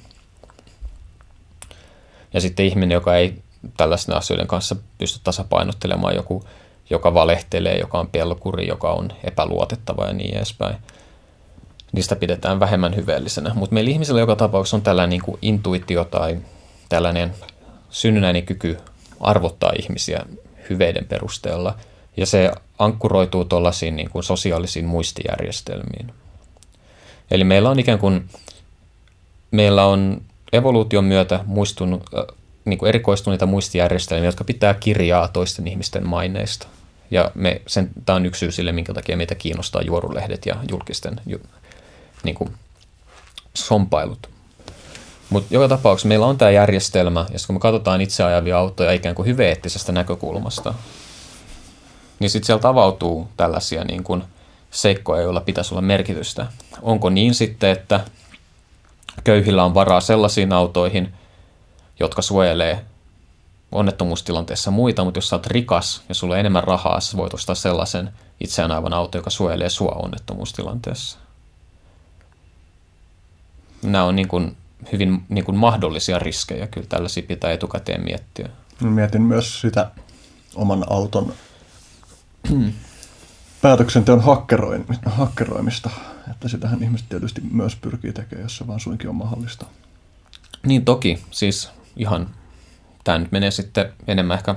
Ja sitten ihminen, joka ei tällaisten asioiden kanssa pysty tasapainottelemaan, joku, joka valehtelee, joka on pelkuri, joka on epäluotettava ja niin edespäin. Niistä pidetään vähemmän hyveellisenä. Mutta meillä ihmisillä joka tapauksessa on tällainen niin kuin intuitio tai tällainen synnynnäinen kyky arvottaa ihmisiä hyveiden perusteella. Ja se ankkuroituu tuollaisiin niin kuin sosiaalisiin muistijärjestelmiin. Eli meillä on ikään kuin, meillä on evoluution myötä niin kuin erikoistuneita muistijärjestelmiä, jotka pitää kirjaa toisten ihmisten maineista. Ja tämä on yksi syy sille, minkä takia meitä kiinnostaa juorulehdet ja julkisten niin kuin sompailut. Mutta joka tapauksessa meillä on tämä järjestelmä, ja kun me katsotaan itse ajavia autoja ikään kuin hyveeettisestä näkökulmasta, niin sitten sieltä avautuu tällaisia niin kuin seikkoja, joilla pitäisi olla merkitystä. Onko niin sitten, että köyhillä on varaa sellaisiin autoihin, jotka suojelee onnettomuustilanteessa muita, mutta jos sä oot rikas ja sulla on enemmän rahaa, sä voit ostaa sellaisen itseään aivan auto, joka suojelee sua onnettomuustilanteessa. Nämä on niin kuin hyvin niin kuin mahdollisia riskejä, kyllä tällaisia pitää etukäteen miettiä. Mietin myös sitä oman auton päätöksenteon hakkeroimista, että sitähän ihmiset tietysti myös pyrkii tekemään, jos se vaan suinkin on mahdollista. Niin toki, siis ihan, tämä nyt menee sitten enemmän ehkä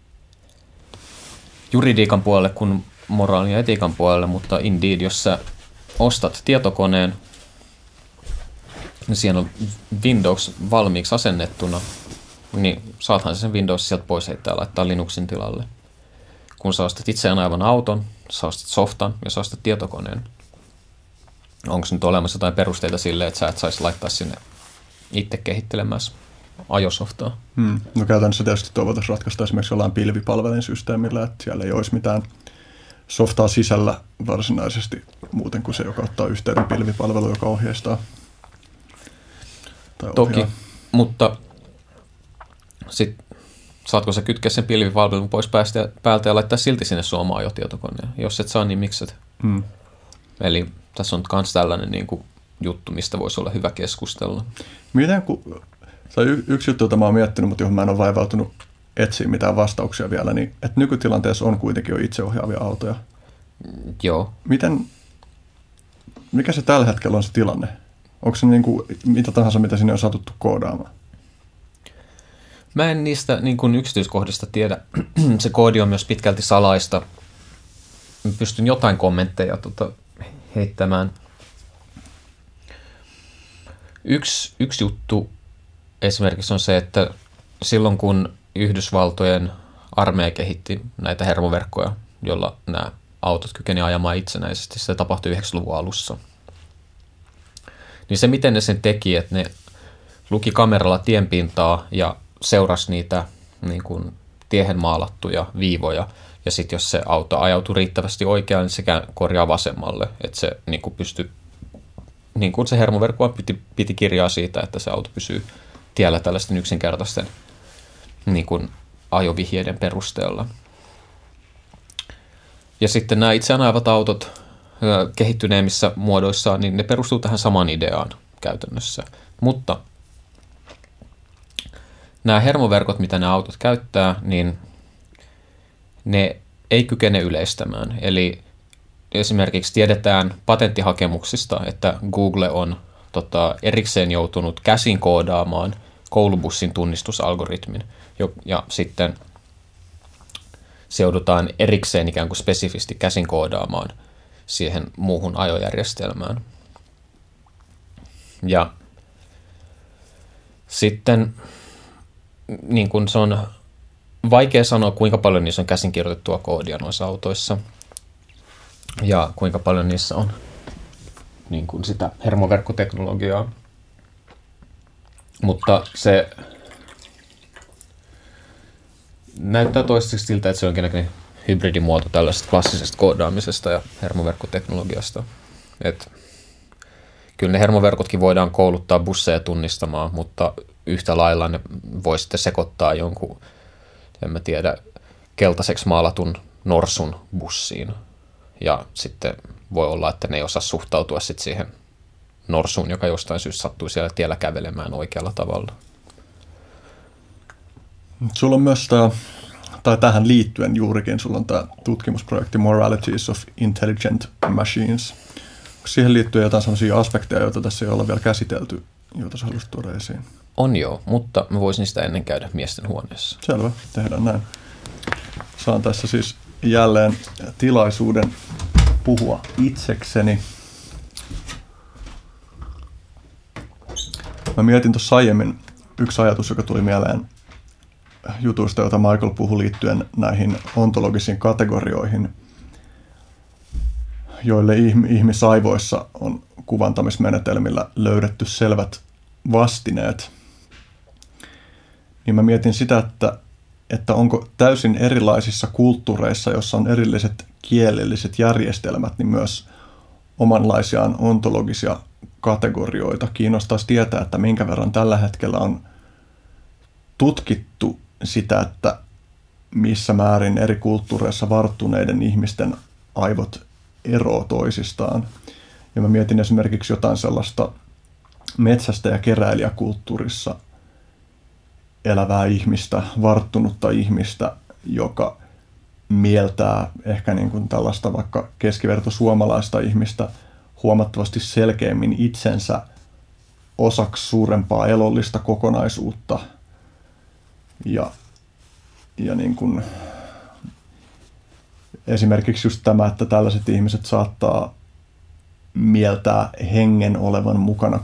juridiikan puolelle kuin moraalin ja etiikan puolelle, mutta indeed, jos sä ostat tietokoneen, niin siinä on Windows valmiiksi asennettuna, niin saathan sen Windows sieltä pois heittää ja laittaa Linuxin tilalle. Kun sä ostat itseään aivan auton, sä ostat softan ja sä ostat tietokoneen. Onko nyt olemassa jotain perusteita sille, että sä et saisi laittaa sinne itse kehittelemässä ajosoftaa? No käytännössä tietysti tuo voitaisiin ratkaista esimerkiksi jollain pilvipalvelinsysteemillä, että siellä ei olisi mitään softaa sisällä varsinaisesti muuten kuin se, joka ottaa yhteyden pilvipalvelu, joka ohjeistaa. Toki, mutta sitten saatko sä kytkeä sen pilvipalvelun pois päältä ja laittaa silti sinne sun omaa ajotietokoneen? Jos et saa, niin mikset? Eli tässä on myös tällainen niin kuin juttu, mistä voisi olla hyvä keskustella. Yksi juttu, jota mä oon miettinyt, mutta johon mä en ole vaivautunut etsiä mitään vastauksia vielä, niin että nykytilanteessa on kuitenkin jo itseohjaavia autoja. Joo. Mikä se tällä hetkellä on se tilanne? Onko se niin kuin mitä tahansa, mitä sinne on satuttu koodaamaan? Mä en niistä niin kuin yksityiskohdista tiedä. Se koodi on myös pitkälti salaista. Mä pystyn jotain kommentteja heittämään. Yksi juttu esimerkiksi on se, että silloin kun Yhdysvaltojen armeija kehitti näitä hermoverkkoja, jolla nämä autot kykeni ajamaan itsenäisesti, se tapahtui 90-luvun alussa. Niin se, miten ne sen teki, että ne luki kameralla tienpintaa ja seurasi niitä niin kuin tiehen maalattuja viivoja. Ja sitten jos se auto ajautui riittävästi oikeaan, niin se korjaa vasemmalle. Että se niin kuin pystyi, niin kuin se hermoverkko piti kirjaa siitä, että se auto pysyy tiellä tällaisten yksinkertaisten niin kuin ajovihjeiden perusteella. Ja sitten nämä itseään ajavat autot kehittyneemmissä muodoissaan, niin ne perustuu tähän samaan ideaan käytännössä. Mutta nämä hermoverkot, mitä nämä autot käyttää, niin ne ei kykene yleistämään. Eli esimerkiksi tiedetään patenttihakemuksista, että Google on erikseen joutunut käsin koodaamaan koulubussin tunnistusalgoritmin. Ja sitten se joudutaan erikseen ikään kuin spesifisti käsin koodaamaan siihen muuhun ajojärjestelmään. Ja sitten niin kun se on vaikea sanoa, kuinka paljon niissä on käsinkirjoitettua koodia noissa autoissa ja kuinka paljon niissä on niin kun sitä hermoverkkoteknologiaa. Mutta se näyttää toistaiseksi siltä, että se on jonkinlainen hybridimuoto tällaisesta klassisesta koodaamisesta ja hermoverkkoteknologiasta. Et kyllä ne hermoverkotkin voidaan kouluttaa busseja tunnistamaan, mutta yhtä lailla ne voi sitten sekoittaa jonkun, en mä tiedä, keltaiseksi maalatun norsun bussiin. Ja sitten voi olla, että ne ei osaa suhtautua sitten siihen norsuun, joka jostain syystä sattuu siellä tiellä kävelemään oikealla tavalla. Sulla on myös tai tähän liittyen juurikin, sulla on tämä tutkimusprojekti Moralities of Intelligent Machines. Onko siihen liittyen jotain sellaisia aspekteja, joita tässä ei olla vielä käsitelty, joita sä haluaisit tuoda esiin? On joo, mutta mä voisin sitä ennen käydä miesten huoneessa. Selvä, tehdään näin. Saan tässä siis jälleen tilaisuuden puhua itsekseni. Mä mietin tuossa aiemmin yksi ajatus, joka tuli mieleen jutuista, jota Michael puhui liittyen näihin ontologisiin kategorioihin, joille ihmisaivoissa on kuvantamismenetelmillä löydetty selvät vastineet. Niin mä mietin sitä, että onko täysin erilaisissa kulttuureissa, jossa on erilliset kielelliset järjestelmät, niin myös omanlaisiaan ontologisia kategorioita. Kiinnostaisi tietää, että minkä verran tällä hetkellä on tutkittu sitä, että missä määrin eri kulttuureissa varttuneiden ihmisten aivot eroavat toisistaan. Ja mä mietin esimerkiksi jotain sellaista metsästä- ja keräilijäkulttuurissa elävää ihmistä, varttunutta ihmistä, joka mieltää ehkä niin kuin tällaista vaikka keskiverto suomalaista ihmistä huomattavasti selkeämmin itsensä osaksi suurempaa elollista kokonaisuutta. Ja niin kuin esimerkiksi just tämä, että tällaiset ihmiset saattaa mieltää hengen olevan mukana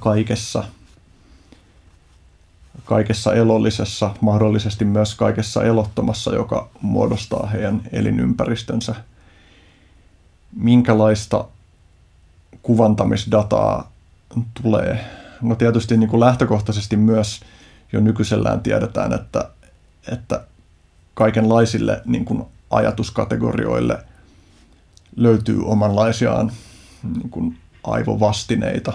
kaikessa elollisessa, mahdollisesti myös kaikessa elottomassa, joka muodostaa heidän elinympäristönsä. Minkälaista kuvantamisdataa tulee? No tietysti niin kuin lähtökohtaisesti myös jo nykyisellään tiedetään, että kaikenlaisille niin kuin ajatuskategorioille löytyy omanlaisiaan niin kuin aivovastineita.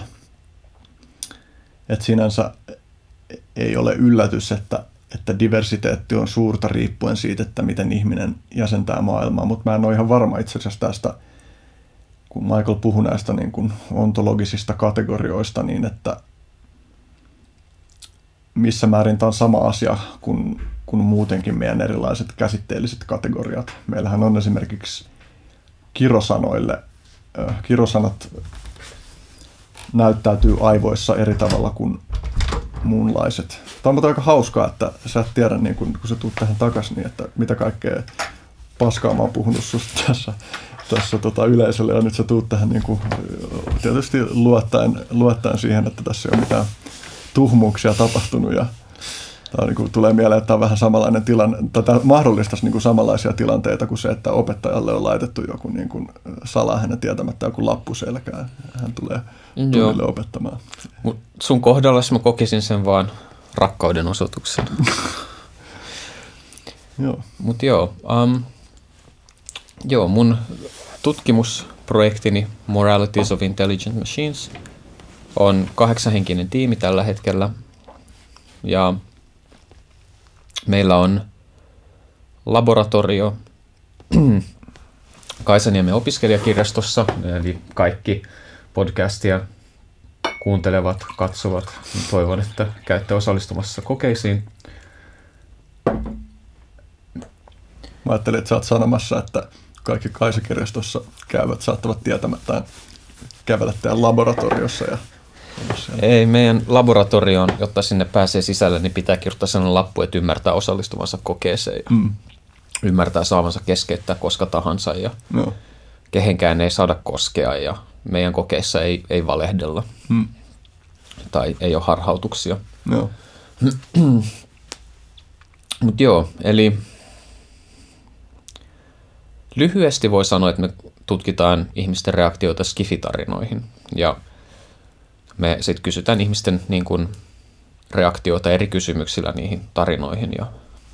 Et sinänsä ei ole yllätys, että diversiteetti on suurta riippuen siitä, että miten ihminen jäsentää maailmaa, mutta mä en ole ihan varma itse asiassa tästä, kun Michael puhui näistä niin kuin ontologisista kategorioista, niin että missä määrin tämä on sama asia kuin muutenkin meidän erilaiset käsitteelliset kategoriat. Meillähän on esimerkiksi kirosanoille, kirosanat näyttäytyy aivoissa eri tavalla kuin muunlaiset. Tämä on aika hauskaa, että sä et tiedä, niin kun sä tuut tähän takaisin, niin että mitä kaikkea paskaa mä oon puhunut susta tässä yleisölle, ja nyt sä tuut tähän niin kuin, tietysti luottaen siihen, että tässä ei ole mitään tuhmuuksia tapahtunut, ja tämä niin kuin, tulee mieleen, että tämä on vähän samanlainen tilanne, tai mahdollistaisi niin kuin samanlaisia tilanteita kuin se, että opettajalle on laitettu joku niin kuin, salaa hänen tietämättä joku lappu selkään, hän tulee tunnille opettamaan. Sun kohdallasi mä kokisin sen vaan rakkauden osoituksena. Joo. Mutta mun tutkimusprojektini Moralities of Intelligent Machines on 8-henkinen tiimi tällä hetkellä. Ja meillä on laboratorio Kaisaniemen opiskelijakirjastossa, eli kaikki podcastia kuuntelevat, katsovat. Toivon, että käytte osallistumassa kokeisiin. Mä ajattelin, että sä oot sanomassa, että kaikki Kaisa-kirjastossa käyvät saattavat tietämättään kävellä teidän laboratoriossa. Ei, meidän laboratorioon, jotta sinne pääsee sisälle, niin pitää kirjoittaa sellainen lappu, että ymmärtää osallistuvansa kokeeseen. Ymmärtää saavansa keskeyttää koska tahansa ja kehenkään ei saada koskea ja meidän kokeissa ei valehdella tai ei ole harhautuksia. Mutta eli lyhyesti voi sanoa, että me tutkitaan ihmisten reaktioita skifitarinoihin ja me sitten kysytään ihmisten niin kun, reaktioita eri kysymyksillä niihin tarinoihin. Ja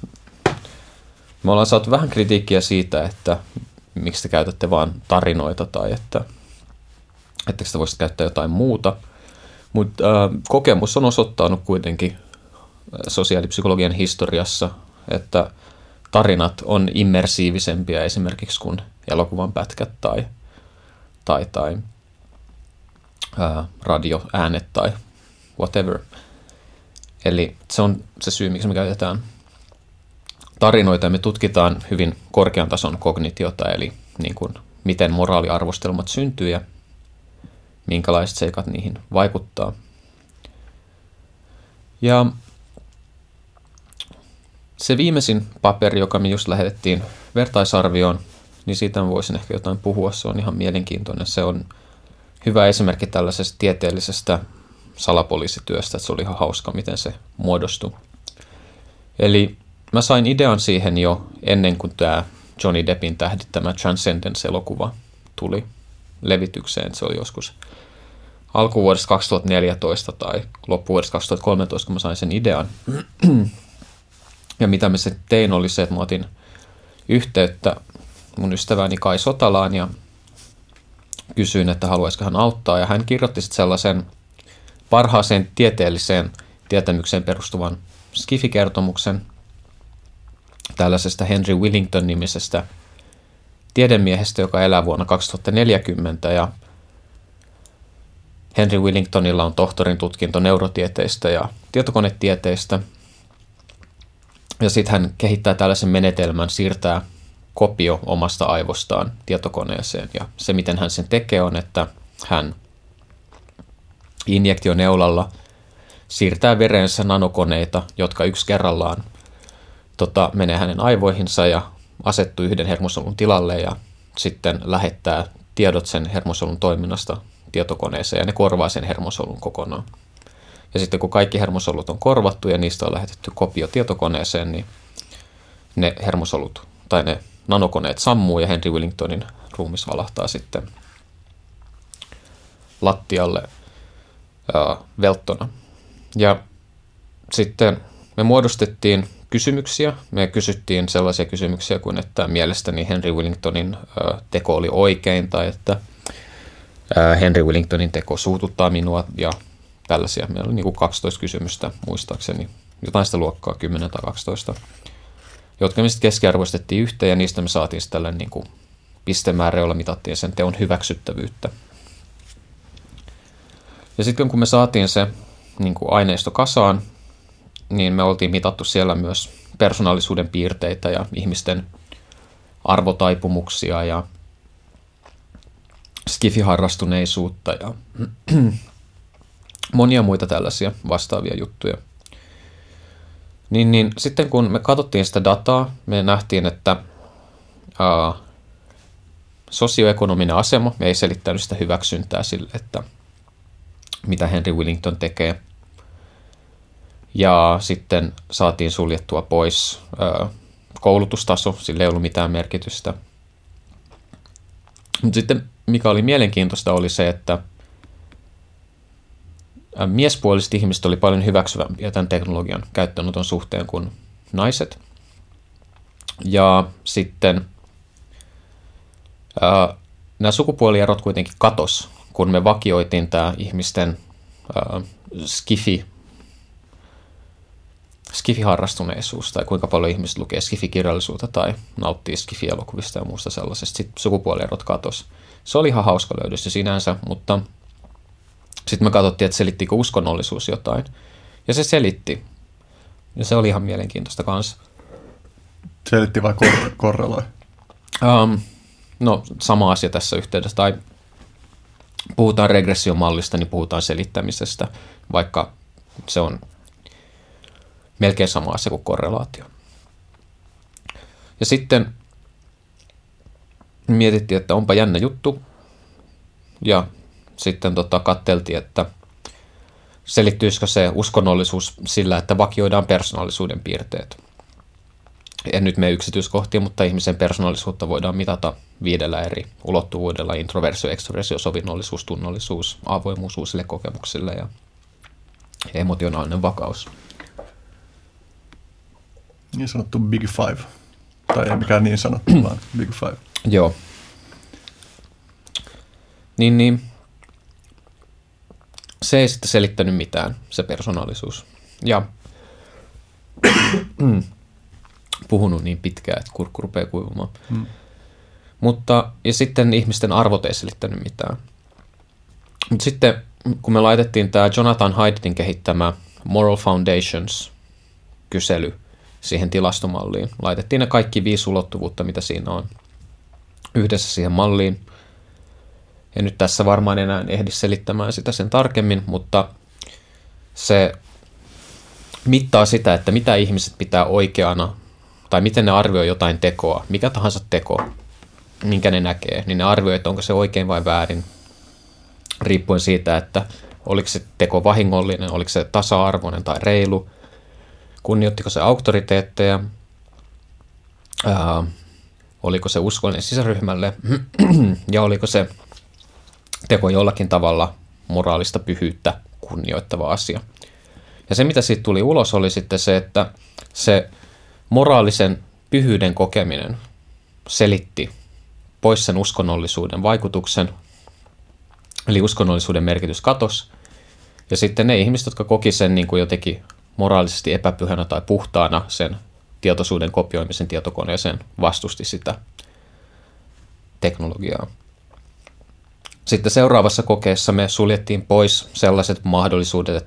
me ollaan saatu vähän kritiikkiä siitä, että miksi te käytätte vain tarinoita tai että te voisitte käyttää jotain muuta. Mutta kokemus on osoittanut kuitenkin sosiaalipsykologian historiassa, että tarinat on immersiivisempia esimerkiksi kuin elokuvan pätkät tai radioäänet tai whatever. Eli se on se syy, miksi me käytetään tarinoita ja me tutkitaan hyvin korkean tason kognitiota, eli niin kuin, miten moraaliarvostelmat syntyy ja minkälaiset seikat niihin vaikuttaa. Ja se viimeisin paperi, joka me just lähetettiin vertaisarvioon, niin siitä voisin ehkä jotain puhua. Se on ihan mielenkiintoinen. Se on hyvä esimerkki tällaisesta tieteellisestä salapoliisityöstä, että se oli ihan hauska, miten se muodostui. Eli mä sain idean siihen jo ennen kuin tämä Johnny Deppin tähdittämä Transcendence-elokuva tuli levitykseen. Se oli joskus alkuvuodesta 2014 tai loppuvuodesta 2013, kun mä sain sen idean. Ja mitä mä sitten tein oli se, että mä otin yhteyttä mun ystäväni Kai Sotalaan ja kysyin, että haluaisiko hän auttaa. Ja hän kirjoitti sitten sellaisen parhaaseen tieteelliseen tietämykseen perustuvan skifikertomuksen tällaisesta Henry Willington-nimisestä tiedemiehestä, joka elää vuonna 2040. Ja Henry Willingtonilla on tohtorin tutkinto neurotieteistä ja tietokonetieteistä. Ja sitten hän kehittää tällaisen menetelmän siirtää kopio omasta aivostaan tietokoneeseen. Ja se, miten hän sen tekee, on, että hän injektioneulalla siirtää vereensä nanokoneita, jotka yksi kerrallaan menee hänen aivoihinsa ja asettuu yhden hermosolun tilalle ja sitten lähettää tiedot sen hermosolun toiminnasta tietokoneeseen ja ne korvaa sen hermosolun kokonaan. Ja sitten kun kaikki hermosolut on korvattu ja niistä on lähetetty kopio tietokoneeseen, niin ne hermosolut tai ne nanokoneet sammuu ja Henry Willingtonin ruumis valahtaa sitten lattialle velttona. Ja sitten me muodostettiin kysymyksiä. Me kysyttiin sellaisia kysymyksiä kuin, että mielestäni Henry Willingtonin teko oli oikein tai että Henry Willingtonin teko suututtaa minua ja tällaisia. Meillä oli niin kuin 12 kysymystä muistaakseni, jotain sitä luokkaa 10 tai 12, jotka me sitten keskiarvoistettiin yhteen ja niistä me saatiin sitten tällainen niin kuin pistemäärä, jolla mitattiin sen teon hyväksyttävyyttä. Ja sitten kun me saatiin se niin kuin aineisto kasaan, niin me oltiin mitattu siellä myös persoonallisuuden piirteitä ja ihmisten arvotaipumuksia ja skifiharrastuneisuutta ja monia muita tällaisia vastaavia juttuja. Niin sitten kun me katsottiin sitä dataa, me nähtiin, että sosioekonominen asema ei selittänyt sitä hyväksyntää sille, että mitä Henry Willington tekee. Ja sitten saatiin suljettua pois koulutustaso, sillä ei ollut mitään merkitystä. Mutta sitten mikä oli mielenkiintoista oli se, että miespuoliset ihmiset oli paljon hyväksyvämpiä tämän teknologian käyttöönoton suhteen kuin naiset. Ja sitten nämä sukupuolierot kuitenkin katos, kun me vakioitiin tämä ihmisten skifiharrastuneisuus tai kuinka paljon ihmiset lukee skifikirjallisuutta tai nauttii skifielokuvista ja muusta sellaisesta. Sitten sukupuolierot katos. Se oli ihan hauska löydös sinänsä, mutta sitten me katsottiin, että selittikö uskonnollisuus jotain. Ja se selitti. Ja se oli ihan mielenkiintoista kanssa. Selitti vai korreloi? No, sama asia tässä yhteydessä. Tai puhutaan regressiomallista, niin puhutaan selittämisestä, vaikka se on melkein sama asia kuin korrelaatio. Ja sitten mietittiin, että onpa jännä juttu. Ja sitten katseltiin, että selittyisikö se uskonnollisuus sillä, että vakioidaan persoonallisuuden piirteet. En nyt mene yksityiskohtiin, mutta ihmisen persoonallisuutta voidaan mitata 5 eri ulottuvuudella: introversio, extroversio, sovinnollisuus, tunnollisuus, avoimuus uusille kokemuksille ja emotionaalinen vakaus. Niin sanottu Big Five. Tai ei mikään niin sanottu, vaan Big Five. Joo. Niin. Se ei sitten selittänyt mitään, se persoonallisuus. Ja puhunut niin pitkään, että kurkku rupeaa kuivumaan. Mutta, ja sitten ihmisten arvot ei selittänyt mitään. Mutta sitten, kun me laitettiin tämä Jonathan Haidtin kehittämä Moral Foundations-kysely siihen tilastomalliin, laitettiin ne kaikki 5 ulottuvuutta, mitä siinä on, yhdessä siihen malliin. Ja nyt tässä varmaan enää ehdi selittämään sitä sen tarkemmin, mutta se mittaa sitä, että mitä ihmiset pitää oikeana, tai miten ne arvioi jotain tekoa, mikä tahansa teko, minkä ne näkee, niin ne arvioi, että onko se oikein vai väärin, riippuen siitä, että oliko se teko vahingollinen, oliko se tasa-arvoinen tai reilu, kunnioittiko se auktoriteetteja, oliko se uskollinen sisäryhmälle, ja oliko se teko jollakin tavalla moraalista pyhyyttä kunnioittava asia. Ja se, mitä siitä tuli ulos, oli sitten se, että se moraalisen pyhyyden kokeminen selitti pois sen uskonnollisuuden vaikutuksen, eli uskonnollisuuden merkitys katosi, ja sitten ne ihmiset, jotka koki sen niin kuin jotenkin moraalisesti epäpyhänä tai puhtaana sen tietoisuuden kopioimisen tietokoneeseen, vastusti sitä teknologiaa. Sitten seuraavassa kokeessa me suljettiin pois sellaiset mahdollisuudet,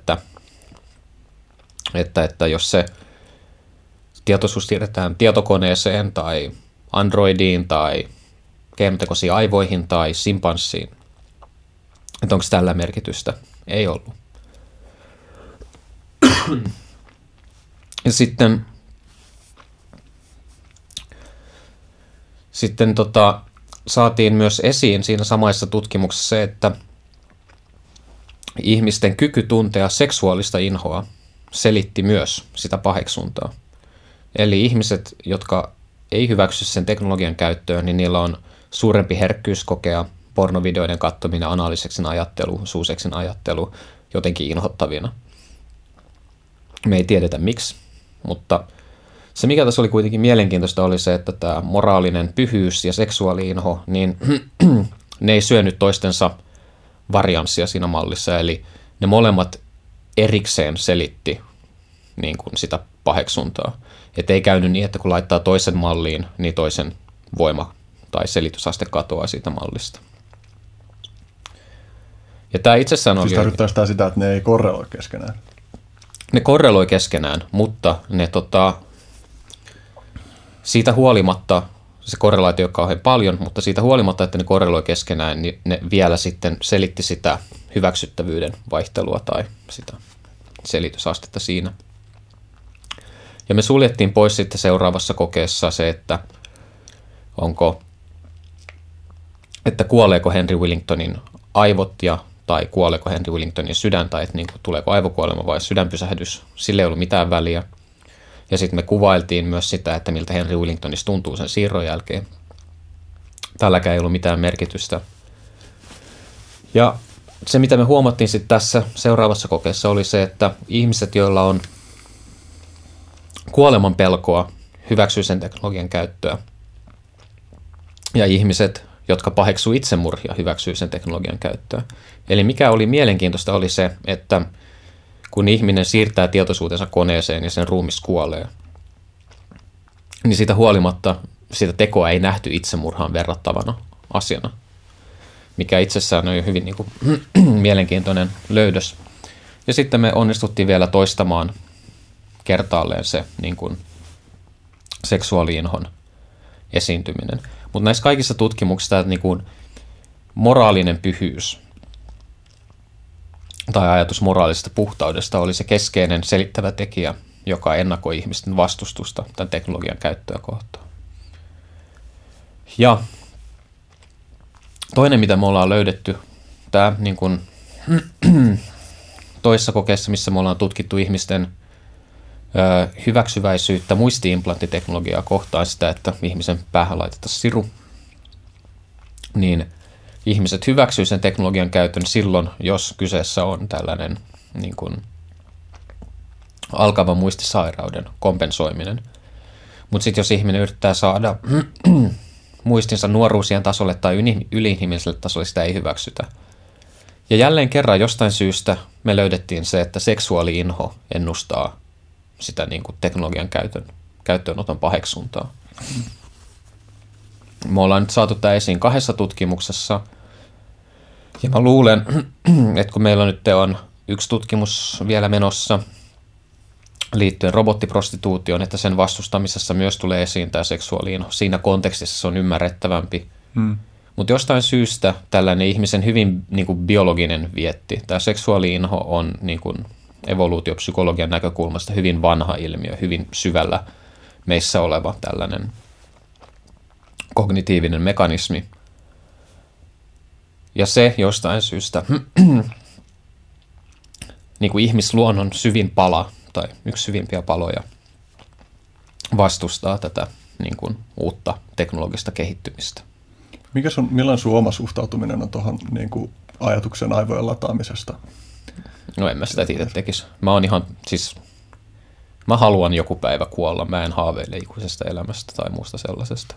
että jos se tietoisuus siirretään tietokoneeseen tai androidiin tai keinotekoisiin aivoihin tai simpanssiin. Että onko tällä merkitystä? Ei ollut. Ja sitten saatiin myös esiin siinä samaisessa tutkimuksessa se, että ihmisten kyky tuntea seksuaalista inhoa selitti myös sitä paheksuntaa. Eli ihmiset, jotka ei hyväksy sen teknologian käyttöön, niin niillä on suurempi herkkyys kokea pornovideoiden katsominen, anaaliseksin ajattelu, suuseksin ajattelu jotenkin inhottavina. Me ei tiedetä miksi, mutta se mikä tässä oli kuitenkin mielenkiintoista oli se, että tämä moraalinen pyhyys ja seksuaali-inho, niin ne ei syönyt toistensa varianssia siinä mallissa, eli ne molemmat erikseen selitti niin kuin sitä paheksuntaa. Että ei käynyt niin, että kun laittaa toisen malliin, niin toisen voima tai selitysaste katoaa siitä mallista. Ja tämä itsessään on... Siis tarkoittaa sitä, että ne ei korreloi keskenään? Ne korreloi keskenään, mutta ne siitä huolimatta, se korrelaatio on kauhean paljon, mutta siitä huolimatta, että ne korreloi keskenään, niin ne vielä sitten selitti sitä hyväksyttävyyden vaihtelua tai sitä selitysastetta siinä. Ja me suljettiin pois sitten seuraavassa kokeessa se, että kuoleeko Henry Willingtonin aivot tai kuoleeko Henry Willingtonin sydän, tai että niin kuin, tuleeko aivokuolema vai sydänpysähdys. Sillä ei ollut mitään väliä. Ja sitten me kuvailtiin myös sitä, että miltä Henry Willingtonista tuntuu sen siirron jälkeen. Tälläkään ei ollut mitään merkitystä. Ja se, mitä me huomattiin sitten tässä seuraavassa kokeessa, oli se, että ihmiset, joilla on kuoleman pelkoa, hyväksyy sen teknologian käyttöä. Ja ihmiset, jotka paheksuu itsemurhia, hyväksyy sen teknologian käyttöä. Eli mikä oli mielenkiintoista oli se, että kun ihminen siirtää tietoisuutensa koneeseen ja sen ruumis kuolee, niin siitä huolimatta sitä tekoa ei nähty itsemurhaan verrattavana asiana, mikä itsessään on jo hyvin niin kuin, mielenkiintoinen löydös. Ja sitten me onnistuttiin vielä toistamaan kertaalleen se niin kuin, seksuaali-inhon esiintyminen. Mutta näissä kaikissa tutkimuksissa niin kuin, moraalinen pyhyys tai ajatus moraalisesta puhtaudesta oli se keskeinen selittävä tekijä, joka ennakoi ihmisten vastustusta tämän teknologian käyttöä kohtaan. Ja toinen, mitä me ollaan löydetty, tämä niin kuin, toisessa kokeessa, missä me ollaan tutkittu ihmisten hyväksyväisyyttä muisti-implanttiteknologiaa kohtaan sitä, että ihmisen päähän laitetaan siru, niin ihmiset hyväksyy sen teknologian käytön silloin, jos kyseessä on tällainen niin kuin, alkavan muistisairauden kompensoiminen. Mutta sitten jos ihminen yrittää saada muistinsa nuoruusien tasolle tai yliinhimilliselle tasolle, sitä ei hyväksytä. Ja jälleen kerran jostain syystä me löydettiin se, että seksuaali-inho ennustaa sitä niin kuin teknologian käyttöönoton paheksuntaa. Me ollaan nyt saatu tämä esiin 2 tutkimuksessa. Ja mä luulen, että kun meillä nyt on 1 tutkimus vielä menossa liittyen robottiprostituutioon, että sen vastustamisessa myös tulee esiin tämä seksuaali-inho. Siinä kontekstissa se on ymmärrettävämpi. Mutta jostain syystä tällainen ihmisen hyvin niin kuin biologinen vietti, tämä seksuaali-inho on niin kuin evoluutiopsykologian näkökulmasta hyvin vanha ilmiö, hyvin syvällä meissä oleva tällainen kognitiivinen mekanismi. Ja se jostain syystä niin kuin ihmisluonnon syvin pala tai yksi syvimpiä paloja vastustaa tätä niin kuin uutta teknologista kehittymistä. Millainen sun oma suhtautuminen on tuohon niin kuin ajatuksen aivojen lataamisesta? No en mä sitä itse tekisi. Mä haluan joku päivä kuolla. Mä en haaveile ikuisesta elämästä tai muusta sellaisesta.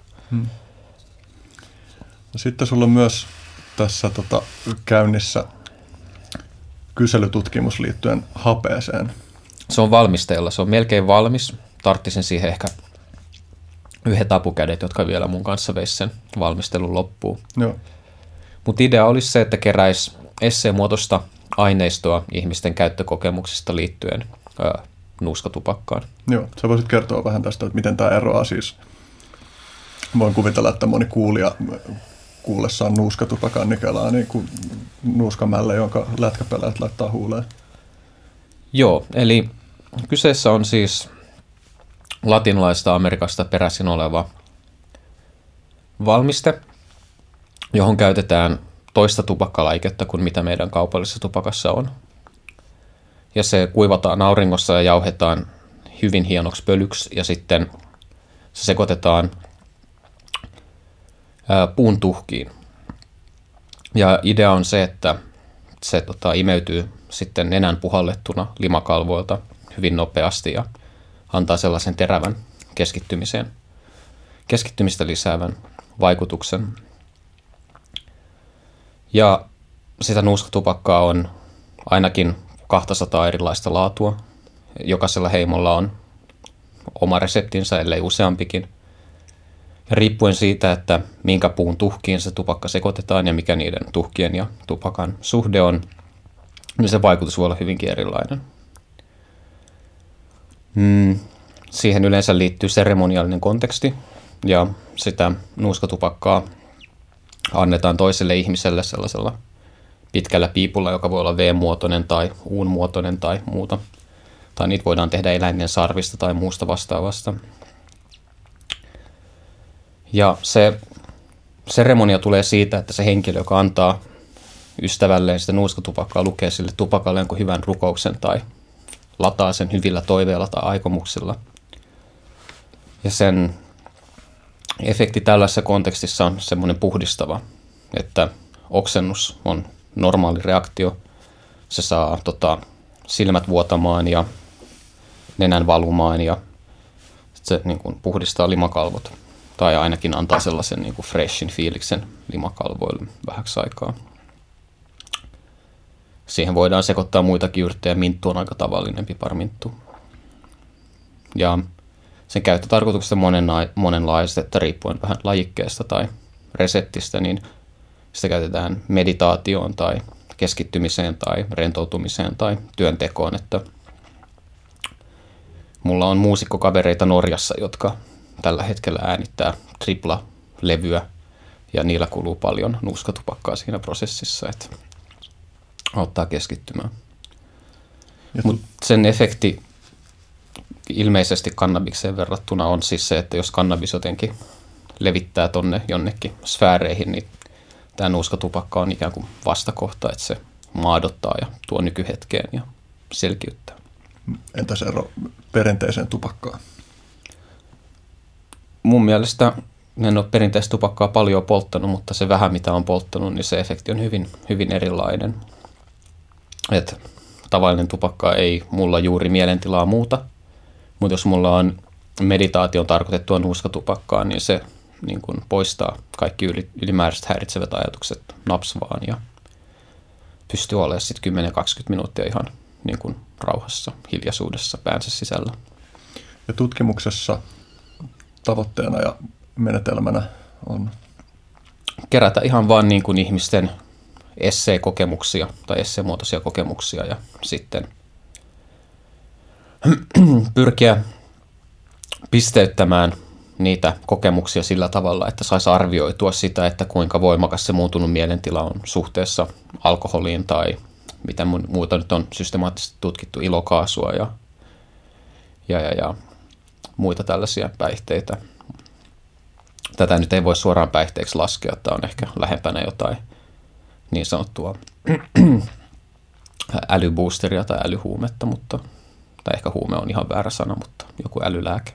Sitten sulla on myös tässä käynnissä kyselytutkimus liittyen hapeeseen. Se on valmisteilla. Se on melkein valmis. Tarttisin siihen ehkä 1 apukädet, jotka vielä mun kanssa veisi sen valmistelun loppuun. Mutta idea olisi se, että keräisi esseemuotoista aineistoa ihmisten käyttökokemuksista liittyen nuuskatupakkaan. Joo, sä voisit kertoa vähän tästä, että miten tämä eroaa siis Voin kuvitella, että moni kuulija kuullessaan nuuskatupakan nikelaa niin kuin nuuskamälle, jonka lätkäpelaajat laittaa huuleen. Joo, eli kyseessä on siis latinalaisesta Amerikasta peräisin oleva valmiste, johon käytetään toista tupakkalaiketta kuin mitä meidän kaupallisessa tupakassa on. Ja se kuivataan auringossa ja jauhetaan hyvin hienoksi pölyksi ja sitten se sekoitetaan puun tuhkiin. Ja idea on se, että se imeytyy sitten nenän puhallettuna limakalvoilta hyvin nopeasti ja antaa sellaisen terävän keskittymistä lisäävän vaikutuksen. Ja sitä nuuskatupakkaa on ainakin 200 erilaista laatua. Jokaisella heimolla on oma reseptinsä, ellei useampikin. Ja riippuen siitä, että minkä puun tuhkiin se tupakka sekoitetaan ja mikä niiden tuhkien ja tupakan suhde on, niin se vaikutus voi olla hyvinkin erilainen. Siihen yleensä liittyy seremoniallinen konteksti ja sitä nuuskatupakkaa annetaan toiselle ihmiselle sellaisella pitkällä piipulla, joka voi olla V-muotoinen tai U-muotoinen tai muuta. Tai niitä voidaan tehdä eläinten sarvista tai muusta vastaavasta. Ja se seremonia tulee siitä, että se henkilö, joka antaa ystävälleen sitä nuuskatupakkaa, lukee sille tupakalle jonkun hyvän rukouksen tai lataa sen hyvillä toiveilla tai aikomuksilla. Ja sen efekti tällaisessa kontekstissa on semmoinen puhdistava, että oksennus on normaali reaktio. Se saa silmät vuotamaan ja nenän valumaan ja se niin kuin puhdistaa limakalvot. Tai ainakin antaa sellaisen niin kuin freshin fiiliksen limakalvoille vähäksi aikaa. Siihen voidaan sekoittaa muitakin yrttejä. Minttu on aika tavallinen, piparminttu. Ja sen käyttötarkoituksesta monenlaiset, että riippuen vähän lajikkeesta tai reseptistä, niin sitä käytetään meditaatioon tai keskittymiseen tai rentoutumiseen tai työntekoon. Että mulla on muusikkokavereita Norjassa, jotka tällä hetkellä äänittää tripla-levyä ja niillä kuluu paljon nuuskatupakkaa siinä prosessissa, että auttaa keskittymään. Mutta sen efekti ilmeisesti kannabikseen verrattuna on siis se, että jos kannabis jotenkin levittää tonne jonnekin sfääreihin, niin tämä nuuskatupakka on ikään kuin vastakohta, että se maadottaa ja tuo nykyhetkeen ja selkiyttää. Entäs ero perinteiseen tupakkaan? Mun mielestä en ole perinteistä tupakkaa paljon polttanut, mutta se vähän mitä on polttanut, niin se efekti on hyvin, hyvin erilainen. Et tavallinen tupakka ei mulla juuri mielentilaa muuta, mutta jos mulla on meditaation tarkoitettua nuuskatupakkaa, niin se niin kun poistaa kaikki ylimääräiset häiritsevät ajatukset napsvaan ja pystyy olemaan sitten 10-20 minuuttia ihan niin kun rauhassa, hiljaisuudessa päänsä sisällä. Ja tutkimuksessa tavoitteena ja menetelmänä on kerätä ihan vaan niin kuin ihmisten esseekokemuksia tai esseemuotoisia kokemuksia ja sitten pyrkiä pisteyttämään niitä kokemuksia sillä tavalla, että saisi arvioitua sitä, että kuinka voimakas se muuntunut mielentila on suhteessa alkoholiin tai mitä muuta nyt on systemaattisesti tutkittu, ilokaasua ja muita tällaisia päihteitä. Tätä nyt ei voi suoraan päihteeksi laskea, tämä on ehkä lähempänä jotain niin sanottua älyboosteria tai älyhuumetta, tai ehkä huume on ihan väärä sana, mutta joku älylääke.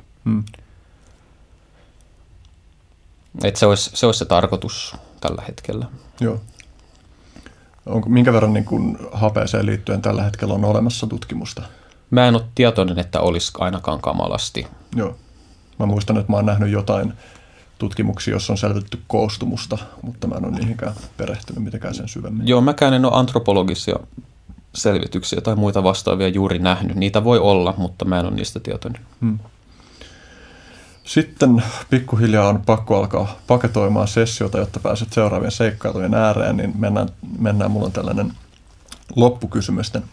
Että se olisi se tarkoitus tällä hetkellä. Joo. Minkä verran niin kun hapeeseen liittyen tällä hetkellä on olemassa tutkimusta? Mä en ole tietoinen, että olisi ainakaan kamalasti. Joo. Mä muistan, että mä oon nähnyt jotain tutkimuksia, jossa on selvitetty koostumusta, mutta mä en ole niihinkään perehtynyt mitenkään sen syvemmin. Joo, mäkään en ole antropologisia selvityksiä tai muita vastaavia juuri nähnyt. Niitä voi olla, mutta mä en ole niistä tietoinen. Sitten pikkuhiljaa on pakko alkaa paketoimaan sessiota, jotta pääset seuraavien seikkailujen ääreen, niin mennään. Mulla on tällainen loppukysymysten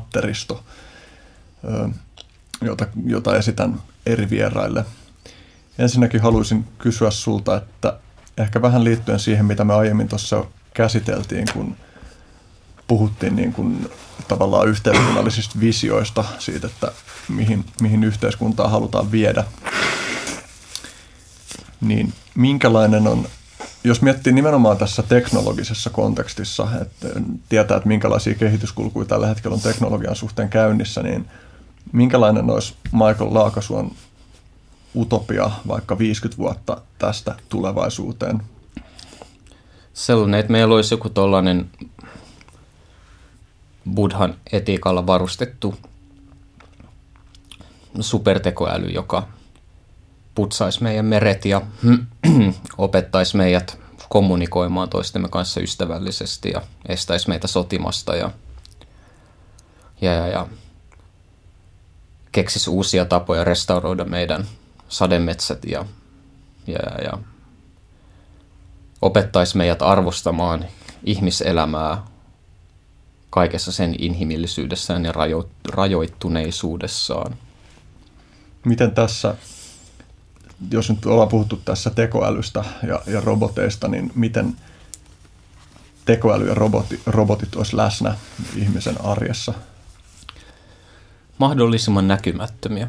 patteristo, jota esitän eri vieraille. Ensinnäkin haluaisin kysyä sulta, että ehkä vähän liittyen siihen, mitä me aiemmin tuossa käsiteltiin, kun puhuttiin niin kuin tavallaan yhteiskunnallisista visioista siitä, että mihin yhteiskuntaa halutaan viedä, niin minkälainen on, jos miettii nimenomaan tässä teknologisessa kontekstissa, että tietää, että minkälaisia kehityskulkuja tällä hetkellä on teknologian suhteen käynnissä, niin minkälainen olisi Michael Laakasuon utopia vaikka 50 vuotta tästä tulevaisuuteen? Sellainen, että meillä olisi joku tollainen Buddhan etiikalla varustettu supertekoäly, joka putsaisi meidän meret ja opettaisi meidät kommunikoimaan toistemme kanssa ystävällisesti ja estäisi meitä sotimasta ja keksisi uusia tapoja restauroida meidän sademetsät ja opettaisi meidät arvostamaan ihmiselämää kaikessa sen inhimillisyydessään ja rajoittuneisuudessaan. Miten tässä, jos nyt ollaan puhuttu tässä tekoälystä ja roboteista, niin miten tekoäly ja robotit olisi läsnä ihmisen arjessa? Mahdollisimman näkymättömiä.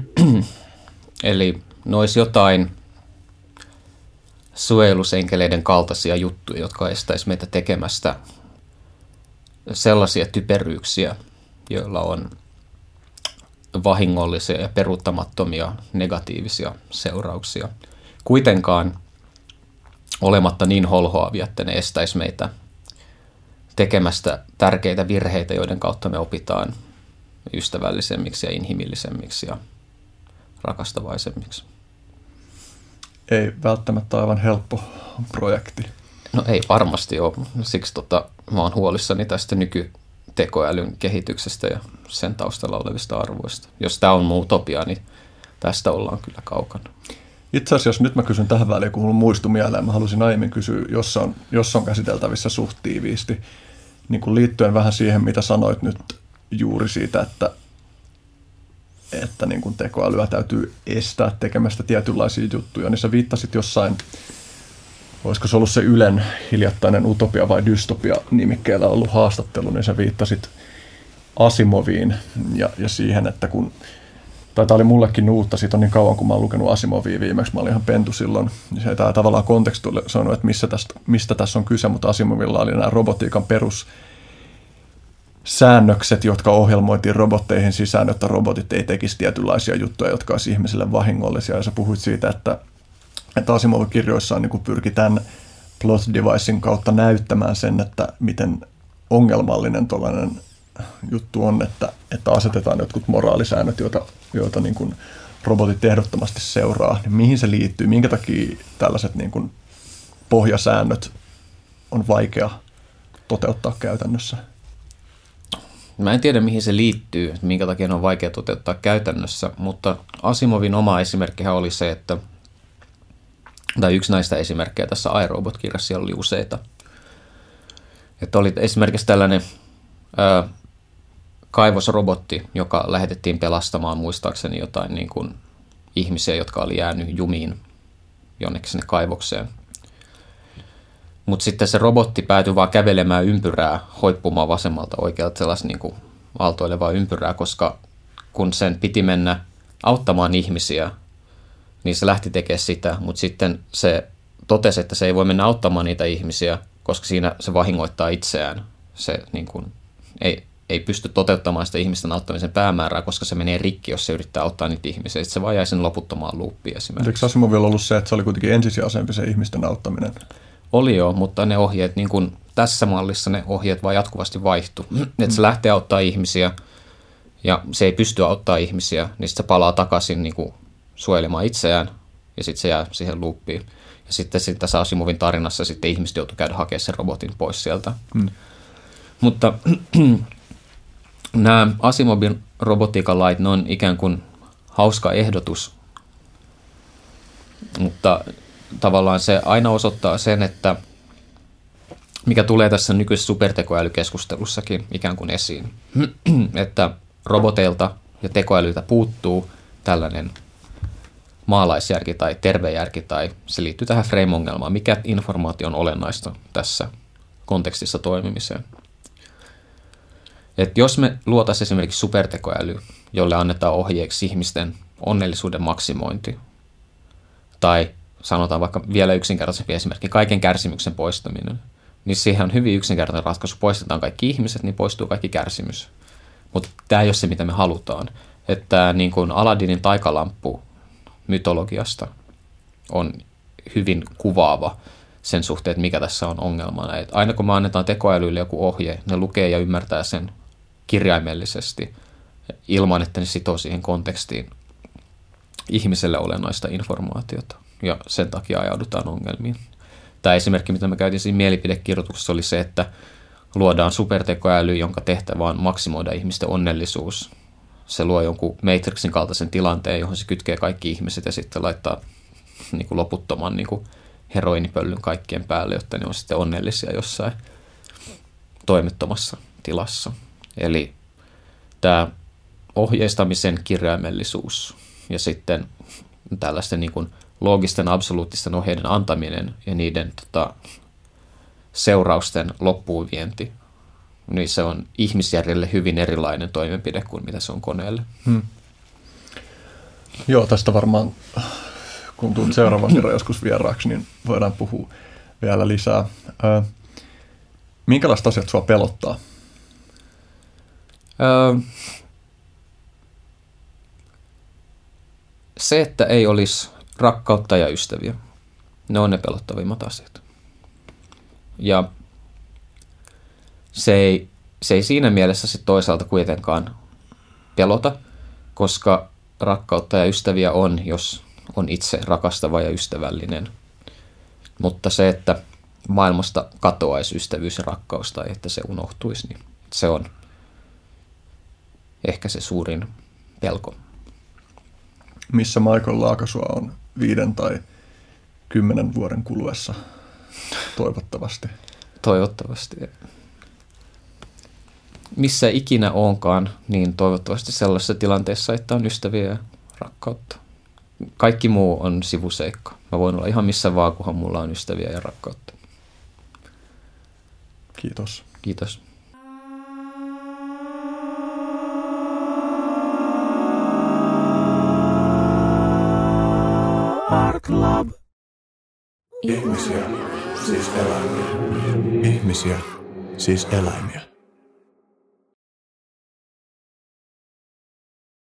Eli ne olisi jotain suojelusenkeleiden kaltaisia juttuja, jotka estäisi meitä tekemästä sellaisia typeryyksiä, joilla on vahingollisia ja peruuttamattomia negatiivisia seurauksia. Kuitenkaan olematta niin holhoavia, että ne estäisi meitä tekemästä tärkeitä virheitä, joiden kautta me opitaan ystävällisemmiksi ja inhimillisemmiksi ja rakastavaisemmiksi. Ei välttämättä aivan helppo projekti. No ei varmasti ole. Siksi mä oon huolissani tästä nykytekoälyn kehityksestä ja sen taustalla olevista arvoista. Jos tämä on mun utopia, niin tästä ollaan kyllä kaukana. Itse asiassa nyt mä kysyn tähän väliin, kun mulla muistui mieleen. Mä halusin aiemmin kysyä, jos on käsiteltävissä suht tiiviisti, niin kuin liittyen vähän siihen, mitä sanoit nyt juuri siitä, että niin kuin tekoälyä täytyy estää tekemästä tietynlaisia juttuja, niin sä viittasit jossain, olisiko se ollut se Ylen hiljattainen utopia vai dystopia nimikkeellä ollut haastattelu, niin sä viittasit Asimoviin ja siihen, että kun, tai tämä oli mullekin uutta, siitä on niin kauan kun mä oon lukenut Asimovia viimeksi, mä olin ihan pentu silloin, niin se ei tämä tavallaan kontekstualisoinut, että mistä tässä on kyse, mutta Asimovilla oli nämä robotiikan perussäännökset, jotka ohjelmoitiin robotteihin sisään, jotta robotit ei tekisi tietynlaisia juttuja, jotka olisi ihmisille vahingollisia. Ja sä puhuit siitä, että Asimov kirjoissaan niin pyrki tämän plot devicein kautta näyttämään sen, että miten ongelmallinen tuollainen juttu on, että asetetaan jotkut moraalisäännöt, joita niin kuin robotit ehdottomasti seuraa. Niin mihin se liittyy? Minkä takia tällaiset niin kuin pohjasäännöt on vaikea toteuttaa käytännössä? Mä en tiedä, mihin se liittyy, minkä takia ne on vaikea toteuttaa käytännössä, mutta Asimovin oma esimerkkihän oli se, tai yksi näistä esimerkkejä tässä iRobot-kirjassa, siellä oli useita. Että oli esimerkiksi tällainen kaivosrobotti, joka lähetettiin pelastamaan muistaakseni jotain niin kuin ihmisiä, jotka oli jäänyt jumiin jonnekin sinne kaivokseen. Mutta sitten se robotti päätyi vaan kävelemään ympyrää, hoippumaan vasemmalta oikealta sellaista niin kuin aaltoilevaa ympyrää, koska kun sen piti mennä auttamaan ihmisiä, niin se lähti tekemään sitä, mutta sitten se totesi, että se ei voi mennä auttamaan niitä ihmisiä, koska siinä se vahingoittaa itseään. Se niin kuin ei pysty toteuttamaan sitä ihmisten auttamisen päämäärää, koska se menee rikki, jos se yrittää auttaa niitä ihmisiä. Sitten se vaan jäi sen loputtomaan luuppiin esimerkiksi. Eikö Asimovilla ollut se, että se oli kuitenkin ensisijaisempi se ihmisten auttaminen? Oli jo, mutta ne ohjeet, niin kuin tässä mallissa ne ohjeet vaan jatkuvasti vaihtuu. Että se lähtee auttaa ihmisiä ja se ei pysty auttaa ihmisiä, niin sitten se palaa takaisin niin kuin suojelemaan itseään ja sitten se jää siihen luuppiin. Ja sitten tässä Asimovin tarinassa sitten ihmiset joutuu käydä hakemaan sen robotin pois sieltä. Mutta nämä Asimovin robotiikan lait, ne on ikään kuin hauska ehdotus, mutta tavallaan se aina osoittaa sen, että mikä tulee tässä nykyisessä supertekoälykeskustelussakin ikään kuin esiin, että roboteilta ja tekoälyltä puuttuu tällainen maalaisjärki tai terve järki, tai se liittyy tähän frame-ongelmaan, mikä informaatio on olennaista tässä kontekstissa toimimiseen. Et jos me luotaisiin esimerkiksi supertekoäly, jolle annetaan ohjeeksi ihmisten onnellisuuden maksimointi, tai sanotaan vaikka vielä yksinkertaisempi esimerkki, kaiken kärsimyksen poistaminen, niin siihen on hyvin yksinkertainen ratkaisu. Poistetaan kaikki ihmiset, niin poistuu kaikki kärsimys. Mutta tämä ei ole se, mitä me halutaan. Että niin kuin Aladdinin taikalamppu mytologiasta on hyvin kuvaava sen suhteen, että mikä tässä on ongelmana. Et aina kun me annetaan tekoälylle joku ohje, ne lukee ja ymmärtää sen kirjaimellisesti ilman, että ne sitoo siihen kontekstiin ihmiselle olennaista informaatiota. Ja sen takia ajaudutaan ongelmiin. Tämä esimerkki, mitä mä käytin siinä mielipidekirjoituksessa, oli se, että luodaan supertekoäly, jonka tehtävä on maksimoida ihmisten onnellisuus. Se luo jonkun Matrixin kaltaisen tilanteen, johon se kytkee kaikki ihmiset ja sitten laittaa niin kuin loputtoman niin kuin heroinipöllyn kaikkien päälle, jotta ne on sitten onnellisia jossain toimettomassa tilassa. Eli tämä ohjeistamisen kirjaimellisuus ja sitten tällaisten niin kuin loogisten absoluuttisten ohjeiden antaminen ja niiden seurausten loppuun vienti, niin se on ihmisjärjelle hyvin erilainen toimenpide kuin mitä se on koneelle. Joo, tästä varmaan, kun tulet seuraavan kerran joskus vieraaksi, niin voidaan puhua vielä lisää. Minkälaiset asiat sua pelottaa? Se, että ei olisi rakkautta ja ystäviä. Ne on ne pelottavimmat asiat. Ja se ei siinä mielessä sit toisaalta kuitenkaan pelota, koska rakkautta ja ystäviä on, jos on itse rakastava ja ystävällinen. Mutta se, että maailmasta katoaisi ystävyys ja rakkaus tai että se unohtuisi, niin se on ehkä se suurin pelko. Missä Michael Laakasua on 5 tai 10 vuoden kuluessa, toivottavasti? Toivottavasti. Missä ikinä onkaan, niin toivottavasti sellaisessa tilanteessa, että on ystäviä ja rakkautta. Kaikki muu on sivuseikka. Mä voin olla ihan missä vaan, kunhan mulla on ystäviä ja rakkautta. Kiitos. Kiitos. Art Club. Ihmisiä, siis eläimiä. Ihmisiä, siis eläimiä.